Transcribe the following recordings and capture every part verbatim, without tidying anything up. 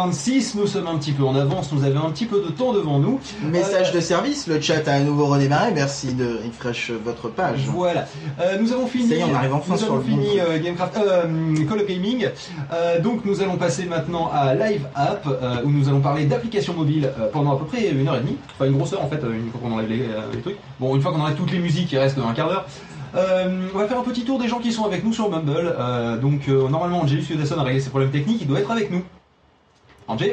vingt-six, nous sommes un petit peu en avance, nous avons un petit peu de temps devant nous. Message euh, de service, le chat a à nouveau redémarré, merci de refresh votre page. Voilà, euh, nous avons fini, ça y est, on arrive enfin nous sur avons le fini bon euh, Gamecraft, euh, Call of Gaming, euh, donc nous allons passer maintenant à Live App, euh, où nous allons parler d'applications mobiles euh, pendant à peu près une heure et demie, enfin une grosse heure en fait, une fois qu'on enlève les, euh, les trucs. Bon, une fois qu'on enlève toutes les musiques, il reste un quart d'heure. Euh, on va faire un petit tour des gens qui sont avec nous sur Mumble. Euh, donc euh, normalement Angelus Yudasson a réglé ses problèmes techniques, il doit être avec nous. Angé ?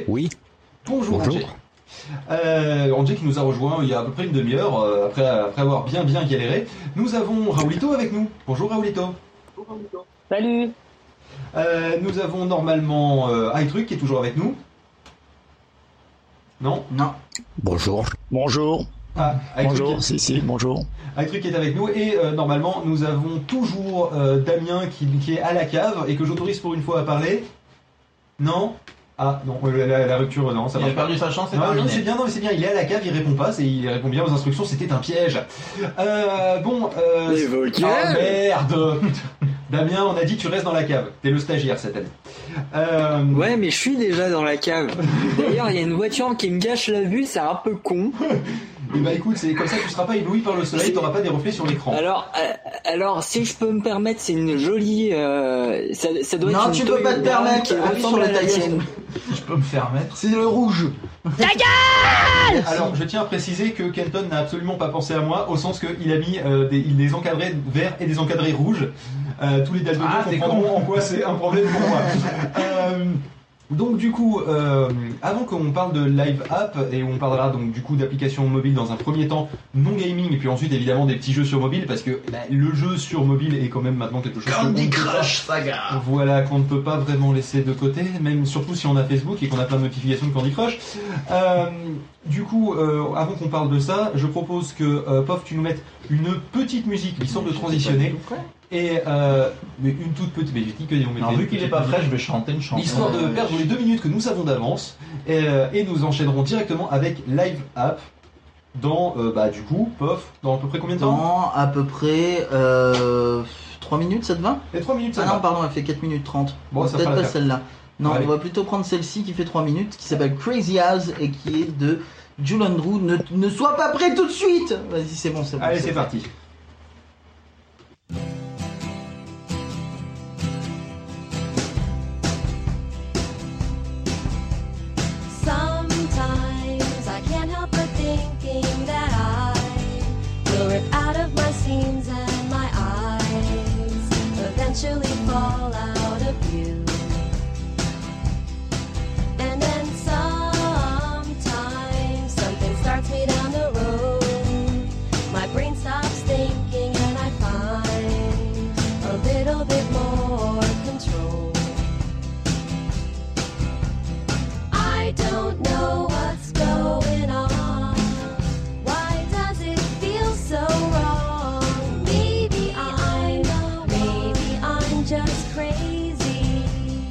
Oui. Bonjour, Bonjour. Angé. Euh, Angé qui nous a rejoint il y a à peu près une demi-heure, euh, après, après avoir bien bien galéré. Nous avons Raoulito avec nous. Bonjour Raoulito. Salut. Euh, nous avons normalement euh, iTruc qui est toujours avec nous. Non ? Non. Bonjour. Bonjour. Ah, bonjour, est... si, si, bonjour. iTruc est avec nous et euh, normalement nous avons toujours euh, Damien qui, qui est à la cave et que j'autorise pour une fois à parler. Non ? Ah non, la, la, la rupture, non, ça il marche a perdu sa chance, c'est non, terminé. non, c'est bien, non, mais c'est bien, il est à la cave, il répond pas, c'est, il répond bien aux instructions, c'était un piège. Euh, bon, euh... Les vocales. Ah merde. Damien, on a dit tu restes dans la cave, t'es le stagiaire cette année. Euh... Ouais, mais je suis déjà dans la cave. D'ailleurs, il y a une voiture qui me gâche la vue, c'est un peu con. Et bah écoute, c'est comme ça que tu seras pas ébloui par le soleil, t'auras pas des reflets sur l'écran. Alors, euh, alors, si je peux me permettre, c'est une jolie. Euh, ça, ça doit non, être une tu peux pas te permettre. qui Appuie sur ressemble le à la tailleuse. tienne. Je peux me faire mettre. C'est le rouge. Ta gueule. Alors, je tiens à préciser que Kenton n'a absolument pas pensé à moi, au sens qu'il a mis euh, des, des encadrés verts et des encadrés rouges. Euh, tous les daltoniens Ah, comprendront en quoi c'est un problème pour moi. euh, Donc du coup, euh, avant qu'on parle de Live App et où on parlera donc du coup d'applications mobiles dans un premier temps non gaming et puis ensuite évidemment des petits jeux sur mobile parce que bah, le jeu sur mobile est quand même maintenant quelque chose Candy qu'on ne peut Crush pas- Saga. Voilà qu'on ne peut pas vraiment laisser de côté, même surtout si on a Facebook et qu'on a plein de notifications de Candy Crush. Euh, du coup, euh, avant qu'on parle de ça, je propose que euh, Pof tu nous mettes une petite musique histoire de transitionner. Et euh, mais une toute petite, mais j'ai dit que on mettait Alors, une vu qu'il est petite pas musique. frais, je vais chanter une chanson. Histoire de Euh, perdre les deux minutes que nous avons d'avance et, euh, et nous enchaînerons directement avec Live App dans, euh, bah du coup, Pof, dans à peu près combien de temps Dans à peu près euh, trois minutes, ça te va? Et trois minutes ça Ah va. non, pardon, elle fait quatre minutes trente. Bon, ça Peut-être fera pas l'affaire. celle-là. Non, Allez. on va plutôt prendre celle-ci qui fait trois minutes, qui s'appelle Crazy House et qui est de Jules Andrew. Ne, ne sois pas prêt tout de suite. Vas-y, c'est bon, c'est bon. Allez, c'est parti. Sometimes I can't help but thinking that I will rip out of my seams and my eyes eventually fall out of view. And then sometimes something starts me down the road. My brain stops thinking and I find a little bit more control. I don't know what's going on. Why does it feel so wrong? Maybe I'm, maybe I'm just crazy.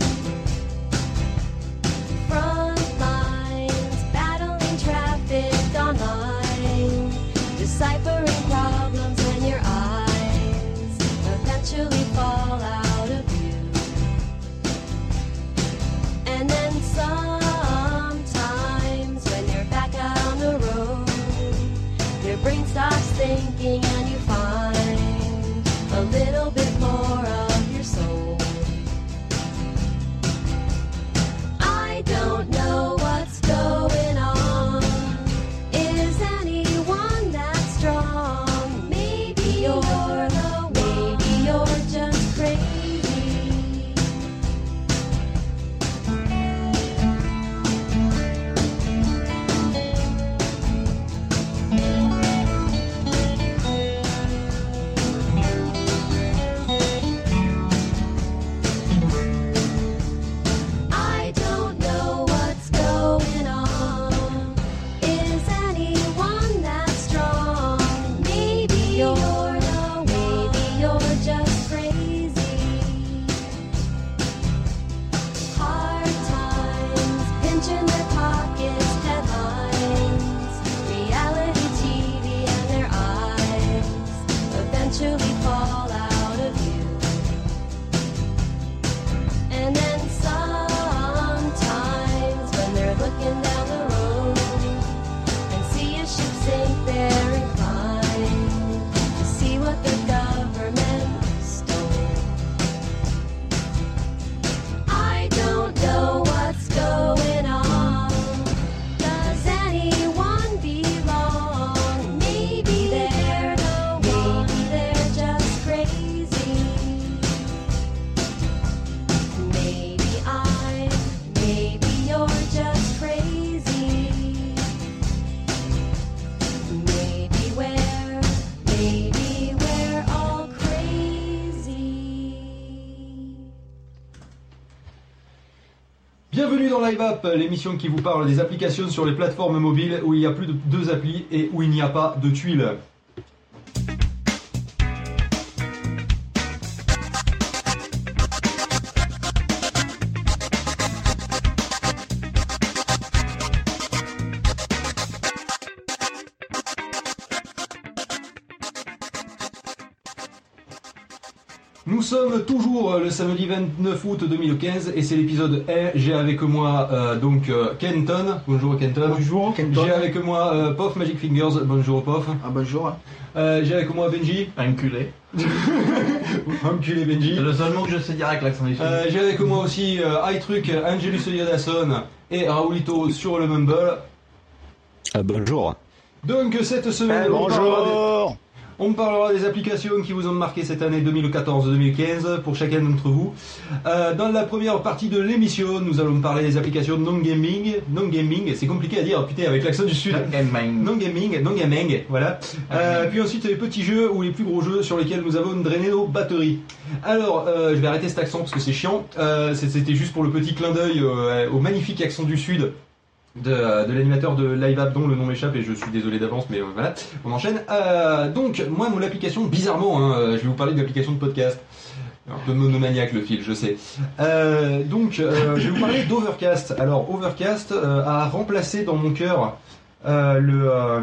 Front lines, battling traffic online, deciphering problems when your eyes eventually fall out of view. And then sometimes when you're back out on the road, your brain stops thinking and you find a little bit more of your soul. I don't know what's going on. Is anyone that strong? Maybe you're the maybe you're just crazy. I don't know what's going on. Is anyone that strong? Maybe you're the maybe you're just crazy. Hard times, pinching their pockets, headlines, reality T V and their eyes eventually fall out of view. And then sometimes Bienvenue dans Live App, l'émission qui vous parle des applications sur les plateformes mobiles où il y a plus de deux applis et où il n'y a pas de tuiles. Nous sommes toujours le samedi vingt-neuf août deux mille quinze et c'est l'épisode un. J'ai avec moi euh, donc euh, Kenton. Bonjour Kenton. Bonjour, Kenton. J'ai avec moi euh, Pof Magic Fingers. Bonjour Pof. Ah bonjour. Euh, J'ai avec moi Benji. Enculé. Enculé Benji. C'est le seul mot que je sais dire avec l'accent des filles. Euh, J'ai avec moi aussi euh, iTruc, Angelus Yodasson et Raoulito sur le Mumble. Ah, bonjour. Donc cette semaine, Eh, on parlera des- bonjour. On parlera des applications qui vous ont marqué cette année deux mille quatorze deux mille quinze pour chacun d'entre vous. Euh, dans la première partie de l'émission, nous allons parler des applications non-gaming. Non-gaming, c'est compliqué à dire, putain, avec l'accent du sud. Gaming. Non-gaming, non-gaming, voilà. Euh, puis ensuite, les petits jeux ou les plus gros jeux sur lesquels nous avons drainé nos batteries. Alors, euh, je vais arrêter cet accent parce que c'est chiant. Euh, C'était juste pour le petit clin d'œil euh, au magnifique accent du sud. De, de l'animateur de Live App dont le nom m'échappe et je suis désolé d'avance mais euh, voilà, on enchaîne. Euh, donc moi mon application, bizarrement, hein, je vais vous parler de l'application de podcast. Un peu monomaniaque le fil, je sais. Euh, donc euh, je vais vous parler d'Overcast. Alors Overcast euh, a remplacé dans mon cœur euh, le euh,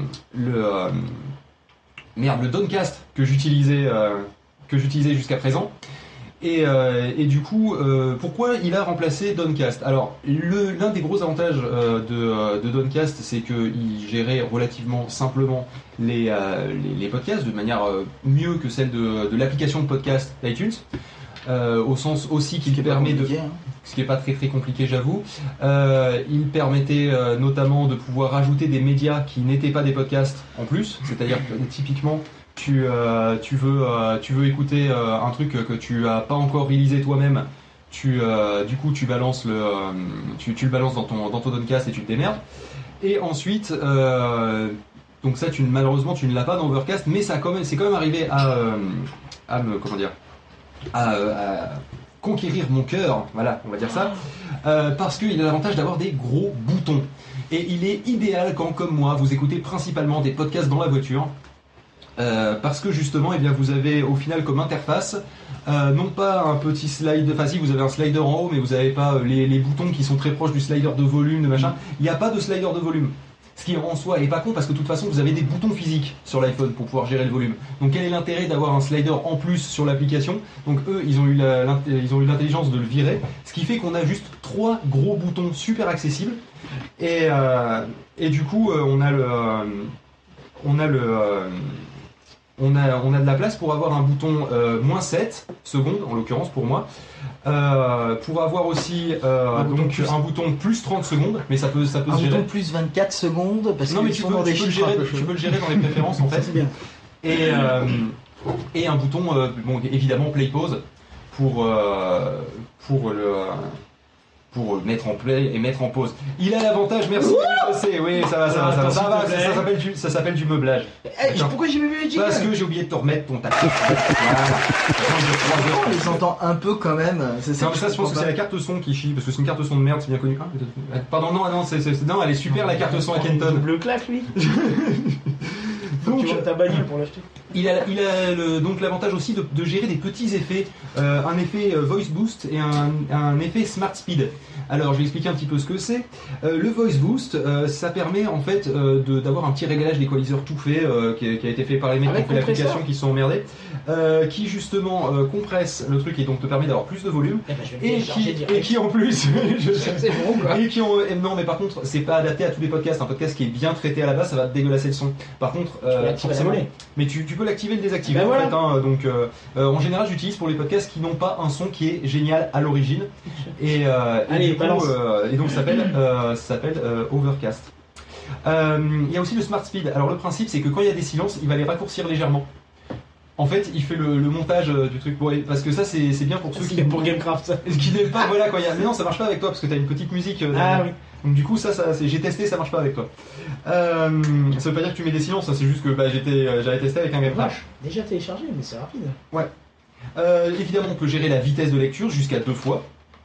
le euh, merde le Downcast que j'utilisais euh, que j'utilisais jusqu'à présent. Et, euh, et du coup, euh, pourquoi il a remplacé Downcast? Alors, le- l'un des gros avantages euh, de, euh, de Downcast, c'est qu'il gérait relativement simplement les, euh, les, les podcasts de manière euh, mieux que celle de, de l'application de podcast d'iTunes, euh, au sens aussi qu'il qui est pas permet de... compliqué, hein. Ce qui n'est pas très très compliqué, j'avoue. Euh, il permettait euh, notamment de pouvoir rajouter des médias qui n'étaient pas des podcasts en plus, c'est-à-dire que typiquement... Tu, euh, tu, veux, euh, tu veux écouter euh, un truc que tu as pas encore réalisé toi-même, tu, euh, du coup tu balances le, euh, tu, tu le balances dans ton, dans ton Downcast et tu te démerdes. Et ensuite, euh, donc ça tu, malheureusement tu ne l'as pas dans Overcast, mais ça a quand même, c'est quand même arrivé à, euh, à me, comment dire, à, à conquérir mon cœur, voilà, on va dire ça, euh, parce qu'il a l'avantage d'avoir des gros boutons. Et il est idéal quand, comme moi, vous écoutez principalement des podcasts dans la voiture. Euh, parce que justement, eh bien, vous avez au final comme interface, euh, non pas un petit slide, enfin si vous avez un slider en haut, mais vous n'avez pas euh, les, les boutons qui sont très proches du slider de volume, de machin. Il n'y a pas de slider de volume. Ce qui en soi est pas con parce que de toute façon vous avez des boutons physiques sur l'iPhone pour pouvoir gérer le volume. Donc quel est l'intérêt d'avoir un slider en plus sur l'application? Donc eux ils ont eu la- l'int- ils ont eu l'intelligence de le virer, ce qui fait qu'on a juste trois gros boutons super accessibles et, euh, et du coup euh, on a le euh, on a le euh, On a, on a de la place pour avoir un bouton euh, moins sept secondes, en l'occurrence pour moi, euh, pour avoir aussi euh, Un bouton donc, plus- un bouton plus trente secondes, mais ça peut, ça peut Un se gérer. bouton plus vingt-quatre secondes parce Non que mais tu sont peux, dans des tu peux le chiffres gérer, un peu tu chelous. peux le gérer dans les préférences en fait. C'est bien. Et, euh, et un bouton, euh, bon, évidemment play pause pour, euh, pour le... euh, pour mettre en play et mettre en pause. Il a l'avantage, merci, je sais, oui, ça va, ça va, ça va, ça va, ça, ça s'appelle du, ça s'appelle du meublage. Eh, pourquoi j'ai mis le jingle? Parce que j'ai oublié de te remettre ton tapis. Voilà. On les entend un peu quand même. C'est ça Non, que mais ça, je pense que c'est la carte son qui chie, parce que c'est une carte son de merde, c'est bien connu. Ah, peut-être- Pardon, non, non, c'est, c'est- non, elle est super la carte son à Kenton. Double claque lui. Donc, Tu vois ta bagnole pour l'acheter. il a, il a le- donc l'avantage aussi de, de gérer des petits effets, euh, un effet euh, voice boost et un, un effet smart speed. Alors, je vais expliquer un petit peu ce que c'est. Euh, le voice boost, euh, ça permet en fait euh, de- d'avoir un petit réglage d'équaliseur tout fait, euh, qui, a, qui a été fait par les mecs qui ont Avec fait l'application, compresseur. qui se sont emmerdés, euh, qui justement euh, compresse le truc et donc te permet d'avoir plus de volume. Eh ben, je vais le Et télécharger qui, direct. et qui en plus, je sais, C'est bon quoi. et qui ont, et non mais par contre c'est pas adapté à tous les podcasts. Un podcast qui est bien traité à la base, ça va te dégueulasser le son. Par contre, Tu peux euh, l'activer à la forcément, volée. mais tu, tu peux l'activer et le désactiver Ben en voilà. fait. Hein, donc euh, euh, en général j'utilise pour les podcasts qui n'ont pas un son qui est génial à l'origine. Et, euh, et Allez, du coup, balance. euh, et donc ça s'appelle euh, ça s'appelle euh, Overcast. Euh, Il y a aussi le Smart Speed. Alors le principe c'est que quand il y a des silences, il va les raccourcir légèrement. En fait, il fait le, le montage euh, du truc pour, parce que ça c'est c'est bien pour ceux C'est qui pour Gamecraft ça. ce qui n'aime pas, voilà, quand il y a... Mais non, ça marche pas avec toi, parce que t'as une petite musique. euh, Ah derrière. oui. Donc du coup, ça, ça c'est- j'ai testé, ça marche pas avec toi. Euh, ça veut pas dire que tu mets des silences, ça, c'est juste que bah, j'étais, euh, j'avais testé avec un Game Crash. Déjà téléchargé mais c'est rapide. Euh, évidemment, on peut gérer la vitesse de lecture jusqu'à deux fois.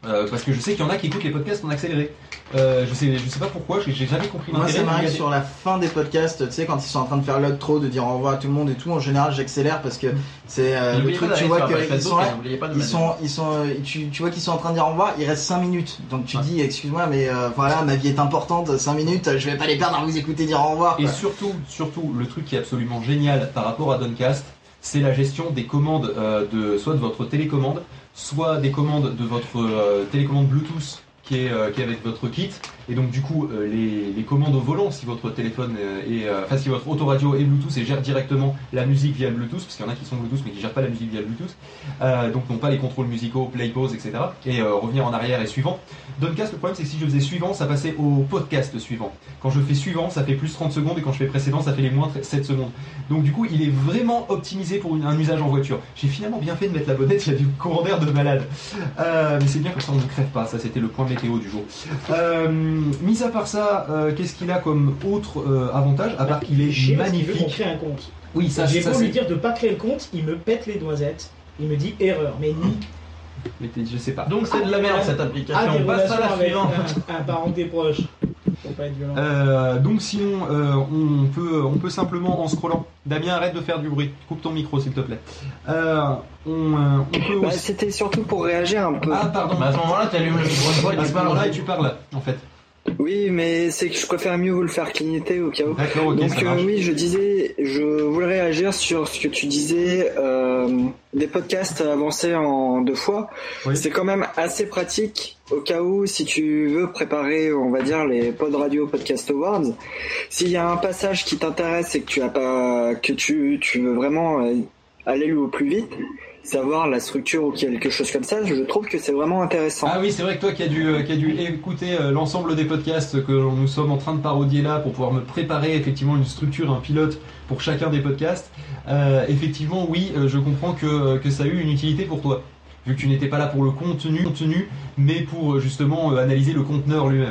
Euh, parce que je sais qu'il y en a qui écoutent les podcasts en accéléré. Euh, je sais, je sais pas pourquoi, j'ai j'ai jamais compris Moi, l'intérêt. ça mais m'arrive il y a sur la fin des podcasts, tu sais, quand ils sont en train de faire l'outro, de dire au revoir à tout le monde et tout. En général, j'accélère parce que c'est euh, le N'oubliez truc, pas tu d'aller vois sur la page qu'ils Facebook, sont et là. n'oubliez pas de Ils mettre- sont, ils sont, euh, tu, tu vois qu'ils sont en train de dire au revoir, il reste cinq minutes. Donc tu Ouais. dis, excuse-moi, mais euh, voilà, ma vie est importante, cinq minutes, je vais pas les perdre à vous écouter dire au revoir. Et quoi. surtout, surtout, le truc qui est absolument génial par rapport à Doncast, c'est la gestion des commandes euh, de soit de votre télécommande, soit des commandes de votre euh, télécommande Bluetooth qui est, euh, qui est avec votre kit. Et donc du coup, euh, les, les commandes au volant, si votre téléphone euh, est, euh, enfin si votre autoradio est Bluetooth et gère directement la musique via le Bluetooth, parce qu'il y en a qui sont Bluetooth mais qui gèrent pas la musique via le Bluetooth, euh, donc n'ont pas les contrôles musicaux, play, pause, et cetera. Et euh, revenir en arrière et suivant. Doncast, le problème c'est que si je faisais suivant, ça passait au podcast suivant. Quand je fais suivant, ça fait plus trente secondes et quand je fais précédent, ça fait les moins sept secondes. Donc du coup, il est vraiment optimisé pour une- un usage en voiture. J'ai finalement bien fait de mettre la bonnette, il y a du courant d'air de malade. Euh, mais c'est bien comme ça on ne crève pas, ça c'était le point météo du jour. Euh, mis à part ça, euh, qu'est-ce qu'il a comme autre euh, avantage, à part qu'il est Chier parce qu'il veut qu'on magnifique. crée un compte. Oui, ça, J'ai ça beau lui c'est. dire de pas créer le compte, il me pète les noisettes. Il me dit erreur, mais ni Mais t'es- je sais pas. Donc c'est de la merde cette a application. des On passe à relations la avec suivante. un, un parenté proche. Faut pas être violent. Euh, donc sinon, euh, on peut, on peut simplement en scrollant. Damien, arrête de faire du bruit. Coupe ton micro, s'il te plaît. Euh, on, euh, on peut Bah, aussi. c'était surtout pour réagir un peu. Ah pardon. Bah, à ce moment-là, tu allumes le micro une fois et À tu ce parles. moment-là, et tu parles, en fait. Oui, mais c'est que je préfère mieux vous le faire clignoter au cas où. D'accord, ok, Donc ça euh, marche. oui, je disais, je voulais réagir sur ce que tu disais, euh, des podcasts avancés en deux fois. Oui. C'est quand même assez pratique au cas où si tu veux préparer, on va dire, les Pod Radio Podcast Awards. S'il y a un passage qui t'intéresse et que tu as pas, que tu, tu veux vraiment euh, aller au plus vite, savoir la structure ou quelque chose comme ça, je trouve que c'est vraiment intéressant. Ah oui, c'est vrai que toi qui as dû, euh, qui as dû écouter euh, l'ensemble des podcasts que nous sommes en train de parodier là pour pouvoir me préparer effectivement une structure, un pilote pour chacun des podcasts, euh, effectivement oui, euh, je comprends que, que ça a eu une utilité pour toi. Vu que tu n'étais pas là pour le contenu, contenu mais pour euh, justement euh, analyser le conteneur lui-même.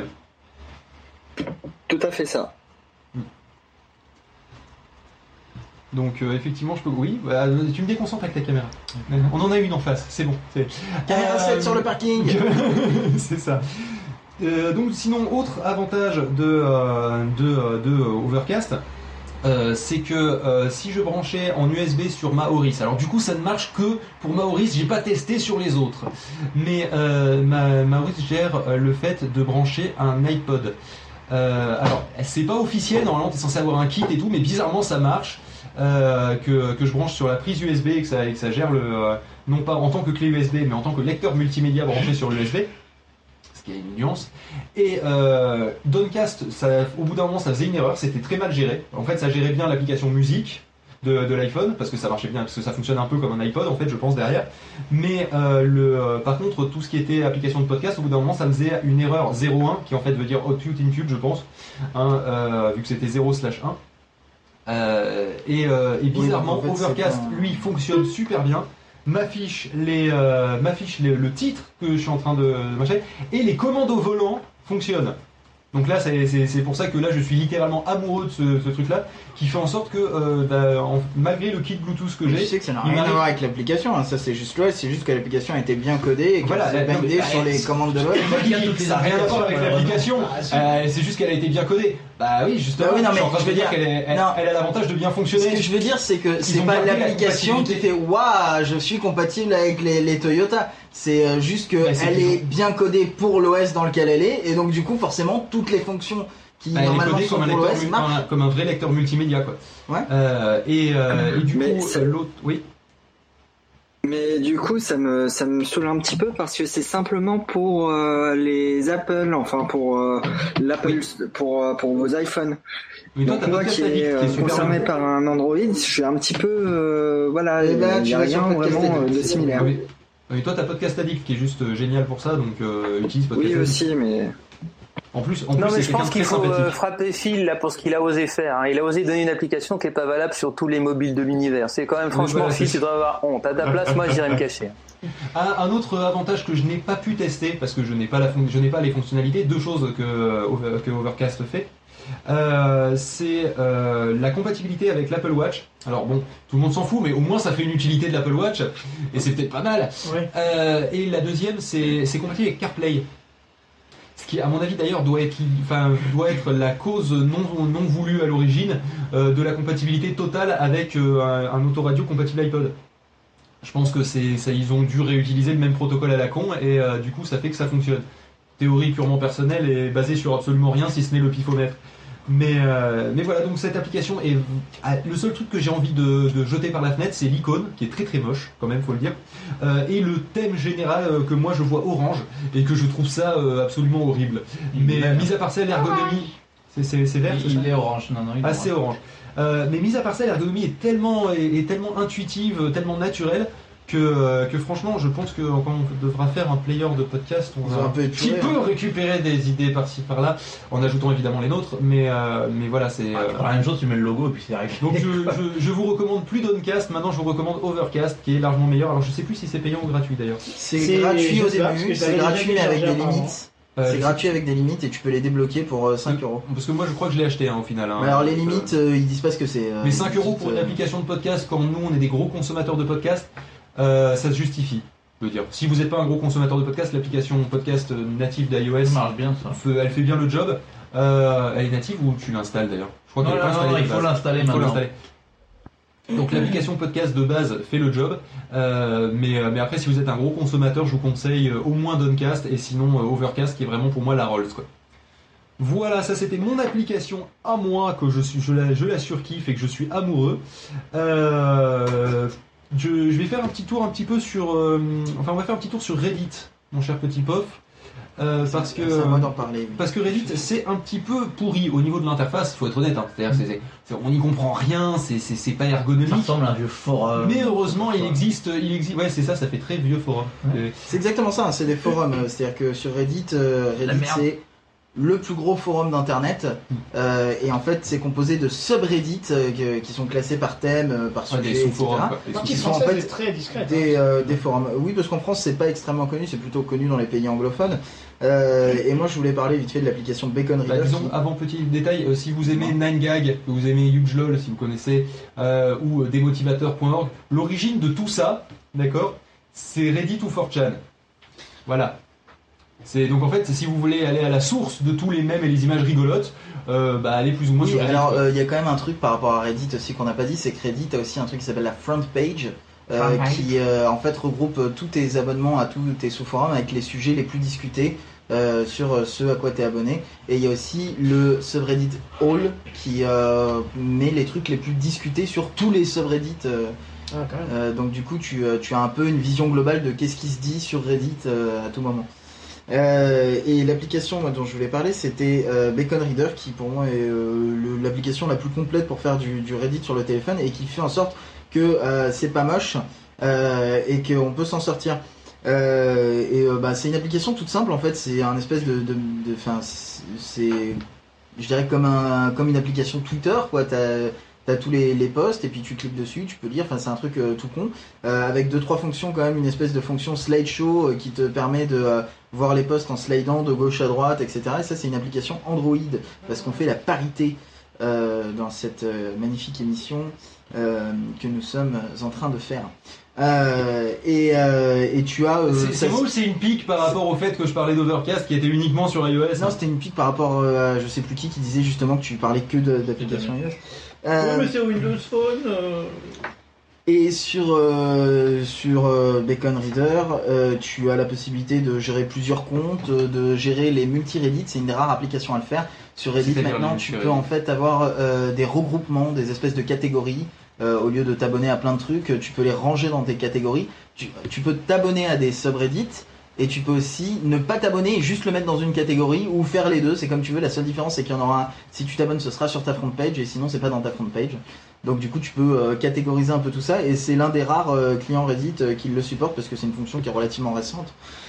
Tout à fait ça. Donc euh, effectivement je peux... Oui, bah, tu me déconcentres avec ta caméra. On en a une en face, c'est bon. c'est- Caméra Euh, sept sur le parking. c'est ça. Euh, donc sinon, autre avantage de, euh, de, euh, de euh, Overcast, euh, c'est que euh, si je branchais en U S B sur Maoris, alors du coup ça ne marche que pour Maoris, j'ai pas testé sur les autres, mais euh, ma, Maoris gère euh, le fait de brancher un iPod. Euh, alors c'est pas officiel, normalement t'es censé avoir un kit et tout, mais bizarrement ça marche. Euh, que, que je branche sur la prise U S B et que ça, et que ça gère le euh, non pas en tant que clé U S B mais en tant que lecteur multimédia branché sur l'U S B, ce qui est une nuance. Et euh, Doncast, ça, au bout d'un moment ça faisait une erreur, c'était très mal géré. En fait ça gérait bien l'application musique de, de l'iPhone parce que ça marchait bien, parce que ça fonctionne un peu comme un iPod en fait je pense derrière. Mais euh, le, euh, par contre tout ce qui était application de podcast, au bout d'un moment ça faisait une erreur zéro un qui en fait veut dire output input je pense, hein, euh, vu que c'était zéro slash un. Euh, et, euh, et bizarrement, Oui, en fait, Overcast, c'est pas- lui, fonctionne super bien. M'affiche les, euh, m'affiche le, le titre que je suis en train de, de machin, et les commandes au volant fonctionnent. Donc là, c'est, c'est, c'est pour ça que là, je suis littéralement amoureux de ce, ce truc-là, qui fait en sorte que, euh, bah, en- malgré le kit Bluetooth que Je j'ai, sais que ça n'a il rien à m'arrive- voir avec l'application, hein. Ça c'est juste là, c'est juste que l'application a été bien codée et qu'elle Voilà, s'est non, mais- bindée bah, sur les c'est- commandes de vol. Moi, je dis que ça n'a rien à voir avec l'application, Ah, si. euh, c'est juste qu'elle a été bien codée. Bah oui, justement, Bah oui, non, je suis mais en train de je veux te dire dire- qu'elle est- elle, non. elle a l'avantage de bien Ce fonctionner. que je veux dire, c'est que c'est ont pas gardé la l'application qui fait waouh, je suis compatible avec les, les Toyota. C'est euh, juste que Bah, c'est elle qu'ils est bien codée pour l'O S dans lequel elle est, et donc du coup, forcément, toutes les fonctions qui Bah, elle est normalement codée sont comme un, pour lecteur, l'O S mu- marchent. un- comme un vrai lecteur multimédia quoi. Ouais. Euh, et, euh, et du Mais coup c'est- euh, l'autre, oui. Mais du coup, ça me ça me saoule un petit peu parce que c'est simplement pour euh, les Apple, enfin pour euh, l'Apple, pour euh, pour vos iPhones. Mais toi Donc t'as moi Podcast qui Addict est, qui euh, est super concerné bien. par un Android, je suis un petit peu euh, voilà, Eh il ben, n'y tu a vas sur rien Podcast vraiment Addict, euh, de c'est similaire. Ah oui. Mais toi t'as Podcast Addict qui est juste euh, génial pour ça, donc euh, utilise Podcast Oui Addict. aussi, mais En plus, en Non, plus, mais c'est je quelqu'un pense de qu'il très faut euh, sympathique. frapper Phil là pour ce qu'il a osé faire. hein. Il a osé donner une application qui est pas valable sur tous les mobiles de l'univers. C'est quand même, franchement, voilà, Phil, c'est- tu devrais avoir honte. À ta place, moi, j'irais me cacher. Un, un autre avantage que je n'ai pas pu tester parce que je n'ai pas, la fon- je n'ai pas les fonctionnalités, deux choses que, euh, Over- que Overcast fait, euh, c'est euh, la compatibilité avec l'Apple Watch. Alors bon, tout le monde s'en fout, mais au moins ça fait une utilité de l'Apple Watch et c'est peut-être pas mal. Ouais. Euh, et la deuxième, c'est c'est compatible avec CarPlay. Ce qui, à mon avis d'ailleurs, doit être, enfin, doit être la cause non, non voulue à l'origine euh, de la compatibilité totale avec euh, un, un autoradio compatible iPod. Je pense que c'est, ça, ils ont dû réutiliser le même protocole à la con et euh, du coup ça fait que ça fonctionne. Théorie purement personnelle et basée sur absolument rien si ce n'est le pifomètre. Mais, euh, mais voilà, donc cette application est. ah, le seul truc que j'ai envie de, de jeter par la fenêtre, c'est l'icône, qui est très très moche, quand même, faut le dire. Euh, et le thème général euh, que moi je vois orange et que je trouve ça euh, absolument horrible. Mais vert. mis à part ça, l'ergonomie. C'est, c'est, c'est vert, c'est ça Il est orange, non, non, il est Ah, c'est orange. orange. Euh, mais mis à part ça, l'ergonomie est tellement, est, est tellement intuitive, tellement naturelle que, euh, que franchement, je pense que quand on devra faire un player de podcast, on Ils va- ont un peu qui épuré, peut hein. récupérer des idées par-ci par-là, en ajoutant évidemment les nôtres. Mais, euh, mais voilà, c'est. Ah, euh, tu prends la même chose, tu mets le logo et puis c'est réglé. donc je, je, je vous recommande plus Downcast, maintenant je vous recommande Overcast qui est largement meilleur. Alors je sais plus si c'est payant ou gratuit d'ailleurs. C'est C'est- gratuit je au sais pas, parce que début, je c'est l'avais gratuit déjà mais avec des téléchargé limites. Euh, C'est gratuit avec des limites et tu peux les débloquer pour euh, cinq euros. Parce que moi je crois que je l'ai acheté hein, au final. hein. Mais alors les Donc, euh, limites, euh, ils disent pas ce que c'est. euh, Mais cinq euros pour une euh, application de podcast quand nous on est des gros consommateurs de podcast, euh, ça se justifie. Je veux dire, si vous n'êtes pas un gros consommateur de podcast, l'application podcast euh, native d'iOS, Ça marche bien ça. fait- elle fait bien le job. Euh, elle est native ou tu l'installes d'ailleurs? Je crois Non, qu'elle est non, pas non, installée non, de il faut base. l'installer Il faut maintenant. l'installer. Donc l'application podcast de base fait le job, euh, mais, euh, mais après si vous êtes un gros consommateur, je vous conseille euh, au moins Downcast et sinon euh, Overcast qui est vraiment pour moi la Rolls quoi. Voilà, ça c'était mon application à moi que je suis, je la, je la surkiffe et que je suis amoureux. Euh, je, je vais faire un petit tour un petit peu sur, euh, enfin on va faire un petit tour sur Reddit, mon cher petit Pof, euh, parce que C'est à moi d'en parler. parce que Reddit c'est un petit peu pourri au niveau de l'interface, faut être honnête. Hein. C'est-à-dire, c'est- c'est- c'est- on n'y comprend rien, c'est, c'est, c'est pas Ça ergonomique. ressemble à un vieux forum. Mais heureusement, il existe, il existe. Ouais, c'est ça, ça fait très vieux forum. Euh, C'est exactement ça, hein, c'est des forums. euh, C'est-à-dire que sur Reddit, euh, La Reddit merde. c'est le plus gros forum d'internet. euh, et en fait, c'est composé de subreddits euh, que- qui sont classés par thème, euh, par ouais, sujet, des sous-forums. et cetera. quoi. Des Partie Ils sous-forums. sont en française fait est très discrète. Des, hein. euh, des forums. Oui, parce qu'en France, c'est pas extrêmement connu, c'est plutôt connu dans les pays anglophones. Euh, et moi, je voulais parler vite fait de l'application Bacon Bah, Reader. disons, qui- avant petit détail, euh, si vous aimez nine gag, que vous aimez HugeLol, si vous connaissez, euh, ou euh, demotivateur point org, l'origine de tout ça, d'accord, c'est Reddit ou four chan. Voilà. C'est donc en fait, si vous voulez aller à la source de tous les mèmes et les images rigolotes, euh, bah allez plus ou moins Oui, sur Reddit. alors quoi. euh, il y a quand même un truc par rapport à Reddit aussi qu'on n'a pas dit, c'est que Reddit a aussi un truc qui s'appelle la front page, euh, Front page. qui euh, en fait regroupe euh, tous tes abonnements à tous tes sous-forums avec les sujets les plus discutés euh, sur euh, ce à quoi tu es abonné. Et il y a aussi le subreddit All qui euh, met les trucs les plus discutés sur tous les subreddits. euh, Ah, quand même. euh, donc du coup tu, euh, tu as un peu une vision globale de qu'est-ce qui se dit sur Reddit euh, à tout moment. Euh, et l'application moi, dont je voulais parler, c'était euh, Bacon Reader, qui pour moi est euh, le- l'application la plus complète pour faire du, du Reddit sur le téléphone et qui fait en sorte que euh, c'est pas moche euh, et qu'on peut s'en sortir. Euh, et euh, bah, c'est une application toute simple en fait, c'est un espèce de, de, de, 'fin, c'est, c'est- je dirais comme un, comme une application Twitter quoi. T'as, T'as tous les, les posts et puis tu cliques dessus, tu peux lire, enfin c'est un truc euh, tout con, euh, avec deux trois fonctions quand même, une espèce de fonction slideshow euh, qui te permet de euh, voir les posts en slidant de gauche à droite, et cetera. Et ça c'est une application Android, parce qu'on fait la parité euh, dans cette euh, magnifique émission euh, que nous sommes en train de faire. Euh, et, euh, et tu as... euh, C'est, ça- c'est moi ou c'est une pique par rapport au fait que je parlais d'Overcast qui était uniquement sur iOS? Non, c'était une pique par rapport euh, à je sais plus qui qui disait justement que tu parlais que de- d'applications iOS. Euh, Ouais, mais c'est Windows Phone. euh, Et sur, euh, sur euh, Bacon Reader, euh, tu as la possibilité de gérer plusieurs comptes, euh, de gérer les multi-Reddit, c'est une des rares applications à le faire. Sur Reddit C'est-à-dire maintenant, les tu multi-Reddit. peux en fait avoir euh, des regroupements, des espèces de catégories. Euh, au lieu de t'abonner à plein de trucs, tu peux les ranger dans tes catégories. Tu, tu peux t'abonner à des subreddits. Et tu peux aussi ne pas t'abonner et juste le mettre dans une catégorie ou faire les deux, c'est comme tu veux. La seule différence c'est qu'il y en aura un, si tu t'abonnes ce sera sur ta front page et sinon c'est pas dans ta front page. Donc du coup tu peux euh, catégoriser un peu tout ça et c'est l'un des rares euh, clients Reddit euh, qui le supporte parce que c'est une fonction qui est relativement récente,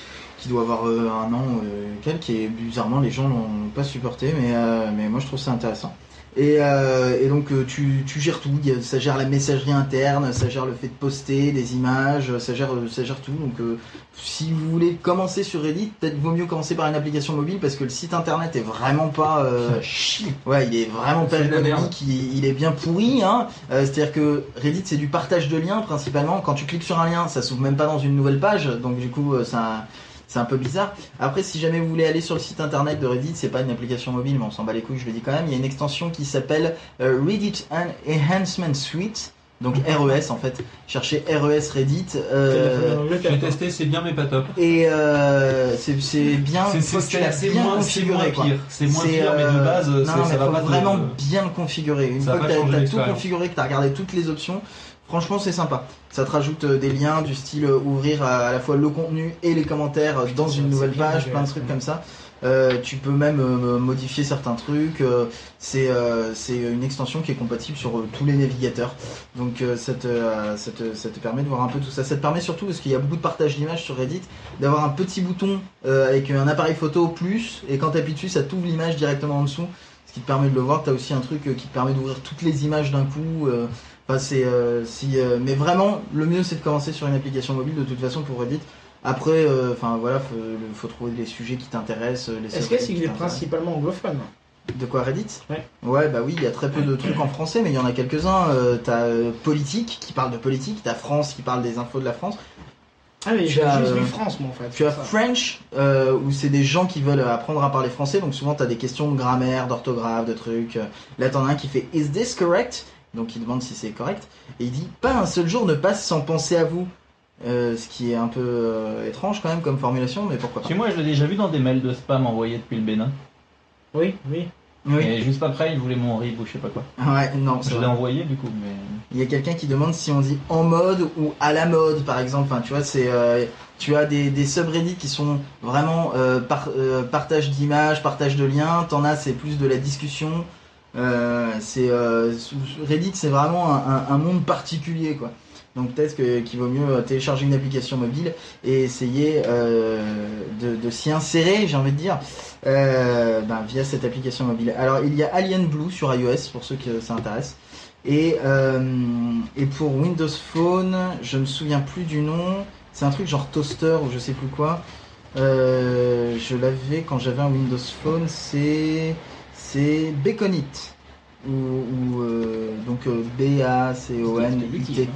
qui doit avoir euh, un an euh, quelques, et bizarrement les gens l'ont pas supporté, mais, euh, mais moi je trouve ça intéressant. Et, euh, et donc euh, tu, tu gères tout, Il y a- ça gère la messagerie interne, ça gère le fait de poster des images, ça gère, ça gère tout. Donc euh, si vous voulez commencer sur Reddit, peut-être vaut mieux commencer par une application mobile parce que le site internet est vraiment pas... Euh, ouais, il est vraiment pas C'est de la merde. ergonomique, il, il est bien pourri. Hein. Euh, c'est-à-dire que Reddit c'est du partage de liens principalement. Quand tu cliques sur un lien, ça s'ouvre même pas dans une nouvelle page, donc du coup euh, ça... C'est un peu bizarre. Après, si jamais vous voulez aller sur le site internet de Reddit, c'est pas une application mobile, mais on s'en bat les couilles, je le dis quand même. Il y a une extension qui s'appelle euh, Reddit Enhancement Suite, donc R E S en fait. Cherchez R E S Reddit. Euh, J'ai testé, c'est bien mais pas top. et euh, c'est c'est bien. C'est- une fois c'est- que tu l'as c'est bien moins- c'est configuré, moins quoi. pire. C'est moins C'est, pire, mais de euh, base, non, c'est- non, ça mais va faut pas te- vraiment bien le configurer. Une Ça fois va que pas t'as changer t'as tout l'expérience. configuré, que t'as regardé toutes les options, franchement c'est sympa. Ça te rajoute euh, des liens du style euh, ouvrir à, à la fois le contenu et les commentaires euh, dans c'est- une c'est nouvelle bien page, géré, plein de ça. trucs comme ça. Euh, tu peux même euh, modifier certains trucs. euh, c'est euh, c'est une extension qui est compatible sur euh, tous les navigateurs. Donc euh, ça, te, euh, ça, te, ça te permet de voir un peu tout ça. Ça te permet surtout, parce qu'il y a beaucoup de partage d'images sur Reddit, d'avoir un petit bouton euh, avec un appareil photo plus, et quand tu appuies dessus, ça t'ouvre l'image directement en dessous. Ce qui te permet de le voir. Tu as aussi un truc euh, qui te permet d'ouvrir toutes les images d'un coup. euh, Enfin, c'est, euh, si, euh, mais vraiment, le mieux c'est de commencer sur une application mobile de toute façon pour Reddit. Après, euh, enfin voilà, faut, le- faut trouver les sujets qui t'intéressent. Les Est-ce subreddits qu'il qui est t'intéressent. principalement anglophone? De quoi, Reddit? Ouais. Ouais, bah oui, il y a très peu de trucs en français, mais il y en a quelques-uns. Euh, t'as euh, Politique qui parle de politique, t'as France qui parle des infos de la France. Ah mais Tu j'ai as, juste euh, vu France moi en fait. Tu as c'est ça. French, euh, où c'est des gens qui veulent apprendre à parler français, donc souvent t'as des questions de grammaire, d'orthographe, de trucs. Là t'en as un qui fait Is this correct? Donc il demande si c'est correct, et il dit pas un seul jour ne passe sans penser à vous. Euh, ce qui est un peu euh, étrange quand même comme formulation, mais pourquoi pas. Chez moi, je l'ai déjà vu dans des mails de spam envoyés depuis le Bénin. Oui, oui. Oui. Et juste après, ils voulaient mon rib ou je sais pas quoi. Ouais, non, c'est Je l'ai vrai. envoyé du coup, mais. Il y a quelqu'un qui demande si on dit en mode ou à la mode, par exemple. Enfin, tu vois, c'est, euh, tu as des, des subreddits qui sont vraiment euh, par- euh, partage d'images, partage de liens. T'en as, c'est plus de la discussion. Euh, c'est euh, sous- Reddit, c'est vraiment un, un- un monde particulier, quoi. Donc peut-être que- qu'il vaut mieux télécharger une application mobile et essayer euh, de, de s'y insérer, j'ai envie de dire, euh, ben, via cette application mobile. Alors il y a Alien Blue sur iOS pour ceux que ça intéresse. Et, euh, et pour Windows Phone, je me souviens plus du nom. C'est un truc genre Toaster ou je sais plus quoi. Euh, je l'avais quand j'avais un Windows Phone. C'est c'est Baconit ou, ou euh, donc euh, B A C O N I T.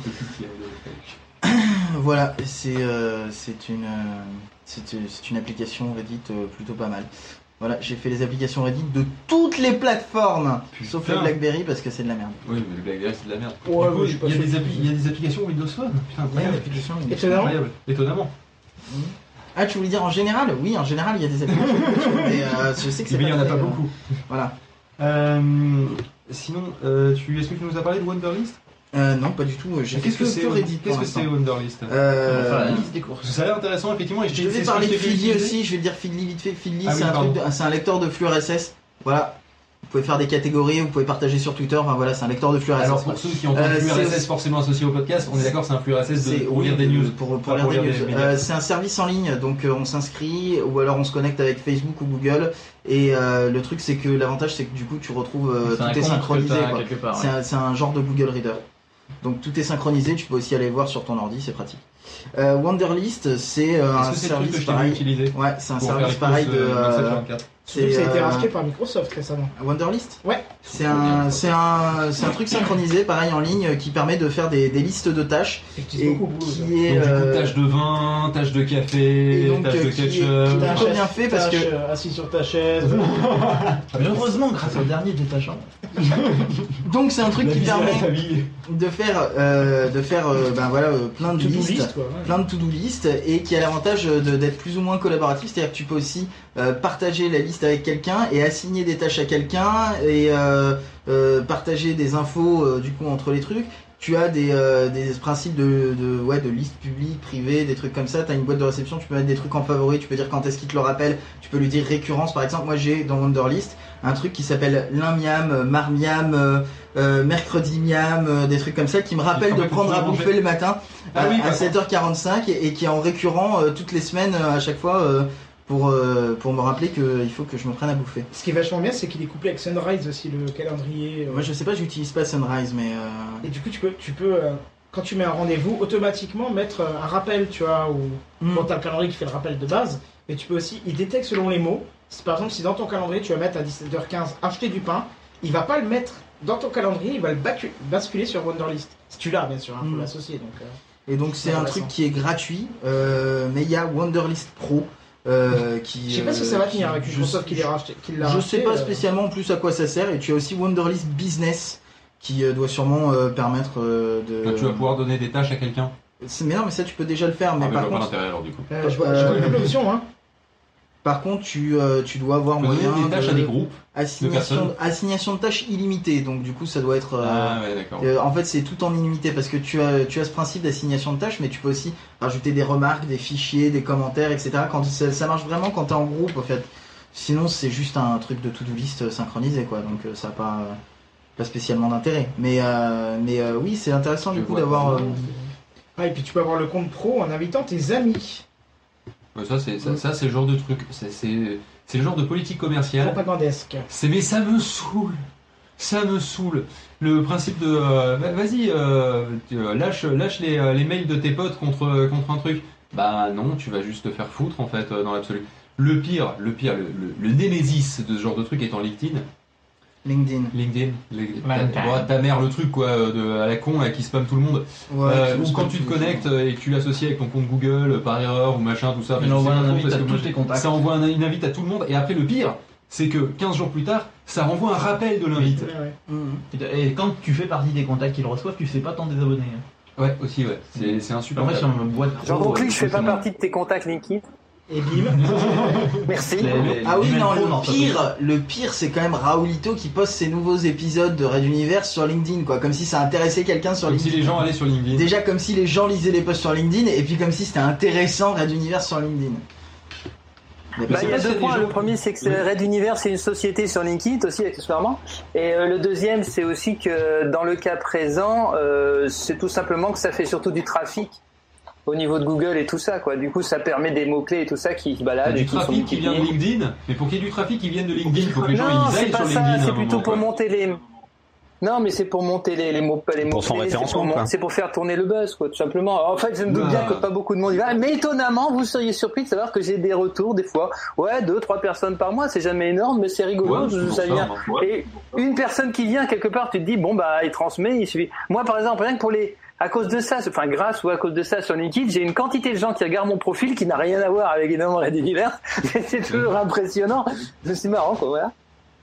Voilà, c'est euh, c'est une euh, c'est c'est une application Reddit euh, plutôt pas mal. Voilà, j'ai fait les applications Reddit de toutes les plateformes, Putain. sauf le BlackBerry parce que c'est de la merde. Oui, mais le BlackBerry c'est de la merde. Ouais, Du coup, ouais, je suis pas il, y a sûr des que- appli- il y a des applications Windows Phone. Putain, Il y a une incroyable. application Windows. Étonnamment. Incroyable. Étonnamment. Ah, tu voulais dire en général? Oui, en général, il y a des applications. mais euh, je sais que c'est Mais il y en a très, pas euh, beaucoup. Voilà. Euh, sinon, euh, tu, est-ce que tu nous as parlé de Wunderlist? Euh, non, pas du tout. J'ai fait Qu'est-ce que que, c'est que Reddit. pour Qu'est-ce que c'est l'instant. Wunderlist? Euh, Enfin, la liste des courses. Parce que ça a l'air intéressant, effectivement. Et Je c'est devais ce que parler de je t'ai Feedly utilisé. aussi, je vais dire Feedly vite fait. Feedly, Ah oui, c'est un, pardon. truc de- c'est un lecteur de flux R S S. Voilà. Vous pouvez faire des catégories, vous pouvez partager sur Twitter. Enfin voilà, c'est un lecteur de flux R S S. Alors pour ceux qui ont un Euh, flux c'est R S S aussi- forcément associé au podcast, on est d'accord, c'est un flux R S S de, C'est- pour oui, lire des news. Pour, pour Enfin, lire des pour lire news. des médias. Euh, c'est un service en ligne, donc euh, on s'inscrit ou alors on se connecte avec Facebook ou Google. Et euh, le truc, c'est que l'avantage, c'est que du coup, tu retrouves euh, C'est un tout est compte que synchronisé. t'as quoi. quelque part. C'est ouais. un, c'est un genre de Google Reader. Donc tout est synchronisé, tu peux aussi aller voir sur ton ordi, c'est pratique. Euh, Wunderlist, c'est euh, Est-ce un que c'est le truc que service je t'ai vu pareil. utiliser Ouais, c'est un pour service faire les pareil courses, de. euh, vingt-sept euh, vingt-quatre? Surtout que ça a été euh, racheté par Microsoft récemment. Wunderlist. Ouais. C'est un, c'est un, c'est un truc synchronisé, pareil en ligne, qui permet de faire des, des listes de tâches Et qui et beaucoup au boulot, ça. qui est. Donc, du coup, euh, tâche de vin, tâche de et café, donc, tâche euh, de qui est- ketchup. qui est Tâche très bien fait parce tâche, que- euh, assis sur ta chaise. Mais heureusement, grâce au dernier détachant. Donc c'est un truc La qui vie, c'est permet la vie. de faire, euh, de faire, euh, ben voilà, euh, plein de To-do listes. list, quoi. ouais. Plein de to-do list et qui a l'avantage de- d'être plus ou moins collaboratif, c'est-à-dire que tu peux aussi euh, partager la liste avec quelqu'un et assigner des tâches à quelqu'un et euh, euh, partager des infos euh, du coup entre les trucs. Tu as des, euh, des principes de, de, ouais, de liste publique, privée, des trucs comme ça. Tu as une boîte de réception, tu peux mettre des trucs en favori, tu peux dire quand est-ce qu'il te le rappelle, tu peux lui dire récurrence. Par exemple, moi j'ai dans Wunderlist un truc qui s'appelle Lundi-miam, Mardi-miam, euh, euh, Mercredi-miam, euh, des trucs comme ça qui me rappellent de prendre à bouffer le matin Ah euh, oui, à bah, sept heures quarante-cinq et, et qui est en récurrent euh, toutes les semaines euh, à chaque fois euh, pour, euh, pour me rappeler qu'il faut que je me prenne à bouffer. Ce qui est vachement bien, c'est qu'il est couplé avec Sunrise aussi, le calendrier. euh. Moi je sais pas, j'utilise pas Sunrise mais... Euh... Et du coup, tu peux, tu peux euh, quand tu mets un rendez-vous, automatiquement mettre euh, un rappel, tu vois, ou Mm. bon, t'as le calendrier qui fait le rappel de base, mais tu peux aussi, il détecte selon les mots. Si, par exemple, si dans ton calendrier, tu vas mettre à dix-sept heures quinze acheter du pain, il va pas le mettre dans ton calendrier, il va le bacu- basculer sur Wunderlist. Si tu l'as, bien sûr, il faut Mm. l'associer. Donc, euh, Et donc c'est un intéressant. truc qui est gratuit, euh, mais il y a Wunderlist Pro euh, qui... Je sais pas si ça euh, va qui- tenir avec je- Microsoft qui l'a racheté. Qui l'a Je racheté, sais pas euh, spécialement en plus à quoi ça sert, et tu as aussi Wunderlist Business qui euh, doit sûrement euh, permettre euh, de... Donc, tu vas pouvoir donner des tâches à quelqu'un. C'est- Mais non, mais ça tu peux déjà le faire, mais Ah, mais je par vois pas contre... l'intérêt alors du coup. euh, je vois, je vois une option, hein. Par contre, tu, euh, tu dois avoir Tu peux donner moyen des tâches de... à des groupes. assignation, personnes. assignation de tâches illimitée, donc du coup ça doit être... euh, Ah ouais, d'accord. euh, en fait c'est tout en illimité parce que tu as, tu as ce principe d'assignation de tâches, mais tu peux aussi rajouter des remarques, des fichiers, des commentaires, et cetera. Quand ça, ça marche vraiment quand tu es en groupe en fait. Sinon c'est juste un truc de to-do list synchronisé quoi, donc euh, ça n'a pas, euh, pas spécialement d'intérêt. Mais, euh, mais euh, oui c'est intéressant du Je coup vois. d'avoir... euh, Ah, et puis tu peux avoir le compte pro en invitant tes amis. Ouais, ça, c'est, ça, ça, c'est le genre de truc. C'est, c'est, c'est le genre de politique commerciale. Propagandesque. C'est, mais ça me saoule. Ça me saoule. Le principe de euh, bah, vas-y, euh, tu, euh, lâche, lâche les, euh, les mails de tes potes contre, contre un truc. Bah non, tu vas juste te faire foutre en fait euh, dans l'absolu. Le pire, le pire, le, le, le némésis de ce genre de truc étant LinkedIn. LinkedIn. LinkedIn, les- ta, LinkedIn. bon, ta mère le truc quoi, euh, de, à la con là, qui spamme tout le monde. Ouais, Euh, qui ou se quand passe tu te tous les connectes jours. euh, et que tu l'associes avec ton compte Google euh, par erreur ou machin, tout ça. Il je sais envoie pas un trop, invite parce à que moi, tous tes contacts. Ça envoie un- une invite à tout le monde et après le pire, c'est que quinze jours plus tard, ça renvoie un rappel de l'invite. Ouais, ouais. Mhm. Et quand tu fais partie des contacts qu'ils reçoivent, tu sais pas t'en désabonner. Ouais, aussi, ouais. C'est, c'est un super. Après, sur ma boîte pro, Genre, donc, euh, je fais pas c'est- partie de tes contacts LinkedIn. Et bim. Merci. Les- les- Ah oui, les non, mails pro, le ça pire, le pire, c'est quand même Raoulito qui poste ses nouveaux épisodes de Red Universe sur LinkedIn, quoi. Comme si ça intéressait quelqu'un sur Comme LinkedIn. si les gens allaient sur LinkedIn. Déjà comme si les gens lisaient les posts sur LinkedIn, et puis comme si c'était intéressant Red Universe sur LinkedIn. Mais Bah, parce il y que- a c'est deux des points. gens- Le premier, c'est que c'est Red Universe, c'est une société sur LinkedIn aussi, accessoirement. Et euh, le deuxième, c'est aussi que dans le cas présent, euh, c'est tout simplement que ça fait surtout du trafic au niveau de Google et tout ça, quoi. Du coup, ça permet des mots-clés et tout ça qui se T'as baladent du et qui sont trafic qui vient de multipliés. LinkedIn, mais pour qu'il y ait du trafic qui vienne de LinkedIn, il faut que les gens Non, ils c'est aillent pas sur ça, LinkedIn. à c'est un plutôt moment, pour quoi. monter les... Non, mais c'est pour monter les, les mots, les mots Pour son clés, c'est référencement, mon- quoi. c'est pour faire tourner le buzz, quoi, tout simplement. En fait, je me doute Bah. bien que pas beaucoup de monde y va, mais étonnamment, vous seriez surpris de savoir que j'ai des retours, des fois. Ouais, deux, trois personnes par mois, c'est jamais énorme, mais c'est rigolo, Ouais, je- c'est ça pour vient. ça, hein. Et une personne qui vient quelque part, tu te dis, bon, bah, il transmet, il suffit. Moi, par exemple, rien que pour les, à cause de ça, enfin, grâce ou à cause de ça sur LinkedIn, j'ai une quantité de gens qui regardent mon profil qui n'a rien à voir avec énormément Red Universe. C'est toujours impressionnant. C'est marrant, quoi, voilà.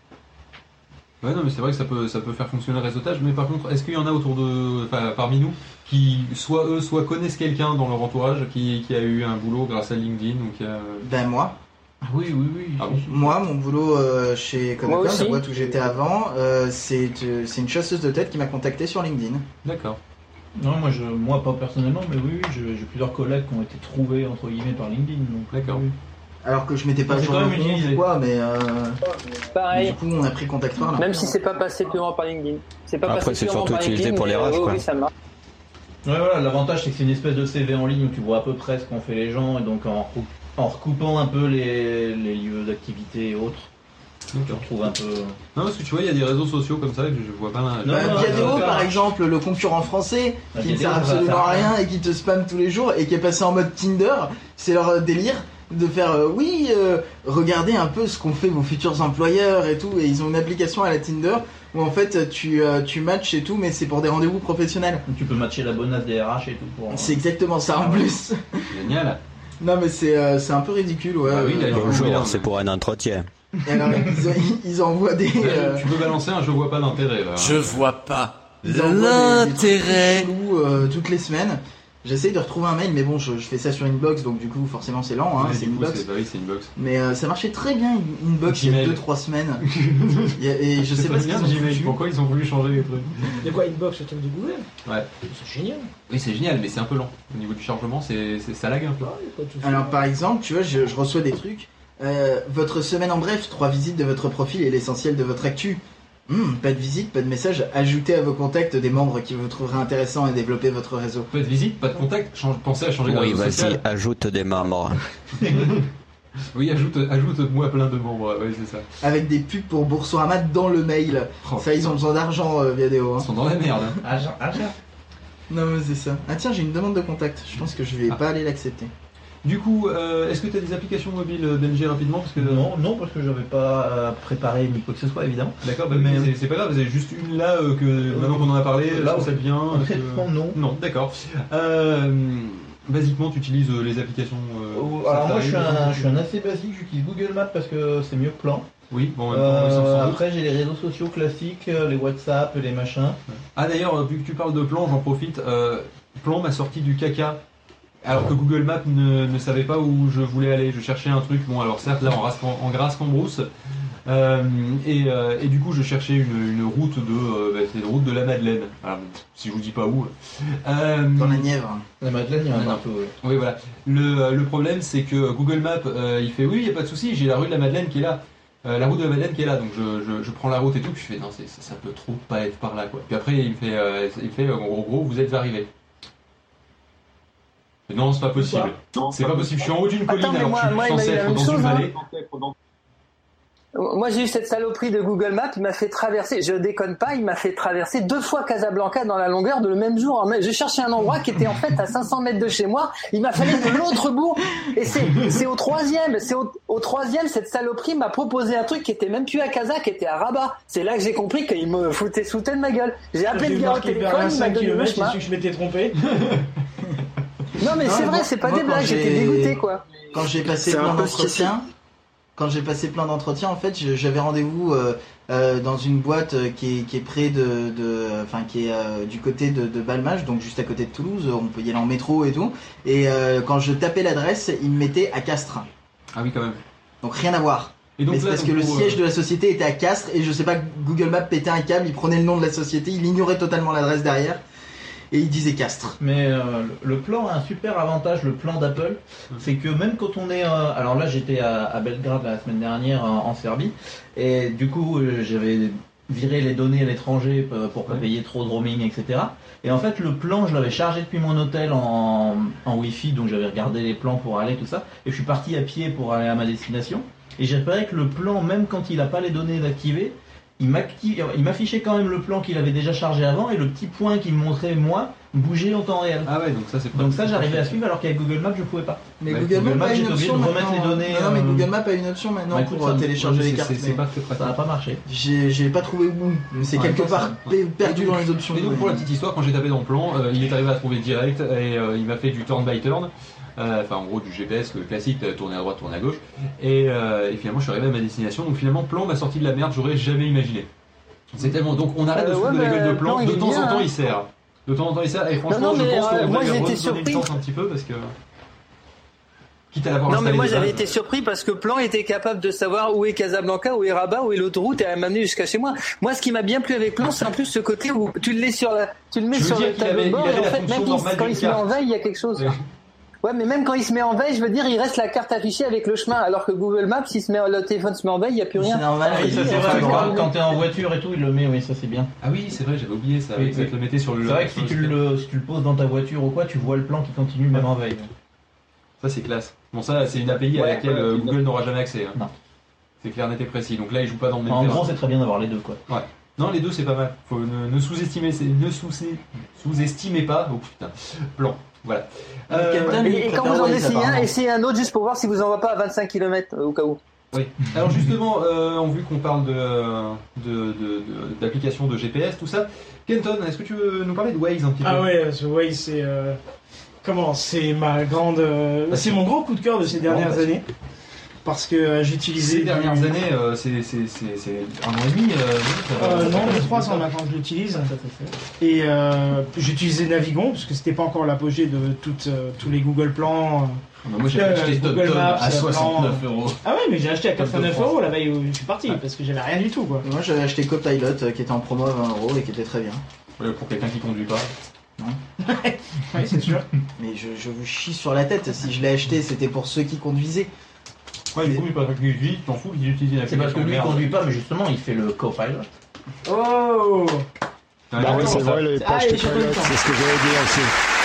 Ouais, non, mais c'est vrai que ça peut, ça peut faire fonctionner le réseautage, mais par contre, est-ce qu'il y en a autour de, enfin, parmi nous, qui, soit eux, soit connaissent quelqu'un dans leur entourage qui, qui a eu un boulot grâce à LinkedIn ou qui a. Ben moi, Oui, oui, oui. Ah bon moi, mon boulot euh, chez Moi Comic-Con, aussi. la boîte où j'étais avant, euh, c'est euh, c'est une chasseuse de tête qui m'a contacté sur LinkedIn. D'accord. Non, moi, je, moi pas personnellement, mais oui, oui, j'ai j'ai plusieurs collègues qui ont été trouvés entre guillemets par LinkedIn. Donc, D'accord. oui. Alors que je m'étais pas C'est jour quand le même compte utilisé. ou quoi, mais euh, Pareil. du coup on a pris contact par là. Même si c'est pas passé purement par LinkedIn. C'est pas Après, passé c'est purement surtout par utilisé LinkedIn, pour les mais, rages, euh, quoi. Oui, ça marche. Ouais, voilà, l'avantage c'est que c'est une espèce de C V en ligne où tu vois à peu près ce qu'ont fait les gens, et donc en, recou- en recoupant un peu les, les lieux d'activité et autres, tu retrouves un peu. Non, parce que tu vois, il y a des réseaux sociaux comme ça que je vois pas là. Non, Bah, non, Viadeo, non, par non. exemple, le concurrent français, Ah, qui ne Viadeo, sert ça va absolument à faire rien et qui te spamme tous les jours et qui est passé en mode Tinder, c'est leur euh, délire de faire euh, oui, euh, regardez un peu ce qu'ont fait vos futurs employeurs et tout, et ils ont une application à la Tinder où en fait tu, euh, tu matches et tout, mais c'est pour des rendez-vous professionnels. Tu peux matcher la bonasse des R H et tout pour. C'est exactement ça en plus. Génial. Non mais c'est euh, c'est un peu ridicule, ouais. Ah oui, il a- Euh, Bonjour, Oui, non. c'est pour un entretien. et alors, ils, ils envoient des... euh, Tu peux balancer un je vois pas l'intérêt là. Je vois pas Ils envoient des- des l'intérêt. trucs chelous, euh, toutes les semaines. J'essaye de retrouver un mail, mais bon, je, je fais ça sur Inbox, donc du coup, forcément, c'est lent, hein, Ouais, c'est du coup, Inbox. c'est- bah oui, c'est Inbox. Mais euh, ça marchait très bien, Inbox, il y a Gmail. deux trois semaines. Il y a- et je sais C'est pas très ce qu'ils bien, ont Gmail. foutu. Pourquoi ils ont voulu changer les trucs De quoi Inbox, le truc de Google? Ouais. C'est génial. Oui, c'est génial, mais c'est un peu lent. Au niveau du chargement, c'est, c'est- ça lag un peu. Ah, y a pas de souci. Alors, par exemple, tu vois, je, je reçois des trucs. Euh, votre semaine en bref, trois visites de votre profil et l'essentiel de votre actu. Hmm, pas de visite, pas de message. Ajoutez à vos contacts des membres qui vous trouveraient intéressants et développez votre réseau. Pas de visite, pas de contact. Change, pensez à changer de Oui, réseau vas-y, social. ajoute des membres. Oui, ajoute, ajoute-moi plein de membres. Oui, c'est ça. Avec des pubs pour Boursorama dans le mail. Oh, Ça, ils ont besoin d'argent, euh, Viadeo. Hein. Ils sont dans la merde. Hein. Agent, agent. Non, mais c'est ça. Ah tiens, j'ai une demande de contact. Je pense que je vais Ah. pas aller l'accepter. Du coup, euh, est-ce que tu as des applications mobiles, euh, Benji, rapidement parce que... Non, non, parce que j'avais pas euh, préparé ni quoi que ce soit, évidemment. D'accord, bah, Mais- mais c'est- c'est pas grave, vous avez juste une là euh, que maintenant qu'on en a parlé, là, là où oui. ça devient. est-ce que- Honnêtement, non. Non, d'accord. Euh, basiquement, tu utilises euh, les applications. euh, Euh, Alors moi, je suis, Safari, un, je suis un assez basique, j'utilise Google Maps parce que c'est mieux que Plan. Oui, bon, en même temps, Euh, ils s'en sont- après, j'ai les réseaux sociaux classiques, euh, les WhatsApp, les machins. Ah d'ailleurs, euh, vu que tu parles de Plan, j'en profite. Euh, Plan m'a sorti du caca. Alors que Google Maps ne, ne savait pas où je voulais aller. Je cherchais un truc, bon alors certes là en, rasque- en grasse cambrousse. Euh, et, euh, et du coup je cherchais une, une route de euh, bah, c'est une route de la Madeleine. Alors, si je vous dis pas où. Euh, Dans la Nièvre. La Madeleine, il y en a Non. un peu. ouais. Oui voilà. Le, le problème c'est que Google Maps euh, il fait oui, il n'y a pas de souci, j'ai la rue de la Madeleine qui est là. Euh, la route de la Madeleine qui est là, donc je, je, je prends la route et tout, puis je fais non c'est c'est un peu trop de pas être par là quoi. Puis après il me fait, euh, il me fait en gros, gros vous êtes arrivé. Non, c'est pas possible. C'est pas possible. Je suis en haut d'une colline Attends, mais alors moi- que je moi, suis il m'a censé dit la être même dans chose, une hein. vallée. Moi, j'ai eu cette saloperie de Google Maps, il m'a fait traverser, je déconne pas, il m'a fait traverser deux fois Casablanca dans la longueur de le même jour. Je cherchais un endroit qui était en fait à cinq cents mètres de chez moi, il m'a fallu de l'autre bout. Et c'est, c'est au troisième, c'est au, au troisième, cette saloperie m'a proposé un truc qui était même plus à Casa, qui était à Rabat. C'est là que j'ai compris qu'il me foutait sous tête de ma gueule. J'ai appelé J'ai le gars au marqué téléphone, Berlin il m'a cinq donné le kilomètres, j'ai chemin. su que je m'étais trompé. Non mais Non, c'est moi- vrai, c'est pas moi, des quand blagues, j'étais j'ai- dégoûté quoi. Quand j'ai passé C'est un plein peu ce qui d'entretiens, quand j'ai passé plein d'entretiens, en fait, je- j'avais rendez-vous euh, euh, dans une boîte euh, qui est, qui est près de, de, enfin qui est euh, du côté de, de Balmage, donc juste à côté de Toulouse. On peut y aller en métro et tout. Et euh, quand je tapais l'adresse, il me mettait à Castres. Ah oui quand même. Donc rien à voir. Et donc Mais c'est là, parce donc, que le pour, siège euh, de la société était à Castres et je sais pas, Google Maps pétait un câble, il prenait le nom de la société, il ignorait totalement l'adresse derrière et il disait Castres. Mais euh, le le plan a un super avantage, le plan d'Apple, c'est que même quand on est... euh, alors là, j'étais à, à Belgrade la semaine dernière en, en Serbie, et du coup, euh, j'avais viré les données à l'étranger euh, pour pas Ouais. payer trop de roaming, et cetera. Et en fait, le plan, je l'avais chargé depuis mon hôtel en, en Wi-Fi, donc j'avais regardé les plans pour aller, tout ça, et je suis parti à pied pour aller à ma destination. Et j'ai repéré que le plan, même quand il n'a pas les données d'activer, il m'active- il m'affichait quand même le plan qu'il avait déjà chargé avant, et le petit point qu'il me montrait moi bougeait en temps réel. Ah ouais, donc ça c'est pas. Donc ça, j'arrivais à suivre alors qu'avec Google Maps, je pouvais pas. Mais Ouais, Google, Google Maps Maps, a une j'étais obligé option de remettre maintenant. les données, Non, non, mais euh, Google Maps a une option maintenant Bah, écoute, pour ça euh, me- télécharger les C'est- cartes. c'est- C'est mais pas très pratique. Ça n'a pas marché. J'ai j'ai pas trouvé où. Mais c'est Ouais, quelque ça, part ça, pe- perdu Et donc- dans les options. Et donc pour la petite histoire, quand j'ai tapé dans le plan, euh, il est arrivé à trouver direct et euh, il m'a fait du turn by turn. Euh, Enfin en gros du G P S classique, euh, tourner à droite, tourner à gauche. Et, euh, et finalement je suis arrivé à ma destination. Donc finalement plan m'a sorti de la merde, j'aurais jamais imaginé. C'est tellement. Donc on arrête de Euh, se foutre ouais, de la mais gueule de Plan, plan. il De est temps bien, en temps hein. il sert. De temps en temps il sert. Et franchement non, je mais, pense euh, qu'on moi, va j'ai été redonner surpris. une chance un petit peu parce que. Quitte à l'avoir Non mais installé moi de j'avais base. été surpris parce que Plan était capable de savoir où est Casablanca, où est Rabat, où est l'autoroute et à m'amener jusqu'à chez moi. Moi ce qui m'a bien plu avec Plan c'est en plus ce côté où tu le mets sur la, tu le mets Je veux sur dire le qu'il tableau avait- de bord il et avait en la fait fonction même il- normale quand d'une il se met en carte. veille il y a quelque chose. Oui. Ouais mais même quand il se met en veille je veux dire il reste la carte affichée avec le chemin alors que Google Maps s'il se met le téléphone se met en veille il y a plus C'est rien. normal. Ah oui, ça il- c'est enfin, vrai, bon, quand, quand t'es en voiture et tout, il le met, oui, ça c'est bien. Ah oui c'est vrai, j'avais oublié ça. Oui, Ça oui. te le mettait sur le. C'est vrai que sur si tu, screen. le, si tu le poses dans ta voiture ou quoi, tu vois le plan qui continue même en veille. Ça c'est classe. Bon ça c'est une A P I à Ouais, laquelle ouais, euh, ouais. Google n'aura jamais accès. hein. Non. C'est clair, net et précis. Donc là il joue pas dans le même En terrain. gros, c'est très bien d'avoir les deux, quoi. Non les deux c'est pas mal. Faut ne, ne sous-estimer, c'est- ne sous- sous-estimez pas. Oh putain. Plan. Voilà. Euh, Captain, Et, et quand vous en Waze, essayez un, apparemment. essayez un autre juste pour voir si vous envoie pas à vingt-cinq kilomètres au cas où. Oui. Alors justement, euh, vu qu'on parle de, de, de- de- d'applications de G P S, tout ça, Kenton, est-ce que tu veux nous parler de Waze un petit peu? Ah ouais, ce Waze, c'est. euh, Comment C'est ma grande. euh, C'est mon gros coup de cœur de ces dernières bah, années. Parce que euh, j'utilisais. Ces dernières années, euh, c'est, c'est, c'est, c'est un an et demi. Euh, ça- Euh, ça non, fait mais trois ans maintenant que je l'utilise. Ça, ça, ça. Et euh, j'utilisais Navigon, parce que c'était pas encore l'apogée de toutes, euh, tous les Google Plans. Ah bah moi j'ai Euh, acheté Google TomTom Maps, à soixante-neuf plan. euros. Ah ouais, mais j'ai acheté à quatre-vingt-neuf France. euros la veille où je suis parti, parce que j'avais rien du tout, quoi. Moi j'avais acheté Copilot euh, qui était en promo à vingt euros et qui était très bien. Ouais, pour quelqu'un qui conduit pas. Oui, c'est sûr. Mais je, je vous chie sur la tête. Si je l'ai acheté, c'était pour ceux qui conduisaient. Ouais, du coup, il pas que lui, tu t'en fous qu'ils utilisent C'est parce que lui il conduit pas, mais justement il fait le co-pilot. Oh Ah, Bah oui, d'accord, c'est ça. vrai, les Ah, pages et de je suis pilote, content. c'est ce que j'allais dire aussi.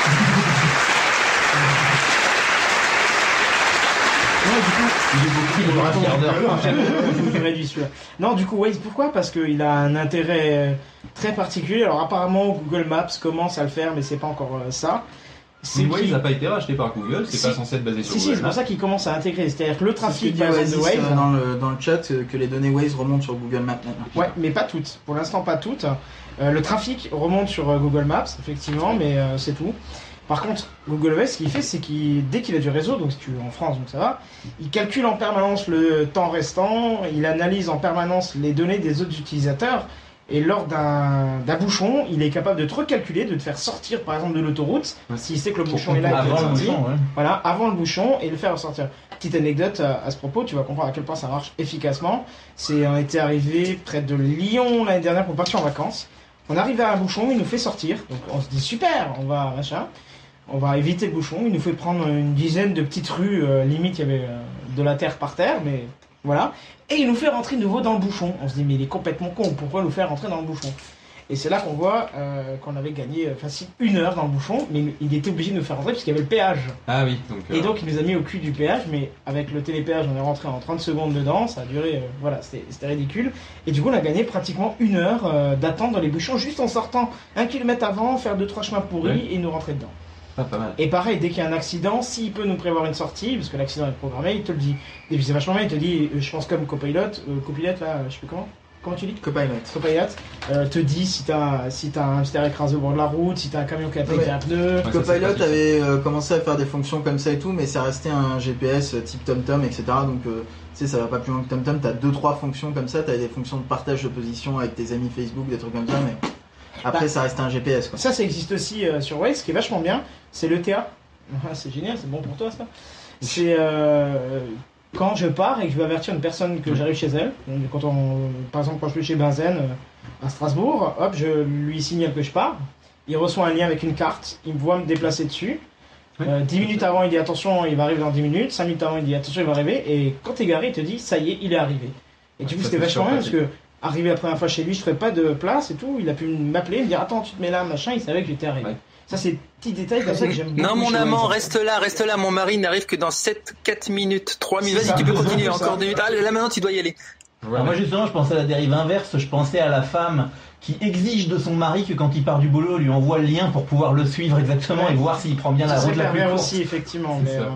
Ouais, du coup, il est beaucoup Il est dans un quart d'heure. Je vous réduis celui-là. Non, du coup, Waze, pourquoi? Parce qu'il a un intérêt euh, très particulier. Alors, apparemment, Google Maps commence à le faire, mais c'est pas encore euh, ça. C'est Waze qu'il- n'a pas été racheté par Google, c'est Si. pas censé être basé sur Si, si, Google c'est pour Maps. ça qu'il commence à intégrer. C'est-à-dire que le C'est ce que trafic dit par exemple, Oasis de Waze. euh, dans le, dans le chat euh, que les données Waze remontent sur Google Maps maintenant. Ouais, mais pas toutes. Pour l'instant, pas toutes. Euh, le trafic remonte sur euh, Google Maps, effectivement, mais euh, c'est tout. Par contre, Google Maps, ce qu'il fait, c'est qu'il, dès qu'il a du réseau, donc si tu es en France, donc ça va, il calcule en permanence le temps restant, il analyse en permanence les données des autres utilisateurs, et lors d'un, d'un bouchon, il est capable de te recalculer, de te faire sortir, par exemple, de l'autoroute, Ouais. s'il sait que le Pour bouchon est là, il Avant te le le sortir. bouchon, ouais. Voilà, avant le bouchon et le faire ressortir. Petite anecdote à, à ce propos, tu vas comprendre à quel point ça marche efficacement. C'est, on était arrivé près de Lyon l'année dernière pour partir en vacances. On arrive à un bouchon, il nous fait sortir. Donc on se dit super, on va machin, on va éviter le bouchon. Il nous fait prendre une dizaine de petites rues, euh, limite il y avait euh, de la terre par terre, mais voilà. Et il nous fait rentrer de nouveau dans le bouchon. On se dit mais il est complètement con, pourquoi nous faire rentrer dans le bouchon? Et c'est là qu'on voit euh, qu'on avait gagné euh, facile une heure dans le bouchon, mais il était obligé de nous faire rentrer parce qu'il y avait le péage. Ah oui, donc. euh, Et donc il nous a mis au cul du péage, mais avec le télépéage on est rentré en trente secondes dedans, ça a duré, euh, voilà, c'était c'était ridicule. Et du coup on a gagné pratiquement une heure euh, d'attente dans les bouchons juste en sortant un kilomètre avant, faire deux trois chemins pourris Ouais. et nous rentrer dedans. pas, pas mal. Et pareil, dès qu'il y a un accident, s'il peut nous prévoir une sortie, parce que l'accident est programmé, il te le dit. Et puis c'est vachement bien, il te dit, euh, je pense comme Copilot, euh, Copilot là, euh, je sais plus comment, comment tu dis Copilot. Copilot, euh, te dit si t'as si t'as un hamster écrasé au bord de la route, si t'as un camion qui a pété Ouais. un pneu. Ouais, ça, c'est Copilot pratique. avait euh, commencé à faire des fonctions comme ça et tout, mais ça restait un G P S euh, type TomTom, et cetera. Donc, euh, tu sais, ça va pas plus loin que TomTom. T'as deux trois fonctions comme ça. T'as des fonctions de partage de position avec tes amis Facebook, des trucs comme ça, mais après, Bah, ça reste un G P S, quoi. Ça, ça existe aussi euh, sur Waze, ce qui est vachement bien, c'est l'E T A. Ah, c'est génial, c'est bon pour toi ça. C'est euh, quand je pars et que je veux avertir une personne que j'arrive chez elle, donc quand on, par exemple quand je suis chez Benzen euh, à Strasbourg, hop, je lui signale que je pars, il reçoit un lien avec une carte, il me voit me déplacer dessus. Oui. Euh, dix minutes avant, il dit attention, il va arriver dans dix minutes. cinq minutes avant, il dit attention, il va arriver. Et quand t'es garé, il te dit ça y est, il est arrivé. Et du Ouais, coup, ça, c'était c'est vachement super bien parce que arrivé la première fois chez lui, je ferais pas de place et tout. Il a pu m'appeler, me dire attends, tu te mets là, machin. Il savait que j'étais arrivé. Ouais. Ça, c'est des petits détails comme ça que j'aime beaucoup. Non, mon chez amant, Waze. reste là, reste là. Mon mari n'arrive que dans sept, quatre minutes, trois minutes. C'est Vas-y, ça. tu peux continuer, C'est ça. encore deux minutes. Ah, là maintenant, tu dois y aller. Alors moi justement je pensais à la dérive inverse, je pensais à la femme qui exige de son mari que quand il part du boulot, lui envoie le lien pour pouvoir le suivre exactement et voir s'il prend bien la Ça, route c'est la plus pervers courte. aussi, effectivement. C'est Mais, ça. euh,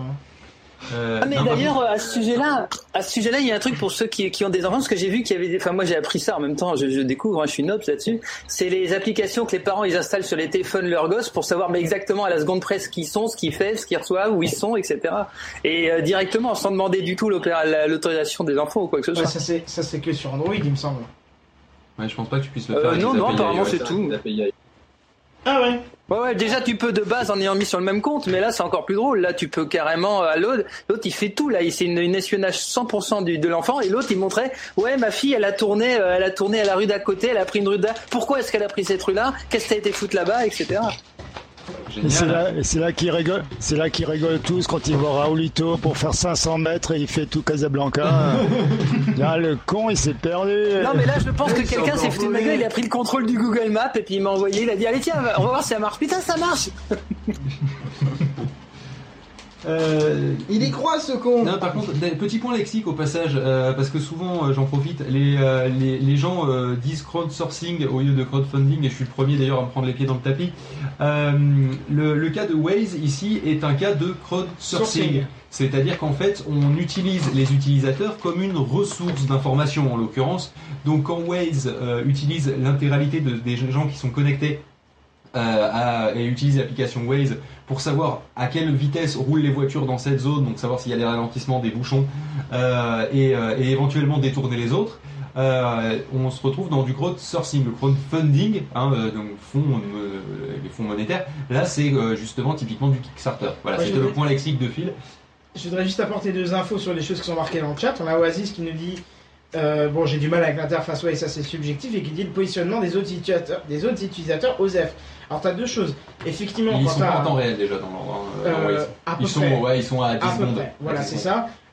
Euh, Ah mais non, par d'ailleurs contre- à ce sujet-là, à ce sujet-là, il y a un truc pour ceux qui, qui ont des enfants, parce que j'ai vu qu'il y avait des, enfin moi j'ai appris ça en même temps, je, je découvre, hein, je suis noble là-dessus. C'est les applications que les parents ils installent sur les téléphones de leurs gosses pour savoir mais exactement à la seconde près ce qu'ils sont, ce qu'ils font, ce qu'ils reçoivent, où ils sont, et cetera. Et euh, directement sans demander du tout l'opéra- la- l'autorisation des enfants ou quoi que ce ouais, soit. ça, c'est, ça, c'est que sur Android, il me semble. Ouais, je pense pas que tu puisses le Euh, faire. avec non, les non, A P I apparemment, iOS, c'est hein, tout. les A P I. Ah ouais. Ouais, ouais, déjà tu peux de base en ayant mis sur le même compte, mais là c'est encore plus drôle. Là tu peux carrément à l'autre, l'autre il fait tout là, il c'est une, une espionnage cent pour cent du, de l'enfant et l'autre il montrait, ouais ma fille elle a tourné, euh, elle a tourné à la rue d'à côté, elle a pris une rue d'à, pourquoi est-ce qu'elle a pris cette rue là, qu'est-ce que t'as été foutre là-bas, et cetera. Et c'est Génial. là, et c'est là qu'ils rigolent, c'est là qu'ils rigolent tous quand ils voient Raoulito pour faire cinq cents mètres et il fait tout Casablanca. Là, le con, il s'est perdu. Non mais là je pense que Ils sont quelqu'un s'est foutu de ma envolés. gueule, il a pris le contrôle du Google Maps et puis il m'a envoyé, il a dit allez tiens on va voir si ça marche, putain ça marche. Euh, Il y croit, ce con. Non, par contre, des- petit point lexique au passage, euh, parce que souvent euh, j'en profite, les, euh, les, les gens euh, disent crowdsourcing au lieu de crowdfunding, et je suis le premier d'ailleurs à me prendre les pieds dans le tapis. Euh, le, le cas de Waze ici est un cas de crowdsourcing, Sourcing. c'est-à-dire qu'en fait on utilise les utilisateurs comme une ressource d'information en l'occurrence. Donc quand Waze euh, utilise l'intégralité de, des gens qui sont connectés euh, à, et utilise l'application Waze pour savoir à quelle vitesse roulent les voitures dans cette zone, donc savoir s'il y a des ralentissements, des bouchons, euh, et, euh, et éventuellement détourner les autres, euh, on se retrouve dans du crowdsourcing, le crowdfunding, hein, euh, donc fonds, euh, les fonds monétaires. Là, c'est euh, justement typiquement du Kickstarter. Voilà, Ouais, c'était je le vais- point lexique de Phil. Je voudrais juste apporter deux infos sur les choses qui sont marquées dans le chat. On a Oasis qui nous dit euh, bon, j'ai du mal avec l'interface Waze, ça c'est subjectif, et qui dit le positionnement des autres utilisateurs, des autres utilisateurs O S E F. Alors, tu as deux choses. Effectivement, Ils quand sont t'as pas en un- temps réel déjà dans, dans, dans Euh, Waze. à peu Ils sont, près. ouais, ils sont à dix À peu secondes. près. Voilà, À dix c'est secondes. ça.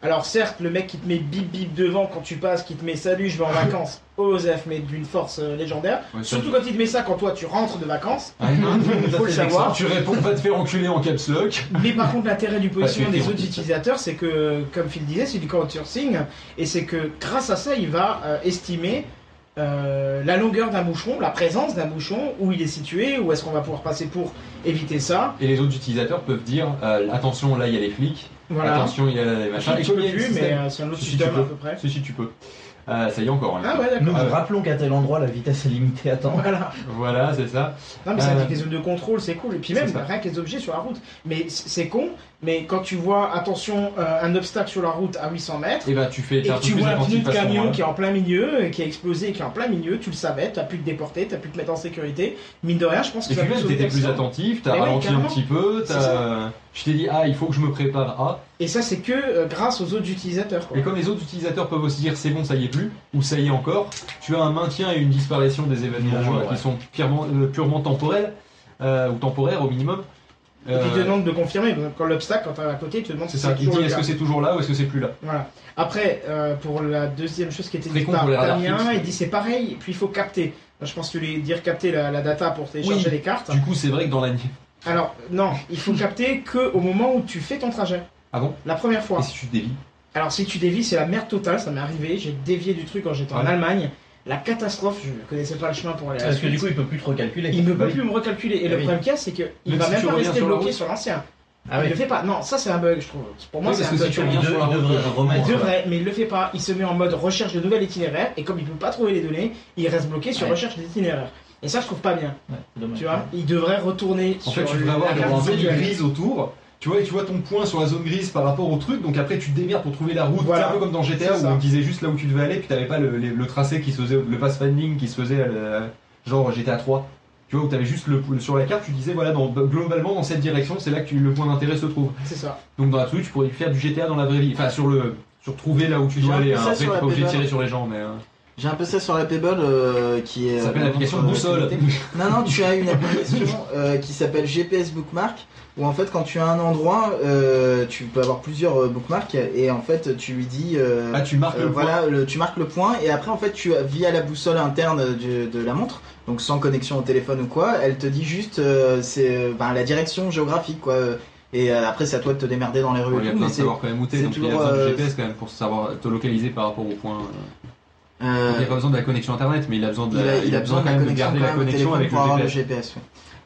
Alors certes, le mec qui te met bip bip devant quand tu passes, qui te met salut, je vais en vacances, Osef, mais d'une force euh, légendaire. Ouais, ça, Surtout quand il te met ça quand toi tu rentres de vacances. Ouais, Il faut le savoir. Tu réponds, va te faire enculer en caps lock. Mais par contre, l'intérêt du positionnement Pas des fait, autres on- utilisateurs, c'est que, comme Phil disait, c'est du crowdsourcing, et c'est que grâce à ça, il va euh, estimer euh, la longueur d'un bouchon, la présence d'un bouchon, où il est situé, où est-ce qu'on va pouvoir passer pour éviter ça. Et les autres utilisateurs peuvent dire euh, attention, là il y a les flics. Voilà. Attention, il y a les machins. Je Et ne comme peux il y a le plus, mais système- euh, c'est un autre Si, si, système tu à peux. peu près. Si, si, tu peux. Euh, ça y est encore. Hein, Ah ouais, Nous, d'accord. rappelons qu'à tel endroit, la vitesse est limitée à temps. Voilà. Voilà, c'est ça. Non mais ça Euh, dit que les zones de contrôle c'est cool et puis c'est même ça. rien que les objets sur la route. Mais c- c'est con, mais quand tu vois attention euh, un obstacle sur la route à huit cents mètres Et bah tu fais. et t'es un que peu tu plus vois un attentif pneu de à ce camion moment-là. qui est en plein milieu, et qui a explosé et qui est en plein milieu, tu le savais, t'as pu te déporter, t'as pu te mettre en sécurité. Mine de rien, je pense que Et ça puis peut même, sauver t'étais plus l'accident. attentif, t'as Mais oui, ralenti un carrément. petit peu, C'est t'as. Je t'ai dit, ah, il faut que je me prépare à. Et ça c'est que euh, grâce aux autres utilisateurs. Quoi. Et comme les autres utilisateurs peuvent aussi dire c'est bon, ça y est plus, ou ça y est encore, tu as un maintien et une disparition des événements Mise à jour, euh, ouais. qui sont purement, euh, purement temporels, euh, ou temporaires au minimum. Et puis il te Euh, demande de confirmer. Donc, quand l'obstacle, quand t'es à côté, il te demande c'est si ça, c'est il toujours dit le est-ce cas. que c'est toujours là ou est-ce que c'est plus là. Voilà. Après, euh, pour la deuxième chose qui était Très dite con par pour les radars Damien, fixes. il dit c'est pareil, et puis il faut capter. Moi, je pense que tu voulais dire capter la, la data pour télécharger Oui. les cartes. Du coup, c'est vrai que dans la nuit. Alors, non, il faut capter que au moment où tu fais ton trajet. Ah bon? La première fois. Et si tu dévis? Alors, si tu dévies, c'est la merde totale, ça m'est arrivé. J'ai dévié du truc quand j'étais en Ouais. Allemagne. La catastrophe, je ne connaissais pas le chemin pour aller à la Parce que suite. du coup, il peut plus te recalculer. Il ne Bah peut oui. plus me recalculer. Et Ah le oui. problème qu'il y a, c'est qu'il Même va si même tu pas reviens rester sur la bloqué route. sur l'ancien. Ah il oui. le fait pas. Non, ça c'est un bug, je trouve. Pour moi, Oui, c'est parce un que bug. si tu Il reviens Il sur la route, devrait euh, remettre. devrait, mais il le fait pas. Il se met en mode recherche de nouvel itinéraire et comme il peut pas trouver les données, il reste bloqué sur Ouais. recherche d'itinéraire. Et ça, je trouve pas bien. Ouais, c'est dommage. Tu vois, il devrait retourner En sur fait, tu devrais avoir la une carte zone visuelle. grise autour. Tu vois, et tu vois ton point sur la zone grise par rapport au truc, donc après tu te démerdes pour trouver la route. Voilà. C'est un peu comme dans G T A C'est où ça. on te disait juste là où tu devais aller, puis t'avais pas le, les- le tracé qui se faisait, le pathfinding qui se faisait, euh, genre G T A trois. Tu vois, où t'avais juste le, sur la carte, tu disais voilà, dans, globalement dans cette direction, c'est là que tu- le point d'intérêt se trouve. C'est ça. Donc dans l'absolu, tu pourrais faire du G T A dans la vraie vie. Enfin, sur le. Sur trouver là où tu J'ai dois un peu aller. ça Hein. Après, sur t'es la pas obligé de Pebble. tirer sur les gens, mais. euh, J'ai un peu ça sur la Pebble euh, qui est. ça s'appelle euh, l'application vraiment, boussole. euh, Non, non, tu as une application euh, qui s'appelle G P S Bookmark où en fait quand tu as un endroit, euh, tu peux avoir plusieurs euh, bookmarks et en fait tu lui dis. euh, Ah, tu marques euh, le point. voilà, le- tu marques le point et après en fait tu as- via la boussole interne du- de la montre, donc sans connexion au téléphone ou quoi, elle te dit juste euh, c'est euh, ben, la direction géographique quoi. Et euh, après c'est à toi de te démerder dans les rues Bon, et il y a tout, besoin mais de savoir quand même où t'es, c'est donc il y a toujours, besoin euh, du G P S quand même pour savoir te localiser par rapport au point. euh, euh, Il n'y a pas besoin de la connexion internet, mais il a besoin de il la- a, il a besoin quand même de connexion garder quand la même au connexion téléphone avec pour le avoir G le P S. G P S. Ouais.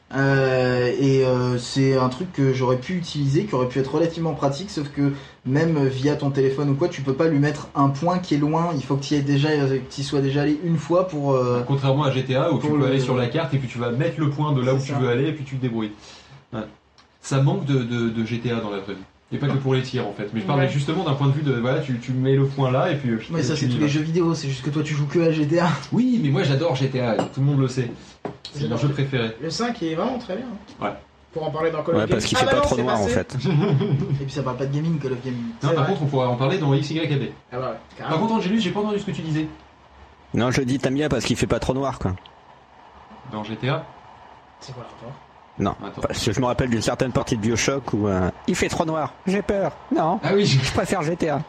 Euh, et euh, c'est un truc que j'aurais pu utiliser, qui aurait pu être relativement pratique, sauf que même via ton téléphone ou quoi, tu peux pas lui mettre un point qui est loin. Il faut que tu y déjà, que sois déjà allé une fois pour. euh, Contrairement à G T A où tu pour peux le- aller sur la carte et puis tu vas mettre le point de là où C'est tu ça. veux aller et puis tu te débrouilles. Ouais. Ça manque de, de, de G T A dans la vraie vie. Et pas que pour les tirs en fait. Mais je parlais Ouais. justement d'un point de vue de voilà, tu, tu mets le point là et puis. puis Ouais, ça tu c'est y tous vas. les jeux vidéo, c'est juste que toi tu joues que à G T A. Oui, mais moi j'adore G T A, tout le monde le sait. C'est mon J'adore. jeu préféré. Le cinq est vraiment très bien. Ouais. Pour en parler dans Call of Ouais, Duty. parce qu'il Ah fait bah pas non, trop c'est noir en passé. fait. Et puis ça parle pas de gaming, Call of Gaming. Non, C'est par vrai. contre, on pourrait en parler dans X Y K B. Ah bah ouais, Par carrément. contre, Angelus, j'ai pas entendu ce que tu disais. Non, je dis t'aimes bien parce qu'il fait pas trop noir quoi. Dans G T A. C'est quoi le rapport? Non, Attends. parce que je me rappelle d'une certaine partie de Bioshock où euh, il fait trop noir. J'ai peur. Non, Ah oui, je- je préfère G T A.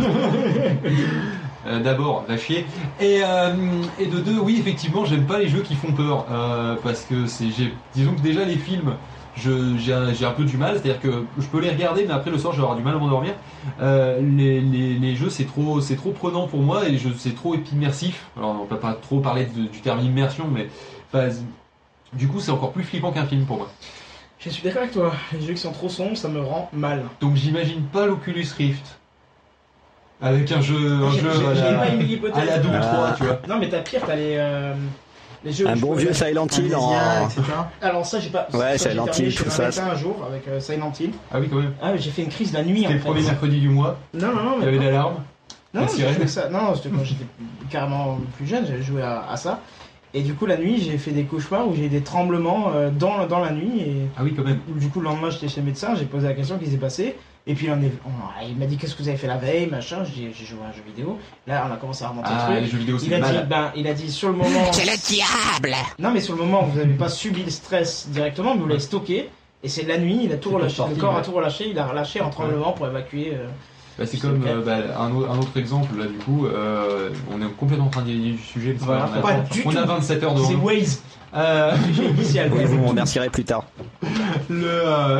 Euh, d'abord, va chier. Et, euh, et de deux, oui, effectivement, j'aime pas les jeux qui font peur. euh, parce que c'est. j'ai- Disons que déjà, les films, je- j'ai un, j'ai un peu du mal. C'est-à-dire que je peux les regarder, mais après le soir, je vais avoir du mal à m'endormir. Euh, les, les, les jeux, c'est trop, c'est trop prenant pour moi et je, c'est trop immersif. Alors, on peut pas trop parler de- du terme immersion, mais. enfin, du coup, c'est encore plus flippant qu'un film pour moi. Je suis d'accord avec toi. Les jeux qui sont trop sombres, ça me rend mal. Donc, j'imagine pas l'Oculus Rift. Avec un jeu, un J'ai- jeu j'ai- à j'ai la, pas une hypothèse. à la Doom Ah. trois, tu vois. Non mais t'as pire, t'as les, euh, les jeux. où Un je bon peux- vieux Silent Hill Amnesia, en. et cetera. Alors ça j'ai pas. Ouais, ça, j'ai Silent terminé, Hill, je suis tout dans un ça. médecin un jour avec euh, Silent Hill. Ah oui, quand même. Ah j'ai fait une crise la nuit C'était en le fait. premier mercredi du mois. Non non non Il y mais avait pas- l'alarme. non, la j'ai sirène. joué ça. Non c'était quand j'étais carrément plus jeune, j'avais joué à, à ça. Et du coup la nuit j'ai fait des cauchemars où j'ai eu des tremblements euh, dans dans la nuit et Ah oui, quand même. du coup le lendemain j'étais chez le médecin, j'ai posé la question qui s'est passé. Et puis on est, on- il m'a dit qu'est-ce que vous avez fait la veille, machin. J'ai dit j'ai joué à un jeu vidéo. Là on a commencé à remonter Ah, le les truc. jeux vidéo, c'est Il a dit, mal. ben, il a dit sur le moment. C'est le diable. Non, mais sur le moment, vous n'avez pas subi le stress directement, mais vous l'avez stocké. Et c'est la nuit, il a tout C'est relâché. sorti, Le corps ouais. a tout relâché, il a relâché en tremblement pour évacuer. euh, Bah, c'est comme euh, bah, un, autre, un autre exemple là du coup, euh, on est complètement en train de dévier du sujet parce Voilà, qu'on a, pas on du on a tout. vingt-sept heures devant C'est nous. Waze. Euh, J'ai initial. Oui, vous me remercierez plus tard. le, euh,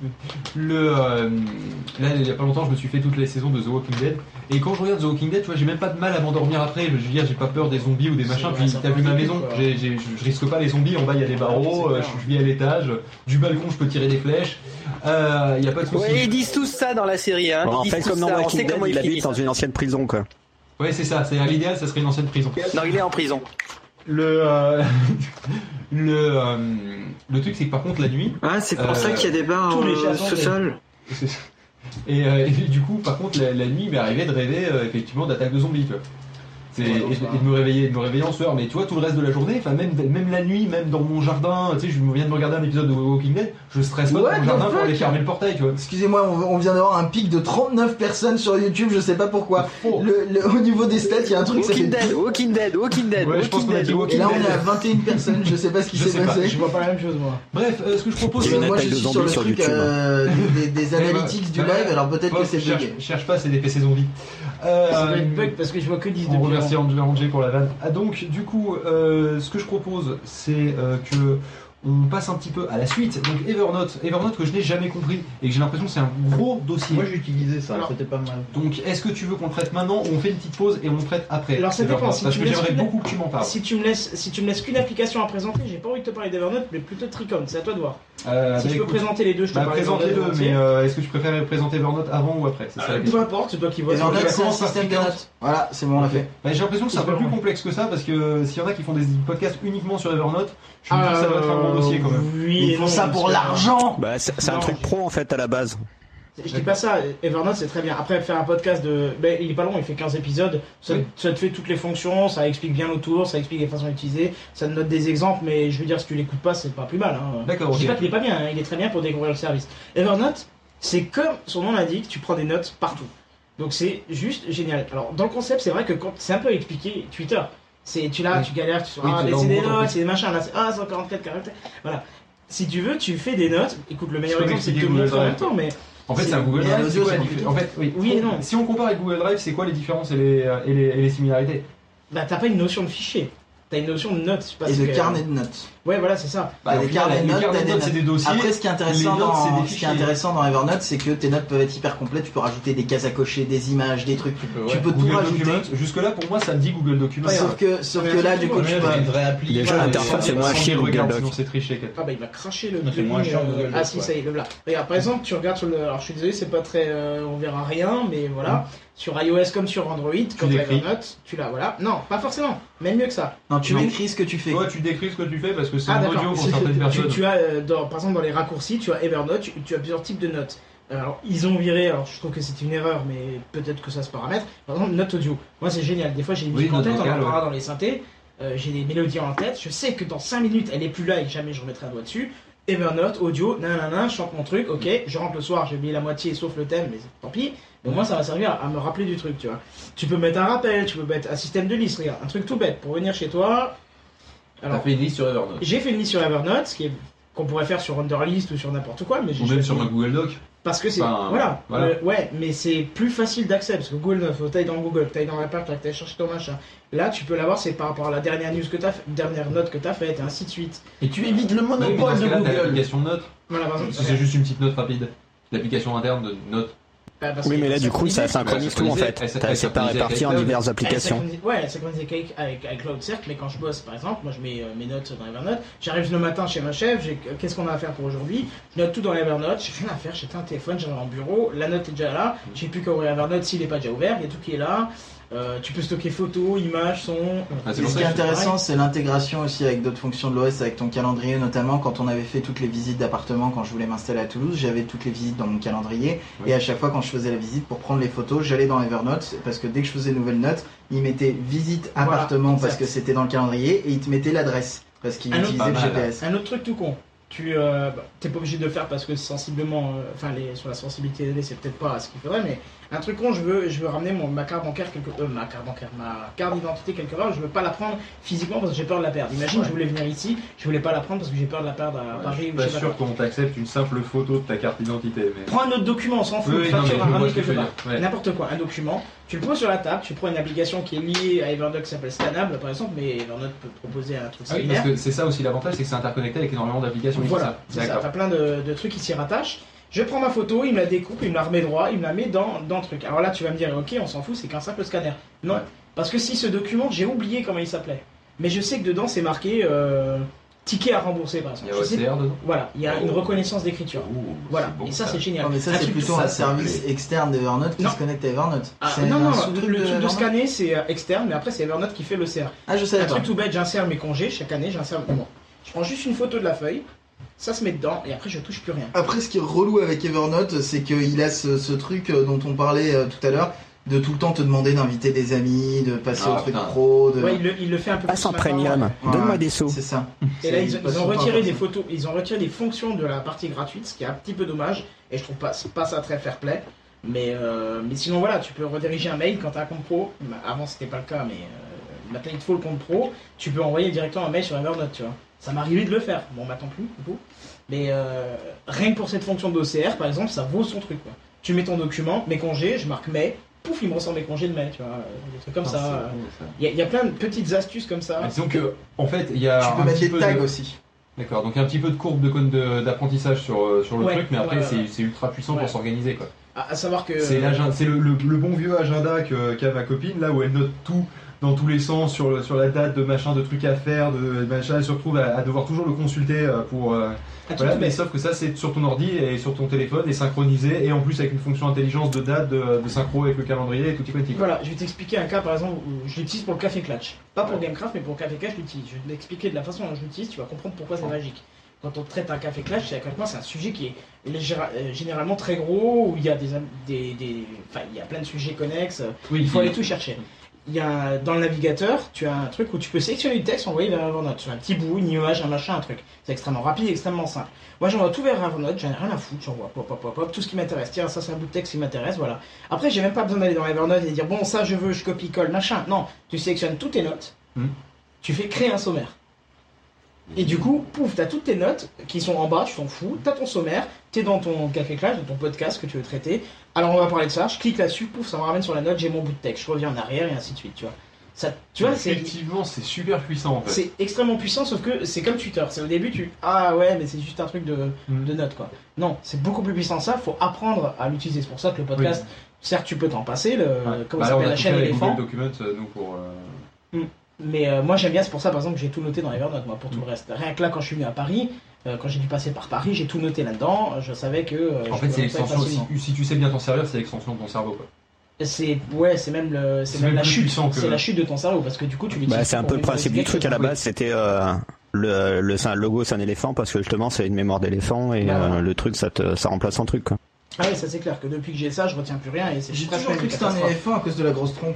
le, euh, là il y a pas longtemps je me suis fait toutes les saisons de The Walking Dead et quand je regarde The Walking Dead, tu vois, j'ai même pas de mal à m'endormir après. Je veux dire, j'ai pas peur des zombies ou des machins. vrai, Puis ça t'as fait vu ma un maison, truc, quoi. j'ai, j'ai, je risque pas les zombies. En bas il y a des barreaux, c'est euh, clair. je vis à l'étage, du balcon je peux tirer des flèches. Euh, y a pas de souci. Ouais, ils disent tous ça dans la série. Hein. Bon, en Ils fait, disent comme tous dans ça. On Walking sait Dead, comment il ils habite finissent. dans une ancienne prison, quoi. Ouais, c'est ça. C'est à l'idéal, ça serait une ancienne prison. Non, il est en prison. Le euh, le euh, le truc c'est que par contre la nuit. Ah, c'est pour Euh, ça qu'il y a des bars tous les au chasseurs, sous-sol. Et, euh, et du coup, par contre, la, la nuit, il m'est arrivé de rêver euh, effectivement d'attaques de zombies. Quoi. C'est, Ouais, et, non, de- ça va. et de me réveiller, de me réveiller en sueur. Mais tu vois, tout le reste de la journée, enfin même même la nuit, même dans mon jardin, tu sais, je viens de me regarder un épisode de Walking Dead, je stresse pas What dans mon the jardin pour fuck aller fermer le portail, tu vois. Excusez-moi, on, on vient d'avoir un pic de trente-neuf personnes sur YouTube, je sais pas pourquoi. Oh. Le, le- au niveau des stats, il y a un truc, ça fait... Walking Dead, Walking Dead, Walking Dead, Ouais, je pense Walking qu'on a Dead. dit Walking Et là, on Dead. est à vingt et une personnes, je sais pas ce qui Je s'est sais pas, passé. Je vois pas la même chose, moi. Bref, euh, ce que je propose, Il y a Euh, une moi, je attaque de suis sur zombies le sur truc YouTube, euh, des, des analytics du Ouais, live, alors peut-être que Pof, c'est cherche, bugué. cherche pas, c'est des P C zombies. Euh, Ça doit être bug parce que je vois que dix On depuis remercie avant. Angela Angé pour la vanne. Ah, donc, du coup, euh, ce que je propose, c'est euh, que on passe un petit peu à la suite. Donc, Evernote, Evernote que je n'ai jamais compris et que j'ai l'impression que c'est un gros dossier. Moi j'ai utilisé ça, Alors- c'était pas mal. Donc, est-ce que tu veux qu'on le traite maintenant ou on fait une petite pause et on le traite après Alors, ça dépend, Evernote si Parce tu que me laisses j'aimerais qu'une- beaucoup que tu m'en parles. Si tu me laisses, si tu me laisses qu'une application à présenter, j'ai pas envie de te parler d'Evernote, mais plutôt de Tricom. C'est à toi de voir. Euh, Si bah, tu peux écoute, présenter les deux, je te bah, parle présente les deux, d'Evernote mais entier. euh, est-ce que tu préfères présenter Evernote avant ou après C'est ça la Peu question. importe, c'est toi qui vois. Et ça. Evernote, Ok, c'est un commence par système de Tricom. notes. Voilà, c'est bon, on l'a fait. Bah, j'ai l'impression que c'est un peu C'est plus vrai. complexe que ça parce que s'il y en a qui font des podcasts uniquement sur Evernote, je me dis que ça va être un gros dossier quand même. Euh, Oui, Ils et font non, ça parce pour que- l'argent. Bah, c'est c'est un Non. truc pro en fait à la base. Je dis pas ça, Evernote c'est très bien. Après, faire un podcast de. Ben, il est pas long, il fait quinze épisodes. Ça, Oui. ça te fait toutes les fonctions, ça explique bien l'autour, ça explique les façons d'utiliser, ça te note des exemples, mais je veux dire, si tu l'écoutes pas, c'est pas plus mal. Hein. D'accord, Je dis ok. pas qu'il est pas bien, hein, il est très bien pour découvrir le service. Evernote, c'est comme son nom l'indique, tu prends des notes partout. Donc c'est juste génial. Alors, dans le concept, c'est vrai que quand c'est un peu expliqué Twitter. C'est, tu l'as, Oui. tu galères, tu Oui, ah, tu mais l'as c'est en des gros, en notes, fait. c'est des machins, là, c'est ah, cent quarante-quatre caractères. Voilà. Si tu veux, tu fais des notes. Écoute, le meilleur Je peux exemple, c'est de te m'expliquer montrer en Google même temps, mais. En fait, C'est- c'est un Google et Drive. à C'est quoi la l'audio, différence En fait, oui. Oui et non. Si on compare avec Google Drive, c'est quoi les différences et les, euh, et les, et les similarités Bah, t'as pas une notion de fichier, t'as une notion de notes. parce Et de que- carnet de notes. Ouais, voilà, c'est ça. T'as au des final, carnets de les notes, carnets t'as de des notes, c'est notes. des dossiers. Après, ce qui est intéressant, les notes, dans, c'est des ce qui est fichiers. intéressant dans Evernote, c'est que tes notes peuvent être hyper complètes. Tu peux rajouter des cases à cocher, des images, des trucs. Tu peux tout Google rajouter. Documents. Jusque-là, pour moi, ça me dit Google Documents. Sauf que, sauf Mais que là, attends, du coup, ouais, tu Ouais, peux. c'est une vraie appli. Déjà, Voilà, l'interface, mais- c'est moins Sans chier, dire, Google regarde, Docs. sinon c'est triché. Kat. Ah bah il va cracher le Non, c'est le moins ligne, cher, euh, Google Ah Docs, si, ouais. ça y est, le voilà. Regarde, par exemple, tu regardes sur le. Alors je suis désolé, c'est pas très. euh, On verra rien, mais voilà. Sur iOS comme sur Android, quand tu as l'écris. Evernote, tu l'as, voilà. Non, pas forcément, même mieux que ça. Non, tu Non. écris ce que tu fais. Toi, tu décris ce que tu fais parce que c'est Ah en d'accord. audio pour Si, certaines tu, personnes. tu as, euh, dans- par exemple, dans les raccourcis, tu as Evernote, tu, tu as plusieurs types de notes. Alors, ils ont viré, alors je trouve que c'est une erreur, mais peut-être que ça se paramètre. Par exemple, note audio. Moi, c'est génial. Des fois, j'ai une Oui, musique en note tête, on en vocale, parlera ouais. dans les synthés. Euh, j'ai des mélodies en tête. Je sais que dans cinq minutes, elle est plus là et jamais je remettrai un doigt dessus. Evernote, audio, nanana, je chante mon truc, ok. Je rentre le soir, j'ai oublié la moitié sauf le thème, mais tant pis. Mais au moins, ça va servir à, à me rappeler du truc, tu vois. Tu peux mettre un rappel, tu peux mettre un système de liste, regarde, un truc tout bête pour venir chez toi. T'as fait une liste sur Evernote. J'ai fait une liste sur Evernote, ce qui est qu'on pourrait faire sur Wunderlist ou sur n'importe quoi, mais j'ai Ou même choisi- sur un Google Doc. parce que c'est Enfin, voilà, voilà. Euh, ouais, mais c'est plus facile d'accès parce que Google Docs, faut que t'ailles dans Google, que t'ailles dans la page, que t'ailles chercher ton machin. Là, tu peux l'avoir, c'est par rapport à la dernière news que t'as, fait, dernière note que t'as faite, et ainsi de suite. Et tu évites le Oui, mais dans monopole ce de cas-là, t'as Google. l'application de notes. Voilà, par exemple. Si c'est juste une petite note rapide. L'application interne de notes. Bah, parce Oui, que mais là, du coup, ça synchronisé. synchronise tout en fait. Elle s'est- T'as- elle C'est pas synchronisé réparti en avec diverses Elle applications. synchronise- Ouais, elle synchronise avec, avec, avec Cloud, certes, mais quand je bosse, par exemple, moi je mets euh, mes notes dans Evernote. J'arrive le matin chez ma chef, j'ai qu'est-ce qu'on a à faire pour aujourd'hui. Je note tout dans Evernote, j'ai rien à faire, j'ai un téléphone, j'arrive en bureau, la note est déjà là, j'ai plus qu'à ouvrir Evernote s'il n'est pas déjà ouvert, il y a tout qui est là. Euh, tu peux stocker photos, images, sons. Ah, c'est Et pour ce ça qui est que je- intéressant, c'est l'intégration aussi avec d'autres fonctions de l'O S, avec ton calendrier, notamment quand on avait fait toutes les visites d'appartements, quand je voulais m'installer à Toulouse, j'avais toutes les visites dans mon calendrier, Oui. et à chaque fois quand je faisais la visite, pour prendre les photos, j'allais dans Evernote, parce que dès que je faisais une nouvelle note, il mettait visite Voilà, appartement parce exact. que c'était dans le calendrier, et il te mettait l'adresse, parce qu'il Un autre- utilisait le pas G mal. P S. Un autre truc tout con, Tu euh, bah, t'es pas obligé de le faire parce que sensiblement, euh, enfin les, sur la sensibilité L E D c'est peut-être pas ce qu'il faudrait, mais un truc con, je veux, je veux ramener mon, ma carte bancaire quelque euh, ma carte bancaire, ma carte d'identité quelque part, je veux pas la prendre physiquement parce que j'ai peur de la perdre. Imagine, Ouais. je voulais venir ici, je voulais pas la prendre parce que j'ai peur de la perdre à Ouais, Paris je suis ou pas je sais pas sûr quoi. qu'on t'accepte une simple photo de ta carte d'identité. Mais... Prends un autre document, on s'en fout, Oui, oui, une non, mais facture je à vois ramener ce que tu quelque veux part. dire, ouais. N'importe quoi, un document, tu le poses sur la table, tu prends une application qui est liée à Evernote qui s'appelle Scanable par exemple, mais Evernote peut proposer un truc Ah oui, similaire. parce que c'est ça aussi l'avantage, c'est que c'est interconnecté avec énormément d'applications. Voilà, c'est c'est ça. ça, D'accord. t'as plein de, de trucs qui s'y rattachent. Je prends ma photo, il me la découpe, il me la remet droit, il me la met dans, dans le truc. Alors là, tu vas me dire, ok, on s'en fout, c'est qu'un simple scanner. Non, Ouais. parce que si ce document, j'ai oublié comment il s'appelait. Mais je sais que dedans, c'est marqué euh, ticket à rembourser, par exemple. Il y a Je sais- O C R dedans. Voilà, il y a une reconnaissance d'écriture. Ouh, Voilà, c'est bon, et ça, c'est génial. Ouais, mais ça, Un c'est truc- plutôt ça, un ça service plaît. externe d'Evernote qui Non. se connecte à Evernote. Ah, C'est non, un non, sous-truc le truc de Evernote scanner, c'est euh, externe, mais après, c'est Evernote qui fait l'O C R. Ah, je savais Un pas. truc tout bête, j'insère mes congés, chaque année, j'insère. Bon, je prends juste une photo de la feuille, ça se met dedans, et après, je touche plus rien. Après, ce qui est relou avec Evernote, c'est qu'il a ce, ce truc euh, dont on parlait euh, tout à l'heure, de tout le temps te demander d'inviter des amis, de passer Ah, au truc putain. pro. De... Ouais, il le, il le fait un peu Passe plus en maintenant, premium. ouais. Donne-moi Ouais, des sous. C'est ça. Et là, ils, C'est- ils passe ont pas retiré par des ça. photos, ils ont retiré des fonctions de la partie gratuite, ce qui est un petit peu dommage, et je trouve pas, pas ça très fair play. Mais, euh, mais sinon, voilà, tu peux rediriger un mail quand tu as un compte pro. Bah, avant, c'était pas le cas, mais euh, maintenant, il te faut le compte pro. Tu peux envoyer directement un mail sur Evernote, tu vois. Ça m'est arrivé de le faire. Bon, maintenant plus, du coup. Mais euh, rien que pour cette fonction d'O C R, par exemple, ça vaut son truc, quoi. Tu mets ton document, mes congés, je marque mai, pouf, il me ressort mes congés de mai, tu vois. Des trucs comme Ah, ça. c'est bon, ça. Il y, a- il y a plein de petites astuces comme ça. Ah, disons que, en fait, il y a. Tu un peux mettre petit des peu tags de- aussi. D'accord, donc un petit peu de courbe de cône de- d'apprentissage sur, euh, sur le Ouais, truc, mais après ouais, ouais, c'est ouais. c'est ultra puissant Ouais. pour s'organiser quoi. À, à savoir que. C'est l'agenda- c'est le, le- le bon vieux agenda que- qu'a ma copine là où elle note tout dans tous les sens sur, le- sur la date de machin, de trucs à faire, de machin, elle se retrouve à, à devoir toujours le consulter euh, pour. euh, à tout voilà, tout mais bête. sauf que ça c'est sur ton ordi et sur ton téléphone et synchronisé et en plus avec une fonction intelligence de date, de, de synchro avec le calendrier et tout y quanti. Voilà, je vais t'expliquer un cas par exemple où je l'utilise pour le Café Clutch. Pas pour Gamecraft, mais pour le Café Clutch, je l'utilise. Je vais t'expliquer de la façon dont je l'utilise, tu vas comprendre pourquoi c'est magique. Quand on traite un Café Clutch, c'est concrètement c'est un sujet qui est légère- euh, généralement très gros, où il y a des, am- des, des- enfin il y a plein de sujets connexes. Oui, Il faut il- aller tout chercher. Il y a dans le navigateur, tu as un truc où tu peux sélectionner du texte, envoyer vers Evernote. Tu as un petit bout, une image, un machin, un truc. C'est extrêmement rapide, extrêmement simple. Moi, j'envoie tout vers Evernote, j'en ai rien à foutre, j'envoie pop, pop, pop, pop, tout ce qui m'intéresse. Tiens, ça, c'est un bout de texte qui m'intéresse, voilà. Après, j'ai même pas besoin d'aller dans Evernote et dire bon, ça, je veux, je copie-colle, machin. Non, tu sélectionnes toutes tes notes, Hmm. tu fais créer un sommaire. Et du coup, pouf, t'as toutes tes notes qui sont en bas, tu t'en fous, t'as ton sommaire, t'es dans ton Café Clutch, dans ton podcast que tu veux traiter. Alors on va parler de ça, je clique là-dessus, pouf, ça me ramène sur la note, j'ai mon bout de texte, je reviens en arrière et ainsi de suite, tu vois. Ça, tu vois, c'est effectivement c'est super puissant en fait. c'est extrêmement puissant, sauf que c'est comme Twitter. C'est au début, tu ah ouais, mais c'est juste un truc de, Mm. de notes quoi. Non, c'est beaucoup plus puissant que ça. Faut apprendre à l'utiliser. C'est pour ça que le podcast, certes, tu peux t'en passer. Le Ouais. comment Bah ça là, on s'appelle a la tout chaîne fait avec éléphant. Google Documents euh, nous pour. euh, Mais euh, moi j'aime bien. C'est pour ça, par exemple, que j'ai tout noté dans Evernote. Moi, pour tout le reste. Rien que là, quand je suis venu à Paris, euh, quand j'ai dû passer par Paris, j'ai tout noté là-dedans. Je savais que. euh, En je fait, c'est pouvais rentrer l'extension. facilement. Si, si tu sais bien t'en servir, c'est l'extension de ton cerveau quoi. C'est ouais, c'est même le, c'est C'est même même la plus chute. puissant que- C'est la chute de ton cerveau parce que du coup, tu l'utilises. Bah, c'est un pour peu le principe du mémoriser truc à la quelque base, c'était euh, le, le, c'est un logo, c'est un éléphant parce que justement c'est une mémoire d'éléphant et Bah, euh, voilà. le truc ça, te, ça remplace un truc quoi. Ah ouais, ça c'est clair que depuis que j'ai ça, je retiens plus rien et c'est J'ai presque toujours une cru que c'était un catastrophe. éléphant à cause de la grosse trompe.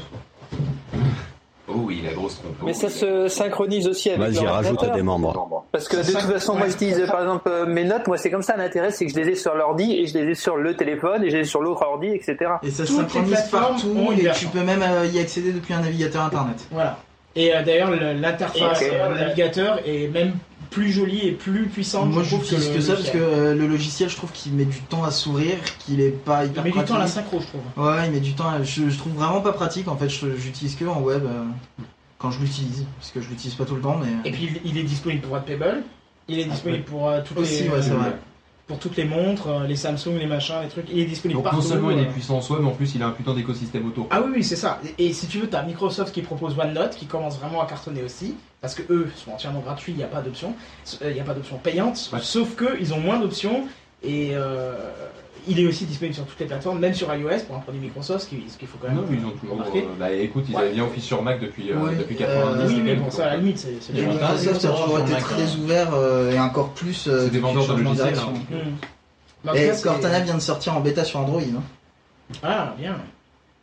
Oh oui, la grosse trompe. Mais ça se synchronise aussi avec Vas-y, rajoute l'ordinateur. des membres. Parce que de Ça toute syn- façon, moi ouais. j'utilise par exemple euh, mes notes, moi c'est comme ça, l'intérêt c'est que je les ai sur l'ordi et je les ai sur le téléphone et je les ai sur l'autre ordi, et cetera. Et ça se Toutes les synchronise plateformes partout ont une et version. tu peux même euh, y accéder depuis un navigateur internet. Voilà. Et euh, d'ailleurs, le- l'interface Ok. euh, navigateur est même plus jolie et plus puissante. Moi je trouve, j'utilise le que ça parce que logiciel. euh, le logiciel je trouve qu'il met du temps à s'ouvrir, qu'il est pas hyper Il met du pratique. temps à la synchro, je trouve. Ouais, il met du temps. à- Je, je trouve vraiment pas pratique en fait. Je- J'utilise que en web euh, quand je l'utilise parce que je l'utilise pas tout le temps. Mais Et puis il- il est disponible pour Wattpable. Il est disponible pour euh, toutes Aussi, les ouais, c'est vrai. pour toutes les montres, euh, les Samsung, les machins, les trucs. Il est disponible Donc partout. non seulement il est euh. puissant en soi, mais en plus il a un putain d'écosystème autour. Ah oui, oui, c'est ça. Et, et si tu veux, t'as Microsoft qui propose OneNote, qui commence vraiment à cartonner aussi, parce que eux sont entièrement gratuits, il n'y a pas d'option, euh, il n'y a pas d'option payante, Ouais. sauf que ils ont moins d'options et euh, il est aussi disponible sur toutes les plateformes, même sur iOS pour un produit Microsoft, ce qu'il ce qu'il faut quand même Non, mais ils ont toujours. remarquer. euh, bah écoute, ils Ouais. avaient bien Office sur Mac depuis, euh, Oui, depuis euh, quatre-vingt-dix. Oui, mais donc, bon, ça à la euh, limite, c'est c'est Et bien. Ouais. Microsoft a toujours été très ouvert euh, et encore plus. euh, C'est des depuis vendeurs le de changement logiciels, direction. hein. Hmm. Mais en tout Et cas, c'est- Cortana vient de sortir en bêta sur Android. Hein. Ah, bien.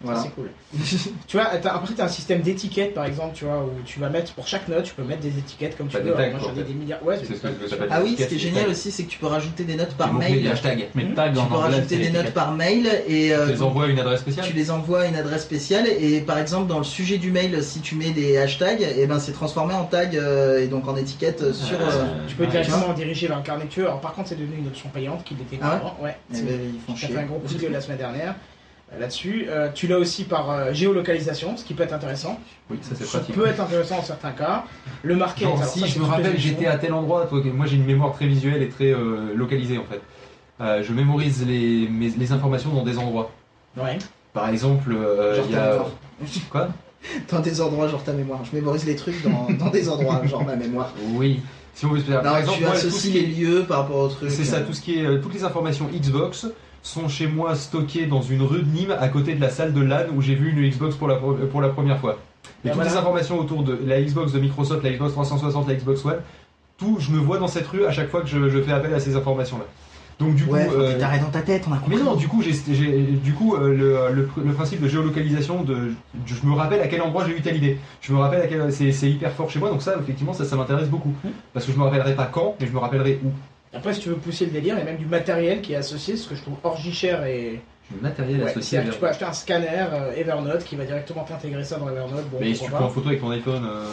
Voilà. Ça, c'est cool. Tu vois, t'as- après t'as un système d'étiquettes par exemple, tu vois, où tu vas mettre pour chaque note, tu peux mettre des étiquettes comme tu Bah, veux. des tags, Alors, moi quoi, j'en ai en fait. des milliards. Ouais, C'est c'est ce que des je tags. s'appelle. Ah oui, ce qui est Étiquette, génial étiquette. aussi, c'est que tu peux rajouter des notes par J'ai montré mail. des hashtags. Mais Hmm. tag Tu en peux anglais, rajouter c'est des notes l'étiquette. par mail et euh, Tu les donc, envoies à une adresse spéciale. tu les envoies à une adresse spéciale et par exemple dans le sujet du mail, si tu mets des hashtags, et ben c'est transformé en tag euh, et donc en étiquette sur. Ah, euh, Tu peux Ouais, directement diriger vers le carnet que tu veux. Alors par contre, c'est devenu une option payante qui l'était Ah ouais avant. Ouais. eh ben, ils font J'ai chier. fait un gros coup de gueule la semaine dernière euh, là-dessus. Euh, tu l'as aussi par euh, géolocalisation, ce qui peut être intéressant. Oui, ça c'est Ça pratique. peut être intéressant dans certains cas. Le market, Genre alors si ça, je c'est me toutes les rappelle, options. j'étais à tel endroit. Toi, moi j'ai une mémoire très visuelle et très euh, localisée en fait. Euh, je mémorise les, mes- les informations dans des endroits. Ouais. Par exemple, euh, Genre il y ta a mémoire. quoi? Dans des endroits, genre ta mémoire. Je mémorise les trucs dans, dans des endroits, genre ma mémoire. Oui. Si on veut se faire. Non, Par exemple, tu moi, tout associes ce qui les est- lieux par rapport au truc. C'est ça, tout ce qui est euh, toutes les informations Xbox sont chez moi stockées dans une rue de Nîmes à côté de la salle de LAN où j'ai vu une Xbox pour la pour la première fois. Et Ben toutes voilà. les informations autour de la Xbox de Microsoft, la Xbox trois cent soixante, la Xbox One, tout, je me vois dans cette rue à chaque fois que je, je fais appel à ces informations-là. Donc du coup, Ouais, faut euh, que t'arrêtes dans ta tête, on a compris. mais non, du coup, j'ai, j'ai- du coup, euh, le, le, le principe de géolocalisation, de, je me rappelle à quel endroit j'ai eu telle idée. Je me rappelle à quel, c'est, c'est hyper fort chez moi, donc ça, effectivement, ça, ça m'intéresse beaucoup. Parce que je me rappellerai pas quand, mais je me rappellerai où. Après, si tu veux pousser le délire, il y a même du matériel qui est associé, ce que je trouve orgi cher et. Le matériel Ouais, associé. c'est-à-dire que tu peux acheter un scanner euh, Evernote qui va directement t'intégrer ça dans Evernote. Bon, Mais si tu pourquoi prends en pas. photo avec ton iPhone. euh,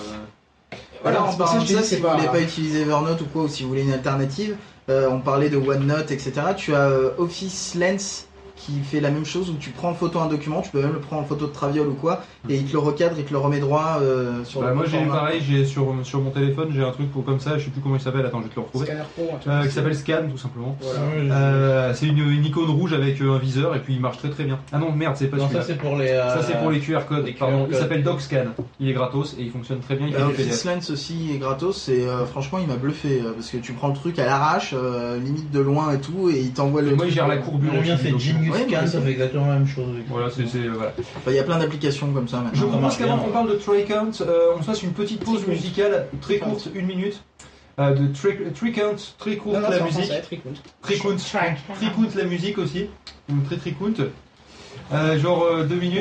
Voilà, en c'est pour ça parlant que de je dis ça, que si c'est vous pas- voulez pas utiliser Evernote ou quoi, ou si vous voulez une alternative, euh, on parlait de OneNote, et cetera. Tu as euh, Office Lens qui fait la même chose où tu prends en photo un document, tu peux même le prendre en photo de traviole ou quoi, et il te le recadre, il te le remet droit euh, sur Bah, le moi bon j'ai format. pareil, j'ai sur, sur mon téléphone j'ai un truc pour comme ça, je sais plus comment il s'appelle, attends je vais te le retrouver. Scanner Pro, un truc Euh, comme qui ça. s'appelle Scan tout simplement. Voilà. Euh, c'est une, une icône rouge avec euh, un viseur et puis il marche très très bien. Ah non merde c'est pas Non, celui-là. ça c'est pour les. euh, Ça c'est pour les Q R codes, les Q R pardon. Il codes. s'appelle DocScan. Il est gratos et il fonctionne très bien. Il fait Euh, des P D F. Office Lens aussi est gratos et euh, franchement il m'a bluffé euh, parce que tu prends le truc à l'arrache, euh, limite de loin et tout, et il t'envoie le Moi il truc. gère la courbure. Le mien aussi, fait donc, Genius Ouais, moi Scan, aussi. ça fait exactement la même chose. Voilà, c'est c'est- voilà. Enfin, il y a plein d'applications comme ça Je maintenant. propose marche qu'avant bien, qu'on ouais. parle de Try Count, euh, on se fasse une petite pause Try count. musicale très courte, une minute. Euh, de Try Try Count, très courte Non, non, la c'est en musique. français, Tricount. Try Count, Try. Try Count la musique aussi. Une très très count. Euh, genre euh, deux minutes.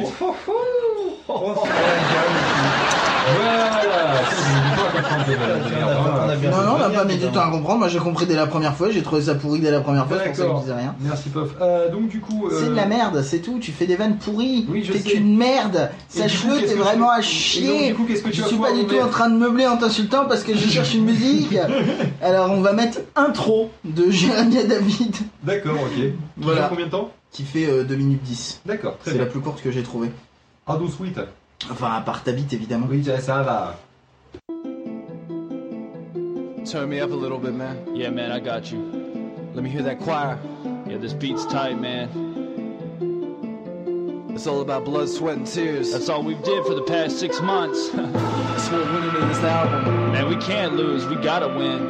Voilà. Ça, j'ai mis du temps à comprendre, de- de merde, hein. Non, non, on n'a pas mis du temps à comprendre. Moi j'ai compris dès la première fois, j'ai trouvé ça pourri dès la première fois, c'est pour ça que je D'accord. disais rien. Merci Pof. Euh, donc du coup. euh, C'est de la merde, c'est tout. Tu fais des vannes pourries. Oui, je T'es sais. qu'une merde. Et du coup, Sache-le, qu'est-ce t'es que vraiment tu- à Et donc, chier. du coup, qu'est-ce que tu Je vas suis pas pouvoir du nous tout en mettre train de meubler en t'insultant parce que je cherche une musique. Alors on va mettre intro de Jérémie David D'accord, ok. Qui Voilà. dure combien de temps? qui fait euh, deux minutes dix. D'accord, très C'est bien. la plus courte que j'ai trouvée. Ah, douze sweet. Enfin, à part ta bite évidemment. Oui, ça, ça va. Turn me up a little bit, man. Yeah, man, I got you. Let me hear that choir. Yeah, this beat's tight, man. It's all about blood, sweat, and tears. That's all we've did for the past six months. That's what winning in this album. Man, we can't lose. We gotta win.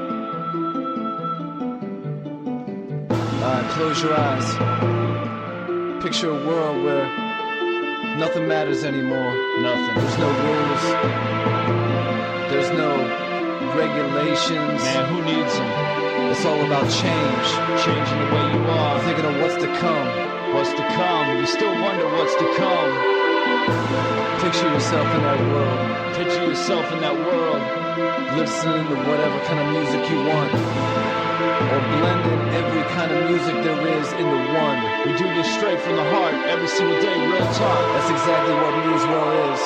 Alright, close your eyes. Picture a world where nothing matters anymore. Nothing. There's no rules. There's no regulations. Man, who needs them? It's all about change. Changing the way you are. Thinking of what's to come. What's to come? You still wonder what's to come. Picture yourself in that world. Picture yourself in that world. Listening to whatever kind of music you want. Or blending every kind of music there is into one. We do this straight from the heart every single day, real talk. That's exactly what Musewell is.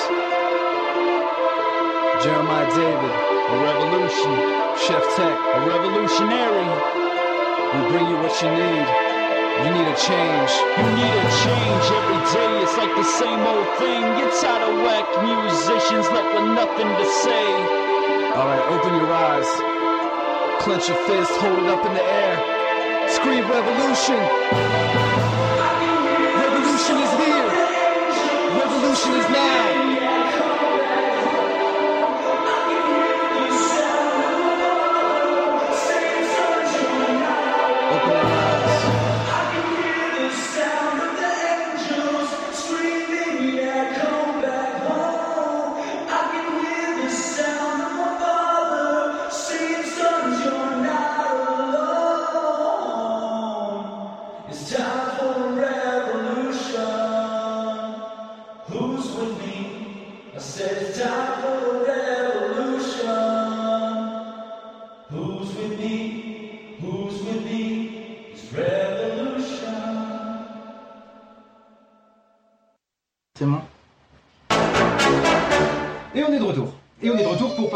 Jeremiah David, a revolution. Chef Tech, a revolutionary. We bring you what you need. You need a change. You need a change every day. It's like the same old thing. It's out of whack. Musicians left with nothing to say. Alright, open your eyes. Clench your fist, hold it up in the air. Scream revolution. Revolution is here. Revolution is now. Open your eyes.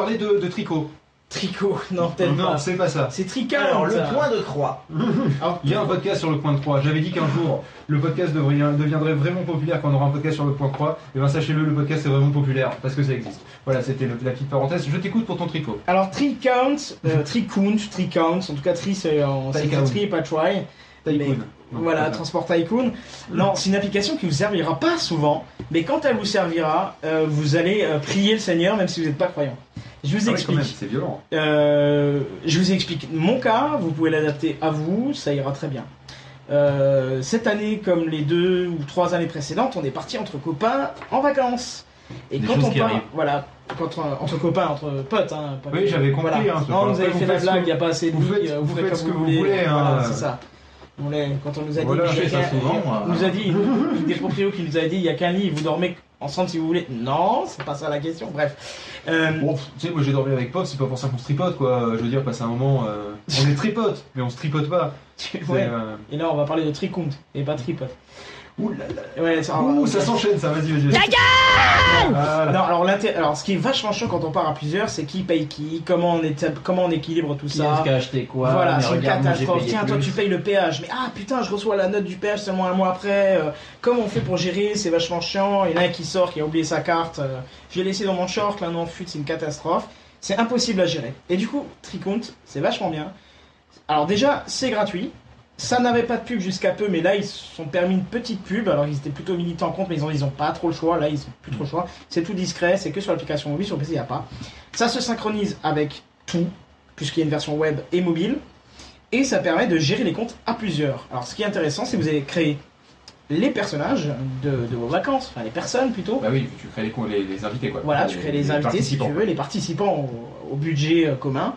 parler de, de tricot. Tricot, non, peut-être Non, pas. c'est pas ça. C'est tricot. Alors, le ça. point de croix. Alors, Il y a un podcast sur le point de croix. J'avais dit qu'un jour, le podcast devrait- deviendrait vraiment populaire quand on aura un podcast sur le point de croix. Et bien, sachez-le, le podcast est vraiment populaire parce que ça existe. Voilà, c'était le- la petite parenthèse. Je t'écoute pour ton tricot. Alors, tree count, euh, tree count, tree count, en tout cas, tree c'est en c'est Tycoon. tree et pas try. Tycoon. Mais- Non, Voilà, c'est ça. Transport Tycoon. Non, c'est une application qui vous servira pas souvent, mais quand elle vous servira, euh, vous allez euh, prier le Seigneur, même si vous n'êtes pas croyant. Je vous Ah oui, quand même, explique. c'est violent. Euh, je vous explique. Mon cas, vous pouvez l'adapter à vous, ça ira très bien. Euh, cette année, comme les deux ou trois années précédentes, on est parti entre copains en vacances. Et Des quand choses on qui part, arrivent. voilà, quand, euh, entre copains, entre potes. Hein, pas Oui, que- j'avais compris, voilà. hein, c'est non, pas- vous avez vous fait la faites ce blague, que- il n'y a pas assez de vous billes, faites- euh, vous faites faites comme ce que vous voulez, hein. Voilà, c'est ça. On l'a- quand on nous a dit, Voilà, il y a je fais ça qu'un- souvent, moi. on nous a dit, des proprios qui nous a dit, il y a qu'un lit, vous dormez ensemble si vous voulez. Non, c'est pas ça la question. Bref. Euh, Bon, pff, tu sais, moi j'ai dormi avec potes, c'est pas pour ça qu'on se tripote quoi. Je veux dire, passer un moment, euh, on est tripote, mais on se tripote pas. C'est, ouais. euh, Et là, on va parler de tricount et pas tripote. Ouh là là. Ouais, ça, Ouh, ça s'enchaîne, ça, vas-y, vas-y. Ta gueule Voilà. Non, alors, l'inté- alors ce qui est vachement chiant quand on part à plusieurs, c'est qui paye qui, comment on, est, comment on équilibre tout Qui ça. est-ce qui a acheté quoi? Voilà, Mais c'est une regarde, moi, j'ai catastrophe. payé Tiens, toi plus. tu payes le péage, mais ah putain, je reçois la note du péage seulement un mois après. euh, comment on fait pour gérer? C'est vachement chiant. Il y en a un qui sort, qui a oublié sa carte. euh, je l'ai laissé dans mon short, là non, fut, c'est une catastrophe. C'est impossible à gérer. Et du coup, Tricount, c'est vachement bien. Alors déjà, c'est gratuit. Ça n'avait pas de pub jusqu'à peu, mais là ils se sont permis une petite pub. Alors ils étaient plutôt militants contre, mais ils ont, ils ont pas trop le choix. Là ils ont plus trop le choix. C'est tout discret, c'est que sur l'application mobile, sur P C il n'y a pas. Ça se synchronise avec tout, puisqu'il y a une version web et mobile. Et ça permet de gérer les comptes à plusieurs. Alors ce qui est intéressant, c'est que vous allez créer les personnages de, de vos vacances, enfin les personnes plutôt. Bah oui, tu crées les, con- les, les invités quoi. Voilà, tu crées les, invités si tu participants. veux, les participants au, au budget euh, commun.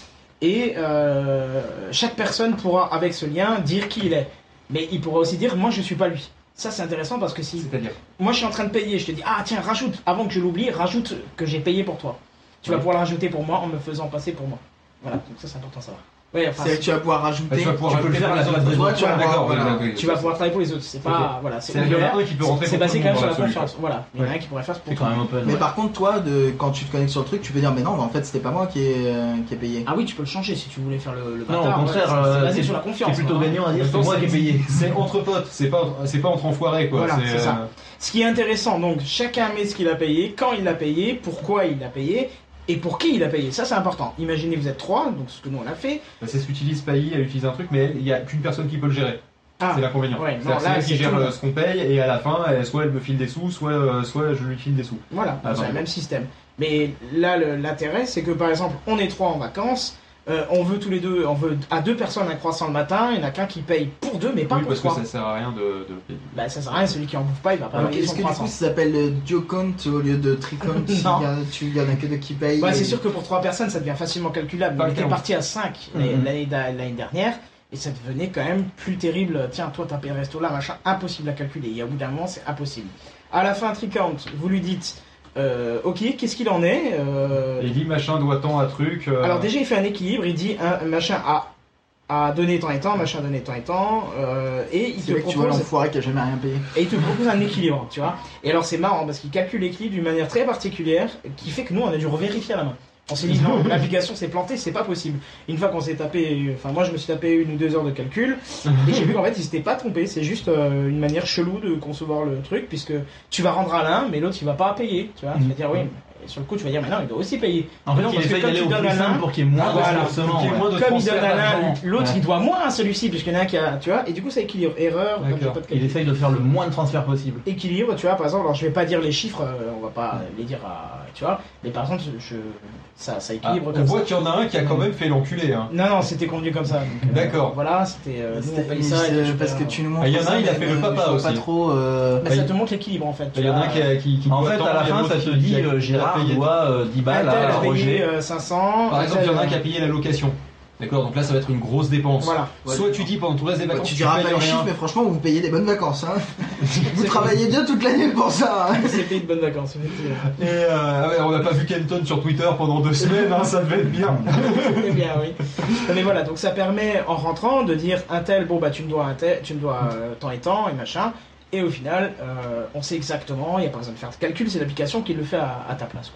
Et euh, chaque personne pourra, avec ce lien, dire qui il est. Mais il pourra aussi dire, moi je suis pas lui. Ça c'est intéressant parce que si C'est-à-dire moi je suis en train de payer, je te dis, ah tiens, rajoute, avant que je l'oublie, rajoute que j'ai payé pour toi. Tu vas Ouais. pouvoir le rajouter pour moi en me faisant passer pour moi. Voilà, donc ça c'est important à savoir. Ouais, enfin, C'est que tu vas pouvoir rajouter. Bah, tu vas pouvoir tu peux rajouter le faire à la pour les place autres. des autres. Ouais, tu vas- Ouais, d'accord, voilà. voilà, ok. tu vas pouvoir travailler pour les autres. C'est pas, voilà, c'est C'est- il y en a ouvert. un qui peut rentrer C'est pour basé tout quand le même sur monde la dans l'absolu, confiance. Voilà, il y en a un qui pourrait faire ce pour C'est quand même open. Mais ouais. par contre, toi, de, quand tu te connectes sur le truc, tu peux dire, mais non, mais en fait, c'était pas moi qui ai, euh, qui ai payé. Ah oui, tu peux le changer si tu voulais faire le, le Non, bâtard, au contraire, ouais, c'est- c'est euh, basé c'est sur la confiance. c'est plutôt hein. gagnant à dire En c'est même temps, moi qui ai c'est- payé. C'est entre potes, c'est pas, c'est pas entre enfoirés quoi. Voilà, c'est ça. euh, Ce qui est intéressant, donc chacun met ce qu'il a payé, quand il l'a payé, pourquoi il l'a payé et pour qui il a payé. Ça c'est important. Imaginez vous êtes trois, donc ce que nous on a fait. bah, c'est ce qu'utilise Payi, elle utilise un truc, mais elle, il y a qu'une personne qui peut le gérer. Ah, C'est l'inconvénient. ouais, non, C'est-à-dire que c'est là, elle c'est qui gère tout. euh, ce qu'on paye et à la fin, elle- soit elle me file des sous, soit, euh, soit je lui file des sous. voilà, Ah, c'est le pardon. même système. Mais là le- l'intérêt c'est que par exemple on est trois en vacances, euh, on veut tous les deux, on veut à deux personnes un croissant le matin, il y en a qu'un qui paye pour deux mais pas Oui, pour parce que trois. ça sert à rien de. de... Bah ça sert à rien, celui qui en bouffe pas il va pas Alors, payer est-ce son que du coup, croissant. ça s'appelle euh, Duocount au lieu de Tricount? Non. Il y a- Tu il y en a que deux qui payent. Ouais, et- c'est sûr que pour trois personnes, ça devient facilement calculable. Pas On le était cas. parti à cinq Mhm. l'année d'a- l'année dernière, et ça devenait quand même plus terrible. Tiens, toi, t'as payé le resto là, machin, impossible à calculer. Et au bout d'un moment, c'est impossible. À la fin, Tricount, vous lui dites, euh, ok, qu'est-ce qu'il en est euh, Et il dit machin doit tant à truc. euh, Alors déjà, il fait un équilibre, il dit, un machin a, a donné tant et tant, machin a donné tant et tant, euh, et il C'est te vrai que tu vois propose... l'enfoiré qui a jamais rien payé. Et il te propose un équilibre, tu vois. Et alors c'est marrant parce qu'il calcule l'équilibre d'une manière très particulière qui fait que nous on a dû revérifier à la main. On s'est dit non, l'application s'est plantée, c'est pas possible. Une fois qu'on s'est tapé, enfin moi je me suis tapé une ou deux heures de calcul et j'ai vu qu'en fait ils s'étaient pas trompés, c'est juste euh, une manière chelou de concevoir le truc puisque tu vas rendre à l'un mais l'autre il va pas payer, tu vois. Tu vas dire oui, mais sur le coup tu vas dire mais non il doit aussi payer. En fait, Non, il parce que essaye comme d'aller tu au donnes plus à l'un, simple pour qu'il y ait moins de voilà, remboursement. pour qu'il y ait ouais. moins de Comme il transfert donne à l'un, d'argent. l'autre Ouais. il doit moins à celui-ci puisqu'il y en a un qui a, tu vois, et du coup ça équilibre erreur, comme j'ai D'accord. pas de Il calcul. essaye de faire le moins de transferts possible. Équilibre, tu vois, par exemple, alors je vais pas dire les chiffres, euh, on va pas les dire à, tu vois, mais par exemple, je, ça, ça Ah, équilibre on comme voit ça. qu'il y en a un qui a quand même fait l'enculé. Hein. Non, non, c'était conduit comme ça. donc, euh, D'accord. Voilà, c'était, euh, nous on C'était- paye mais ça. c'est- et puis je parce paye que un- tu nous montres Ah, il y en a un, ça, il a mais fait le je papa vois aussi. pas trop. euh, Bah, ça te montre l'équilibre en fait. tu Il y en a vois. un qui, a- qui, qui En doit fait, tant, à la il y a fin, l'autre ça te qui- dit qui a- euh, qui a Gérard payé. doit euh, dix balles Un tel à a payé Roger. euh, cinq cents. Par un exemple, il y en a un tel, qui a payé la location. D'accord, donc là ça va être une grosse dépense. Voilà. Soit tu dis pendant tout le reste des bah, vacances, tu tu diras payes pas les rien. chiffres, mais franchement, vous payez des bonnes vacances. Hein. vous C'est- travaillez bien toute l'année pour ça. Hein. C'est payé de bonnes vacances, effectivement. Et euh, ah ouais, on n'a pas vu Kenton sur Twitter pendant deux semaines, hein, ça devait être bien. Eh bien, oui. Mais voilà, donc ça permet en rentrant de dire un tel, bon bah tu me dois un tel, tu me dois euh, tant et tant et machin. Et au final, euh, on sait exactement, il n'y a pas besoin de faire de calcul, c'est l'application qui le fait à, à ta place, quoi.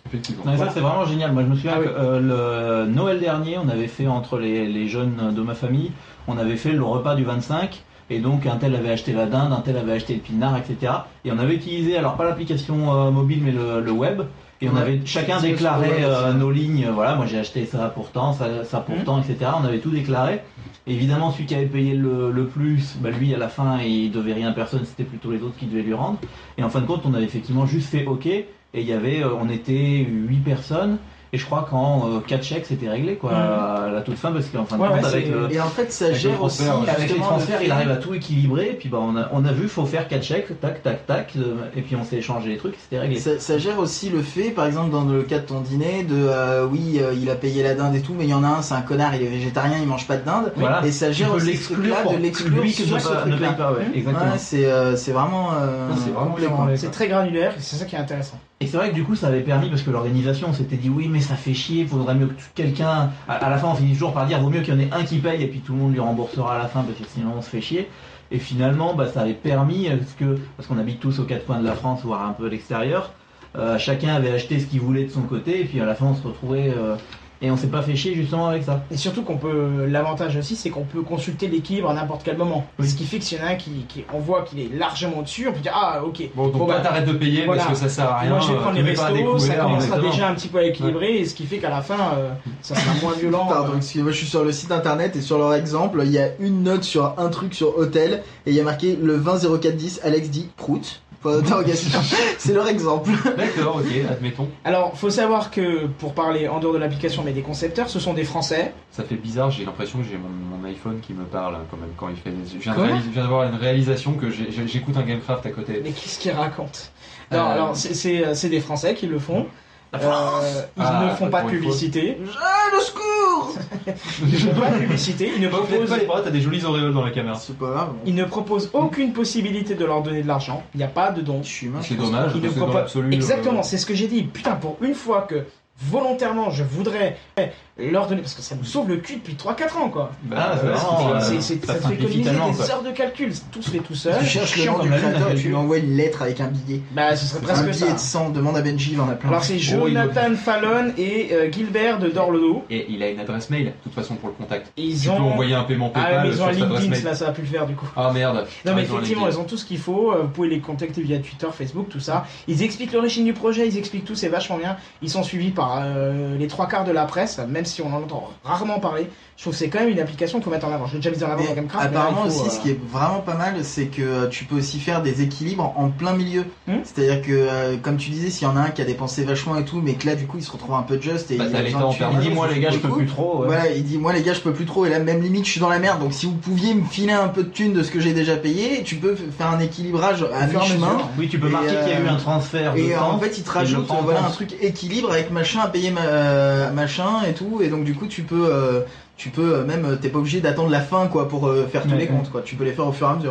Effectivement. Non, mais Voilà. ça c'est vraiment génial. Moi je me souviens Ah oui. que euh, le Noël dernier, on avait fait entre les, les jeunes de ma famille, on avait fait le repas du vingt-cinq. Et donc un tel avait acheté la dinde, un tel avait acheté le pinard, et cetera. Et on avait utilisé, alors pas l'application euh, mobile, mais le, le web. Et on Ouais. avait chacun C'est déclaré sur le web euh, aussi. nos lignes. Voilà, moi j'ai acheté ça pour tant, ça, ça pour tant, et cetera. On avait tout déclaré. Et évidemment, celui qui avait payé le, le plus, bah, lui à la fin, il devait rien à personne. C'était plutôt les autres qui devaient lui rendre. Et en fin de compte, on avait effectivement juste fait OK. Et il y avait, euh, on était huit personnes. Et je crois qu'en euh, quatre chèques, c'était réglé, quoi, à la toute fin, parce qu'en fin de Ouais, compte, ouais, avec, c'est- le, Et en fait, ça avec les gère aussi. transferts, avec les justement, transferts, le il fait- arrive à tout équilibrer. Et puis, bah, on a, on a vu, faut faire quatre chèques, tac, tac, tac. euh, Et puis, on s'est échangé les trucs, c'était réglé. Ça, ça gère aussi le fait, par exemple, dans le cas de ton dîner, de euh, oui, euh, il a payé la dinde et tout, mais il y en a un, c'est un connard, il est végétarien, il mange pas de dinde. Voilà. Et ça Tu gère peux aussi ce l'exclure truc-là, pour de l'exclure lui qui sur ne ce pas- ne truc-là. paye pas, ouais, exactement. Ouais, c'est euh, c'est vraiment, euh, C'est vraiment complet, bien quoi. branlé, C'est quoi. très granulaire, et c'est ça qui est intéressant. Et c'est vrai que du coup ça avait permis, parce que l'organisation on s'était dit oui mais ça fait chier, il faudrait mieux que tu- quelqu'un, à, à la fin on finit toujours par dire vaut mieux qu'il y en ait un qui paye et puis tout le monde lui remboursera à la fin parce que sinon on se fait chier. Et finalement bah, ça avait permis, parce que parce qu'on habite tous aux quatre coins de la France, voire un peu à l'extérieur, euh, chacun avait acheté ce qu'il voulait de son côté et puis à la fin on se retrouvait euh, et on s'est pas fait chier justement avec ça. Et surtout qu'on peut, l'avantage aussi, c'est qu'on peut consulter l'équilibre à n'importe quel moment. Oui. Ce qui fait que s'il y en a un qui, qui on voit qu'il est largement au-dessus, on peut dire ah ok. Bon, donc Bon, toi bah, t'arrêtes de payer voilà. parce que ça sert à rien. Moi je vais euh, prendre tu les mets pas à restos, ça découvert, commencera exactement. déjà un petit peu à équilibrer, et ce qui fait qu'à la fin, euh, ça sera moins violent. Pardon, euh. excusez-moi, je suis sur le site internet et sur leur exemple, il y a une note sur un truc sur hôtel et il y a marqué le vingt zéro quatre dix, Alex dit prout. Point d'interrogation. C'est leur exemple. D'accord, ok, admettons. Alors, faut savoir que pour parler en dehors de l'application, mais des concepteurs, ce sont des Français. Ça fait bizarre, j'ai l'impression que j'ai mon, mon iPhone qui me parle quand même quand il fait des... Je viens, de, Quoi réaliser- je viens d'avoir une réalisation que j'ai- j'ai- j'écoute un Gamecraft à côté. Mais qu'est-ce qu'ils racontent Non, Euh, alors c'est- c'est c'est des Français qui le font. La Euh, ils Ah, ne font pas de pour une publicité. Ah, le secours. Ils ne font pas de publicité. Ils ne Bah, faites proposent, pas les bras, t'as des jolies auréoles dans la caméra. C'est pas grave. ils ne proposent aucune possibilité de leur donner de l'argent. Il n'y a pas de don. Je suis humain. C'est dommage, Ils ne parce que dans proposent- l'absolu... Exactement, euh, c'est ce que j'ai dit. Putain, pour une fois que volontairement je voudrais leur donner, parce que ça nous sauve le cul depuis trois quatre ans quoi. bah, Ah, c'est ouais, vraiment, c'est- euh, C'est- c'est- ça ça te fait simplifie économiser tellement, des quoi. heures de calcul. Tout se fait tout seul. Tu cherches le chiant nom comme du la lune, créateur la et tu calcul. lui envoies une lettre avec un billet. Bah, ce serait Un presque billet ça. de sang, demande à Benji, il en a plein. Alors c'est Oh, il Jonathan Fallon et euh, Gilbert de Dorlodo. Et il a une adresse mail, de toute façon, pour le contact. Ils Tu ont peux envoyer un paiement ah, PayPal mais ils ont sur un cette adresse LinkedIn, mail. là ça va plus le faire du coup. Ah merde. Non Ah, mais ils ont un effectivement, LinkedIn. ils ont tout ce qu'il faut. euh, Vous pouvez les contacter via Twitter, Facebook, tout ça. Ils expliquent l'origine du projet, ils expliquent tout, c'est vachement bien. Ils sont suivis par euh, les trois quarts de la presse, même si on en entend rarement parler. Je trouve que c'est quand même une application qu'il faut mettre en avant. Je l'ai déjà mis en avant Mais dans Gamecraft. mais là, apparemment il faut, aussi, euh, ce qui est vraiment pas mal, c'est que euh, tu peux aussi faire des équilibres en plein milieu. Hmm. C'est-à-dire que, euh, comme tu disais, s'il y en a un qui a dépensé vachement et tout, mais que là, du coup, il se retrouve un peu juste et Bah, il t'as a les besoin temps de en thunes, Il permanence. dit moi les gars je peux beaucoup. plus trop. ouais. Voilà, il dit moi les gars je peux plus trop et là même limite je suis dans la merde donc si vous pouviez me filer un peu de thunes de ce que j'ai déjà payé, tu peux f- faire un équilibrage à Au fur et à mi-chemin. mesure. Oui tu peux Et, marquer qu'il y a eu euh, un transfert de Et euh, temps. en fait il te et je rajoute prends en voilà, un compte. truc équilibre avec machin à payer ma, euh, machin et tout et donc du coup tu peux euh, tu peux euh, même t'es pas obligé d'attendre la fin quoi pour euh, faire tous Ouais, les ouais. comptes quoi, tu peux les faire au fur et à mesure.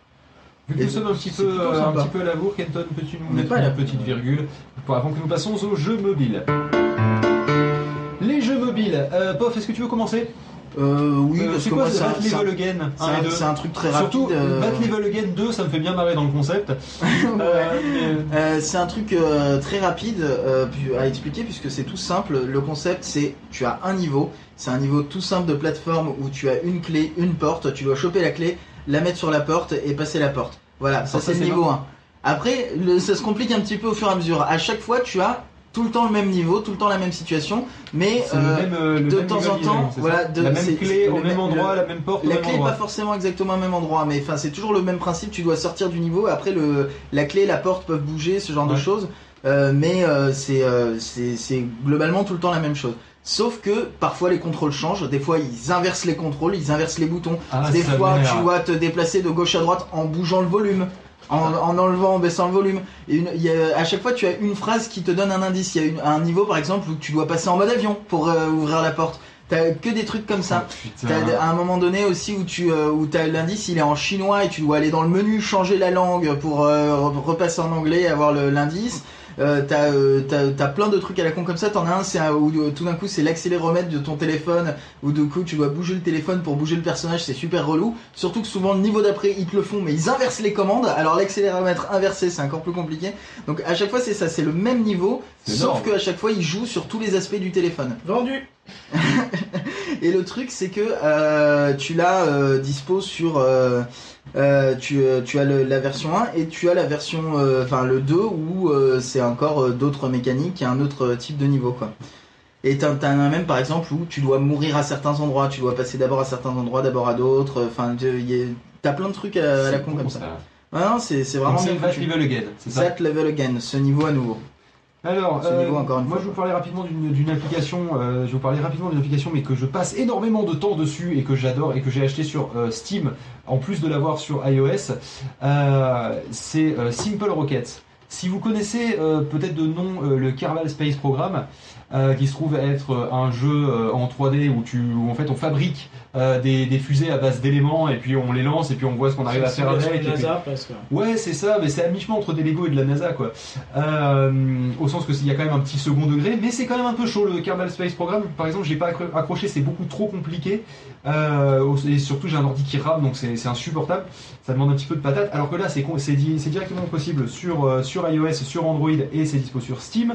Vu que Et nous sommes un petit c'est peu, plutôt euh, un sympa. petit peu à la bourre, Kenton, peux-tu On nous n'est mettre pas à la une petite virgule pour- avant que nous passions aux jeux mobiles. Les jeux mobiles. Euh, Pof, est-ce que tu veux commencer? Euh, oui Euh, parce c'est que quoi moi ce c'est un, Bat c'est un- Level Again c'est un et un- deux c'est un truc très Surtout, rapide. euh, Bat Level Again deux, ça me fait bien marrer dans le concept. Ouais. Euh, Euh, c'est un truc euh, très rapide euh, pu- à expliquer puisque c'est tout simple. Le concept c'est tu as un niveau, c'est un niveau tout simple de plateforme où tu as une clé, une porte, tu dois choper la clé, la mettre sur la porte et passer la porte. Voilà, ça Alors ça, c'est le c'est niveau bon. un. Après, le- ça se complique un petit peu au fur et à mesure. À chaque fois tu as tout le temps le même niveau, tout le temps la même situation, mais c'est le euh, même, euh, le de même temps level en temps, design, c'est voilà, ça de- la même c'est- clé c'est au le même même- endroit, le- la même porte au la même clé est endroit. pas forcément exactement au même endroit, mais enfin c'est toujours le même principe. Tu dois sortir du niveau. Après le la clé, la porte peuvent bouger, ce genre de Ouais. choses. Euh, mais euh, c'est euh, c'est c'est globalement tout le temps la même chose. Sauf que parfois les contrôles changent. Des fois ils inversent les contrôles, ils inversent les boutons. Ah, Des ça fois m'énerve. tu dois te déplacer de gauche à droite en bougeant le volume. En, en enlevant, en baissant le volume. Et une, il y a, à chaque fois, tu as une phrase qui te donne un indice. Il y a une- un niveau, par exemple, où tu dois passer en mode avion pour euh, ouvrir la porte. T'as que des trucs comme ça. Oh, putain. T'as à un moment donné aussi où tu euh, où t'as l'indice, il est en chinois et tu dois aller dans le menu, changer la langue pour euh, re- repasser en anglais, avoir le- l'indice. Euh, t'as, euh, t'as, t'as plein de trucs à la con comme ça. T'en as un, c'est un, où euh, tout d'un coup c'est l'accéléromètre de ton téléphone, où du coup tu dois bouger le téléphone pour bouger le personnage, c'est super relou. Surtout que souvent le niveau d'après ils te le font, mais ils inversent les commandes. Alors l'accéléromètre inversé c'est encore plus compliqué. Donc à chaque fois c'est ça, c'est le même niveau, C'est sauf énorme. qu'à chaque fois ils jouent sur tous les aspects du téléphone. Vendu. Et le truc c'est que euh, tu l'as euh, dispo sur euh, euh, tu, euh, tu as le, la version un et tu as la version euh, enfin le deux où euh, c'est encore euh, d'autres mécaniques et un autre euh, type de niveau quoi. Et t'en t'en as même par exemple où tu dois mourir à certains endroits, tu dois passer d'abord à certains endroits, d'abord à d'autres, enfin t'as plein de trucs à, à la con comme ça. Ouais, non, c'est c'est vraiment Donc c'est bien That foutu. Level Again, c'est ça? That Level Again, ce niveau à nouveau. Alors, Ce euh, niveau, encore une moi fois, je vais vous parler rapidement d'une d'une application, euh, je vais vous parler rapidement d'une application mais que je passe énormément de temps dessus et que j'adore et que j'ai acheté sur euh, Steam en plus de l'avoir sur iOS. Euh, c'est euh, Simple Rockets. Si vous connaissez euh, peut-être de nom euh, le Kerbal Space Program, euh, qui se trouve être euh, un jeu euh, en trois D où, tu, où en fait on fabrique euh, des, des fusées à base d'éléments et puis on les lance et puis on voit ce qu'on arrive à faire avec. Et puis... NASA, presque. Ouais, c'est ça, mais c'est à mi-chemin entre des Lego et de la NASA, quoi. Euh, au sens que il y a quand même un petit second degré, mais c'est quand même un peu chaud le Kerbal Space Program. Par exemple, j'ai pas accro- accroché, c'est beaucoup trop compliqué. Euh, et surtout, j'ai un ordi qui rame, donc c'est c'est insupportable. Ça demande un petit peu de patate. Alors que là, c'est con- c'est di- c'est directement possible sur euh, sur iOS, sur Android et c'est dispo sur Steam.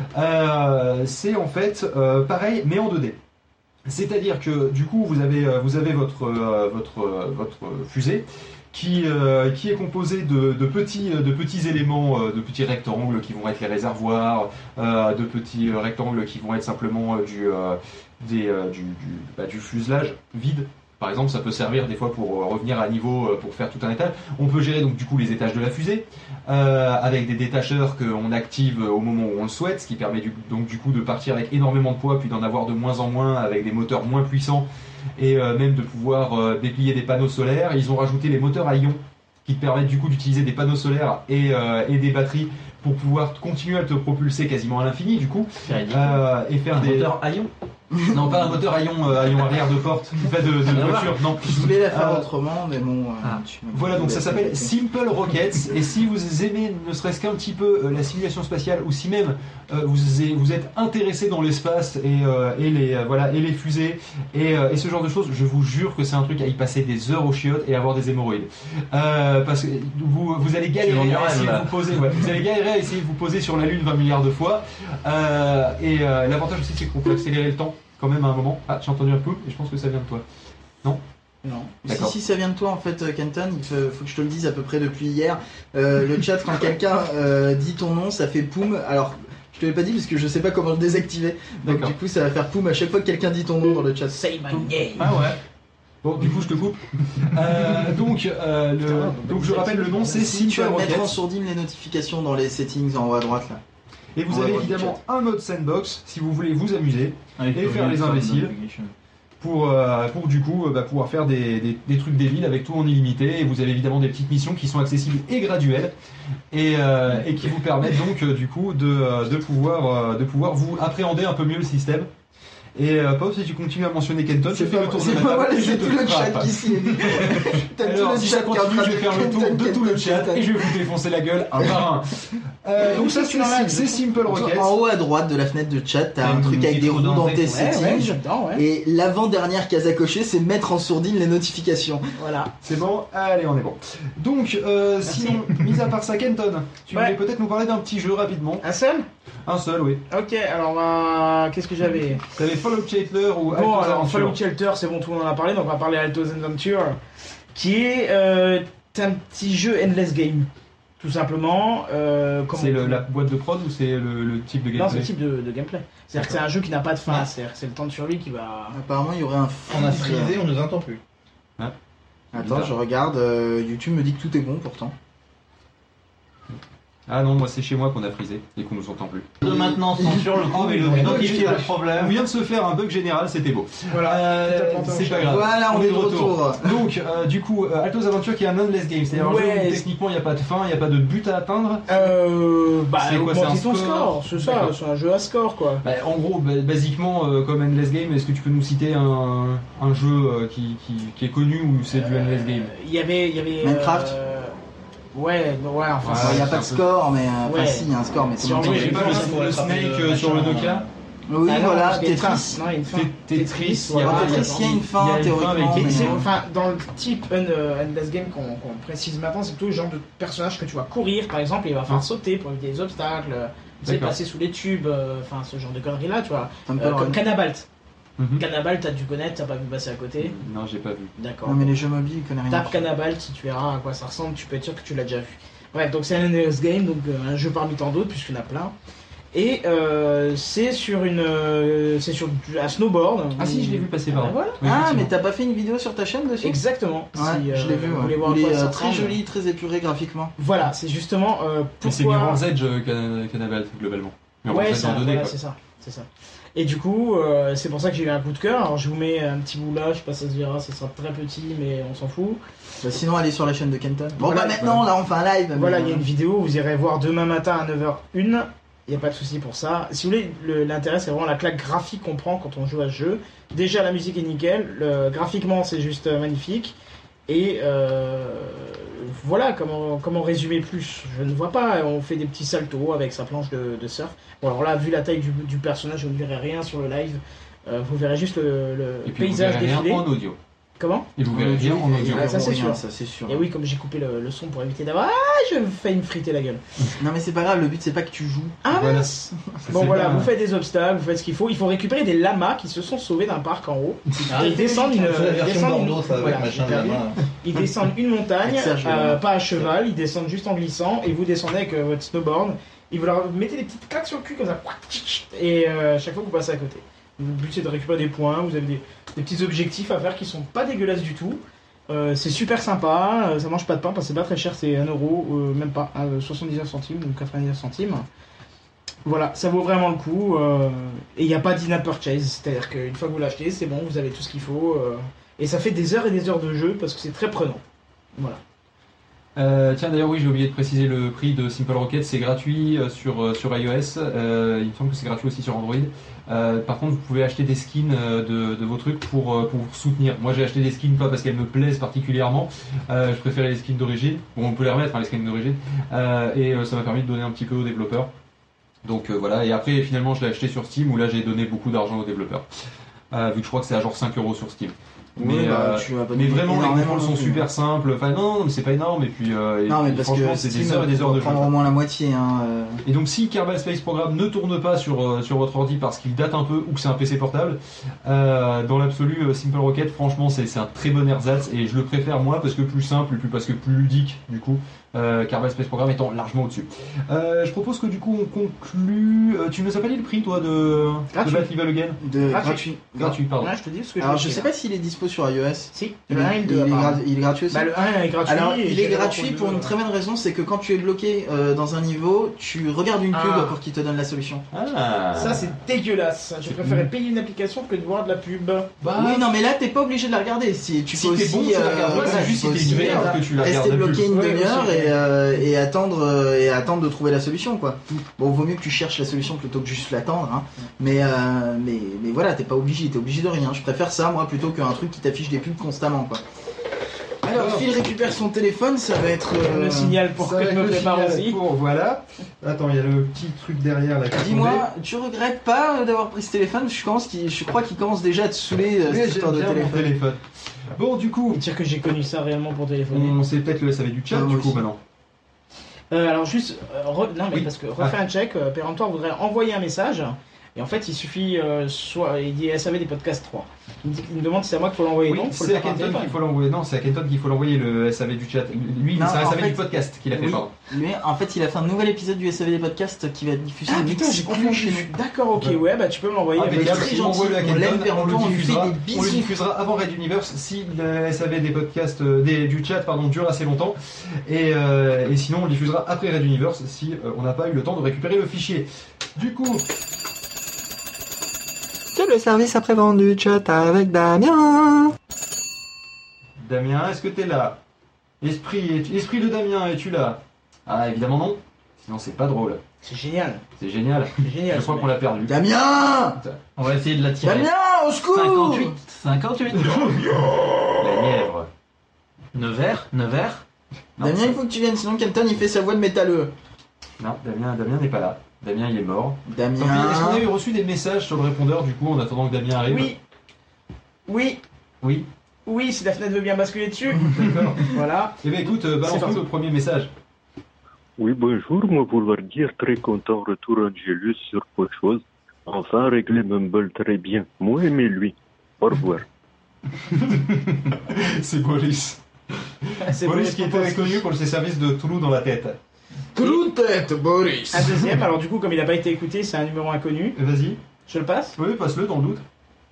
Euh, c'est en fait euh, pareil, mais en deux D. C'est-à-dire que du coup, vous avez euh, vous avez votre euh, votre euh, votre fusée qui euh, qui est composée de, de petits de petits éléments, euh, de petits rectangles qui vont être les réservoirs, euh, de petits rectangles qui vont être simplement euh, du euh, des euh, du du, bah, du fuselage vide. Par exemple, ça peut servir des fois pour euh, revenir à niveau, euh, pour faire tout un étage. On peut gérer donc du coup les étages de la fusée euh, avec des détacheurs qu'on active au moment où on le souhaite, ce qui permet du, donc du coup de partir avec énormément de poids, puis d'en avoir de moins en moins avec des moteurs moins puissants et euh, même de pouvoir euh, déplier des panneaux solaires. Ils ont rajouté les moteurs à ion qui te permettent du coup d'utiliser des panneaux solaires et, euh, et des batteries pour pouvoir continuer à te propulser quasiment à l'infini du coup euh, et faire Un des moteur à ion. non, pas un moteur à ion, euh, à ion arrière de porte, pas de, de voiture, non. Je voulais la faire Euh, autrement, mais bon. euh, Ah. tu m'as- Voilà, donc ça s'appelle Simple Rockets. Et si vous aimez ne serait-ce qu'un petit peu euh, la simulation spatiale, ou si même euh, vous, vous êtes intéressé dans l'espace et, euh, et les euh, voilà et les fusées et, euh, et ce genre de choses, je vous jure que c'est un truc à y passer des heures aux chiottes et avoir des hémorroïdes. Euh, parce que vous, vous allez galérer vends du à rêve, essayer là. de vous poser, ouais, vous allez galérer à essayer de vous poser sur la Lune vingt milliards de fois. Euh, et euh, l'avantage aussi, c'est qu'on peut accélérer le temps quand même à un moment. Ah, j'ai entendu un coup et je pense que ça vient de toi. Non? Non. Si, D'accord. si ça vient de toi en fait, euh, Kenton, il faut, faut que je te le dise à peu près depuis hier. Euh, le chat, quand quelqu'un euh, dit ton nom, ça fait poum. Alors, je te l'ai pas dit parce que je sais pas comment le désactiver. Donc D'accord. du coup, ça va faire poum à chaque fois que quelqu'un dit ton nom dans le chat. Say my name. Ah ouais. Bon, du coup, je te coupe. Euh, donc, euh, le, donc, je rappelle le nom, c'est Si tu Simple vas mettre en Rockets. sourdine les notifications dans les settings en haut à droite là. Et vous On va avez voir le évidemment un mode sandbox si vous voulez vous amuser Avec et le faire les Real imbéciles Navigation. pour, euh, pour du coup euh, bah, pouvoir faire des, des, des trucs débiles avec tout en illimité. Et vous avez évidemment des petites missions qui sont accessibles et graduelles et, euh, et qui vous permettent donc euh, du coup de, euh, de, pouvoir, euh, de pouvoir vous appréhender un peu mieux le système. Et euh, Pop, si tu continues à mentionner Kenton, je C'est fais pas- le tour de c'est la pas table mal, et je c'est te tout le chat frappe. qui s'y est mis. T'as tout Alors, le si chat ça qui est en continue, train je de vais faire le tour Kenton, de tout le Kenton, chat Kenton. et je vais vous défoncer la gueule un par un. Euh, donc ça, c'est c'est Simple Rockets. En haut à droite de la fenêtre de chat, t'as T'as un une truc avec petite des roue roues dans dentée. tes Ouais, ouais, settings. j'adore, ouais. Et l'avant-dernière case à cocher, c'est mettre en sourdine les notifications. Voilà. C'est bon, allez, on est bon. Donc, euh, sinon, mis à part ça, Kenton, tu Ouais. voulais peut-être nous parler d'un petit jeu rapidement. Un seul? Un seul, oui. Ok, alors euh, qu'est-ce que j'avais? T'avais Fallout Shelter ou Bon, Alto's alors Adventure. Fallout Shelter, c'est bon, tout le monde en a parlé, donc on va parler Alto's Adventure, qui est euh, un petit jeu endless game, tout simplement. Euh, comment- C'est le- la boîte de prod ou c'est le, le type de Non, gameplay? c'est le type de, de gameplay. C'est-à-dire que c'est un jeu qui n'a pas de fin, c'est-à-dire que c'est le temps de survie qui va. Apparemment, il y aurait un On a freeze. frisé, on nous entend plus. Attends, je regarde. euh, YouTube me dit que tout est bon pourtant. Ah non, moi c'est chez moi qu'on a frisé et qu'on nous entend plus. De maintenant, sur le Oh, coup, mais ils le ont bug identifié général. le On problème. vient de se faire un bug général, c'était beau. Voilà. Euh, c'est pas grave. Voilà, on est de retour. Donc, euh, du coup, euh, Alto's Adventure qui est un endless game, c'est-à-dire un Ouais, jeu où c'est- techniquement il n'y a pas de fin, il n'y a pas de but à atteindre. Euh. Bah, C'est quoi, c'est augmenter un ton score score, c'est ça, D'accord. c'est un jeu à score quoi. Bah, en gros, bah, basiquement, euh, comme endless game, est-ce que tu peux nous citer un, un jeu euh, qui, qui, qui est connu ou c'est du endless game? Il y avait. Il y avait Minecraft euh, Ouais, bah ouais, enfin, Ouais, Il n'y a c'est pas un de peu- score, mais euh, enfin Ouais. si, il y a un score, mais c'est Si on bon. veut, J'ai pas le, le Snake euh, sur le Nokia. Oui, Ah non, voilà, parce qu'il y a une fin. Tetris. Non, il y a une fin. Té- Tetris, il y a Ah, pas- Tetris, il y a une fin, il y a une fin théoriquement. avec- Mais mais, c'est, euh, enfin, dans le type un, euh, Endless Game qu'on, qu'on précise maintenant, c'est plutôt le genre de personnage que tu vas courir, par exemple, et il va falloir sauter pour éviter les obstacles, euh, tu sais, D'accord. passer sous les tubes, euh, enfin, ce genre de conneries là, tu vois. Temple Euh, Run. comme Canabalt. Mhm. Canabalt, t'as dû connaître, t'as pas vu passer à côté. Non, j'ai pas vu. D'accord. Non, mais les jeux mobiles, ils connaissent rien. Tape Canabalt, si tu verras à quoi ça ressemble, tu peux être sûr que tu l'as déjà vu. Bref, donc c'est un Endless Game, donc euh, un jeu parmi tant d'autres, puisqu'il y en a plein. Et euh, c'est sur une, euh, c'est sur du, un snowboard. Ah si, je l'ai vu passer Ah, par là. voilà. Oui, Ah, effectivement. mais t'as pas fait une vidéo sur ta chaîne dessus? Exactement. Ouais, Si, euh, je l'ai vu. vous Ouais. voulez voir à Il quoi est ça euh, très ressemble. joli, très épuré graphiquement. Voilà, c'est justement euh, Mais c'est pourquoi. Mirror's Edge euh, Can- Cannibal globalement. Mirror's Ouais, Edge c'est en ça, deux D voilà, quoi. c'est ça, c'est ça. Et du coup, euh, c'est pour ça que j'ai eu un coup de cœur. Alors je vous mets un petit bout là, je sais pas si ça se verra, ça sera très petit, mais on s'en fout. Bah, sinon, allez sur la chaîne de Kenton. Bon, Voilà, bah maintenant, là, on fait un live. Voilà, mais, il y a une vidéo, vous irez voir demain matin à neuf heures une. Il n'y a pas de souci pour ça. Si vous voulez, le- l'intérêt c'est vraiment la claque graphique qu'on prend quand on joue à ce jeu. Déjà, la musique est nickel. Le- graphiquement, c'est juste euh, magnifique. Et euh, voilà, comment, comment résumer plus? Je ne vois pas. On fait des petits saltos avec sa planche de, de surf. Bon, alors là, vu la taille du, du personnage, vous ne verrez rien sur le live. Euh, vous verrez juste le, le Et puis paysage vous verrez rien défilé. en audio. Comment? Et vous verrez rien en il y audio. a Ah, ça, c'est rien, sûr. ça, c'est sûr. Et oui, comme j'ai coupé le, le son pour éviter d'avoir. Ah, je fais me friter la gueule. Non, mais c'est pas grave, le but c'est pas que tu joues. Ah Voilà. mince. Ça, Bon c'est voilà, pas- vous faites des obstacles, vous faites ce qu'il faut. Il faut récupérer des lamas qui se sont sauvés d'un parc en haut. Ah, Ils descendent une, c'est la ils version descendent une- Bordeaux, ça, avec voilà, machin de super la bien. main. Ils descendent une montagne, Avec Serge euh, Lama. pas à cheval, ils descendent juste en glissant et vous descendez avec euh, votre snowboard. Et vous leur mettez des petites claques sur le cul comme ça. Et euh, chaque fois que vous passez à côté. Le but c'est de récupérer des points, vous avez des, des petits objectifs à faire qui sont pas dégueulasses du tout. Euh, c'est super sympa, euh, ça mange pas de pain parce que c'est pas très cher, c'est un euro, euh, même pas, euh, soixante-dix-neuf centimes ou quatre-vingt-dix-neuf centimes. Voilà, ça vaut vraiment le coup. euh, et il n'y a pas d'in-app purchase, c'est-à-dire qu'une fois que vous l'achetez, c'est bon, vous avez tout ce qu'il faut. euh, et ça fait des heures et des heures de jeu parce que c'est très prenant. Voilà. Euh, tiens d'ailleurs oui j'ai oublié de préciser le prix de Simple Rocket, c'est gratuit euh, sur, euh, sur iOS, euh, il me semble que c'est gratuit aussi sur Android. Euh, par contre vous pouvez acheter des skins euh, de, de vos trucs pour, euh, pour vous soutenir. Moi j'ai acheté des skins pas parce qu'elles me plaisent particulièrement, euh, je préférais les skins d'origine, bon on peut les remettre hein, les skins d'origine, euh, et euh, ça m'a permis de donner un petit peu aux développeurs. Donc euh, voilà, et après finalement je l'ai acheté sur Steam où là j'ai donné beaucoup d'argent aux développeurs, euh, vu que je crois que c'est à genre cinq euros sur Steam. Mais, Oui, bah, euh, tu vas pas mais donner vraiment les énormément contrôles sont non plus. super simples, enfin non, non mais c'est pas énorme et puis euh, et Non, mais puis, parce franchement que c'est Steam des heures et des heures va de jeu. prendre au moins la moitié. Hein, euh. Et donc si Kerbal Space Program ne tourne pas sur, euh, sur votre ordi parce qu'il date un peu ou que c'est un P C portable, euh, dans l'absolu euh, Simple Rocket franchement c'est c'est un très bon ersatz et je le préfère moi parce que plus simple et plus parce que plus ludique du coup, euh, Kerbal Space Program étant largement au-dessus. Euh, je propose que du coup on conclue, euh, tu nous as pas dit le prix toi de, de Gratuit. Bat Level Again? De Gratuit. gratuit. Gratuit pardon. Ouais, je te dis ce que Alors je je sais pas s'il est dispo sur iOS. Si, Il, le un et le il deux. est, apparemment. gra- il est gratuit aussi. Bah, le un est gratuit. Alors, et il j'ai est le gratuit deux, pour une euh, très bonne raison, c'est que quand tu es bloqué euh, dans un niveau, tu regardes une pub Ah. pour qu'il te donne la solution. Ah. Ça c'est dégueulasse. Je préférais payer une application que de voir de la pub. Bah, oui, non, mais là, t'es pas obligé de la regarder. Si tu Si peux t'es aussi, bon, tu la euh, regardes. voilà, C'est tu juste peux si t'es aussi, une V R euh, que tu la rester regardes bloqué plus. une Ouais, demi-heure aussi. et, euh, et attendre euh, et attendre de trouver la solution, quoi. Bon, vaut mieux que tu cherches la solution plutôt que juste l'attendre, hein. Mais euh, mais mais voilà, t'es pas obligé, t'es obligé de rien. Je préfère ça moi plutôt qu'un truc qui t'affiche des pubs constamment, quoi. Alors, Phil récupère son téléphone, ça va être. euh, Le signal pour Ça que va je être me le prépare signal aussi. pour- voilà. Attends, il y a le petit truc derrière là. qui Dis-moi, attendait. tu regrettes pas euh, d'avoir pris ce téléphone? Je pense qu'il, je crois qu'il commence déjà à te saouler euh, Oui, cette j'aime histoire de bien mon téléphone. téléphone. Bon, du coup, Dire que j'ai connu ça réellement pour téléphoner. on sait peut-être le S A V du chat Ah, du moi coup aussi. maintenant. Euh, alors juste, euh, re- non mais Oui. parce que refais un check, euh, péremptoire voudrait envoyer un message, et en fait il suffit, euh, soit il dit S A V des podcasts trois. Il me, dit- il me demande si c'est à moi qu'il faut l'envoyer, Oui, non faut le c'est à faire par Kenton téléphone. qu'il faut l'envoyer. Non, c'est à Kenton qu'il faut l'envoyer le S A V du chat. Lui, Non, c'est un en S A V fait- du podcast qu'il a fait. Oui, Pardon. lui, en fait, il a fait un nouvel épisode du S A V des podcasts qui va être diffusé Ah le putain, j'ai exclu chez confondu. nous. D'accord, ok, Ouais. ouais, bah tu peux me l'envoyer. Ah, avec- mais très si gentil, on envoie le à on Kenton, l'aime, on le on lui fait diffusera. des On le bisous. diffusera avant Red Universe si le S A V des podcasts euh, des- du chat pardon dure assez longtemps. Et, euh, et sinon on le diffusera après Red Universe si euh, on n'a pas eu le temps de récupérer le fichier. Du coup. C'est le service après-vente du chat avec Damien. Damien, est-ce que t'es là? Esprit, es- esprit de Damien, es-tu là? Ah, évidemment non. Sinon c'est pas drôle. C'est génial, C'est génial. c'est génial. Je crois ce qu'on l'a perdu. Damien On va essayer de la tirer. Damien, au secours cinquante-huit. cinquante-huit. La Nièvre. Nevers. Nevers. Non, Damien, ça- il faut que tu viennes, sinon Kenton il fait sa voix de métalleux. Non, Damien, Damien n'est pas là. Damien, il est mort. Damien. Tant pis. Est-ce qu'on a eu reçu des messages sur le répondeur du coup en attendant que Damien arrive? Oui. Oui. Oui. Oui, si la fenêtre veut bien basculer dessus. D'accord. Voilà. Eh bien écoute, euh, C'est balance-nous parti. le premier message. Oui, bonjour, moi vouloir dire très content retour Angelus sur autre chose. Enfin régler Mumble très bien. Moi aimer lui. Au revoir. C'est Boris. C'est Boris Boris qui était Popovski. reconnu pour ses services de Toulouse dans la tête. Trou de tête, Boris. Un deuxième, alors du coup, comme il n'a pas été écouté, c'est un numéro inconnu. Vas-y. Je le passe? Oui, passe-le dans le doute.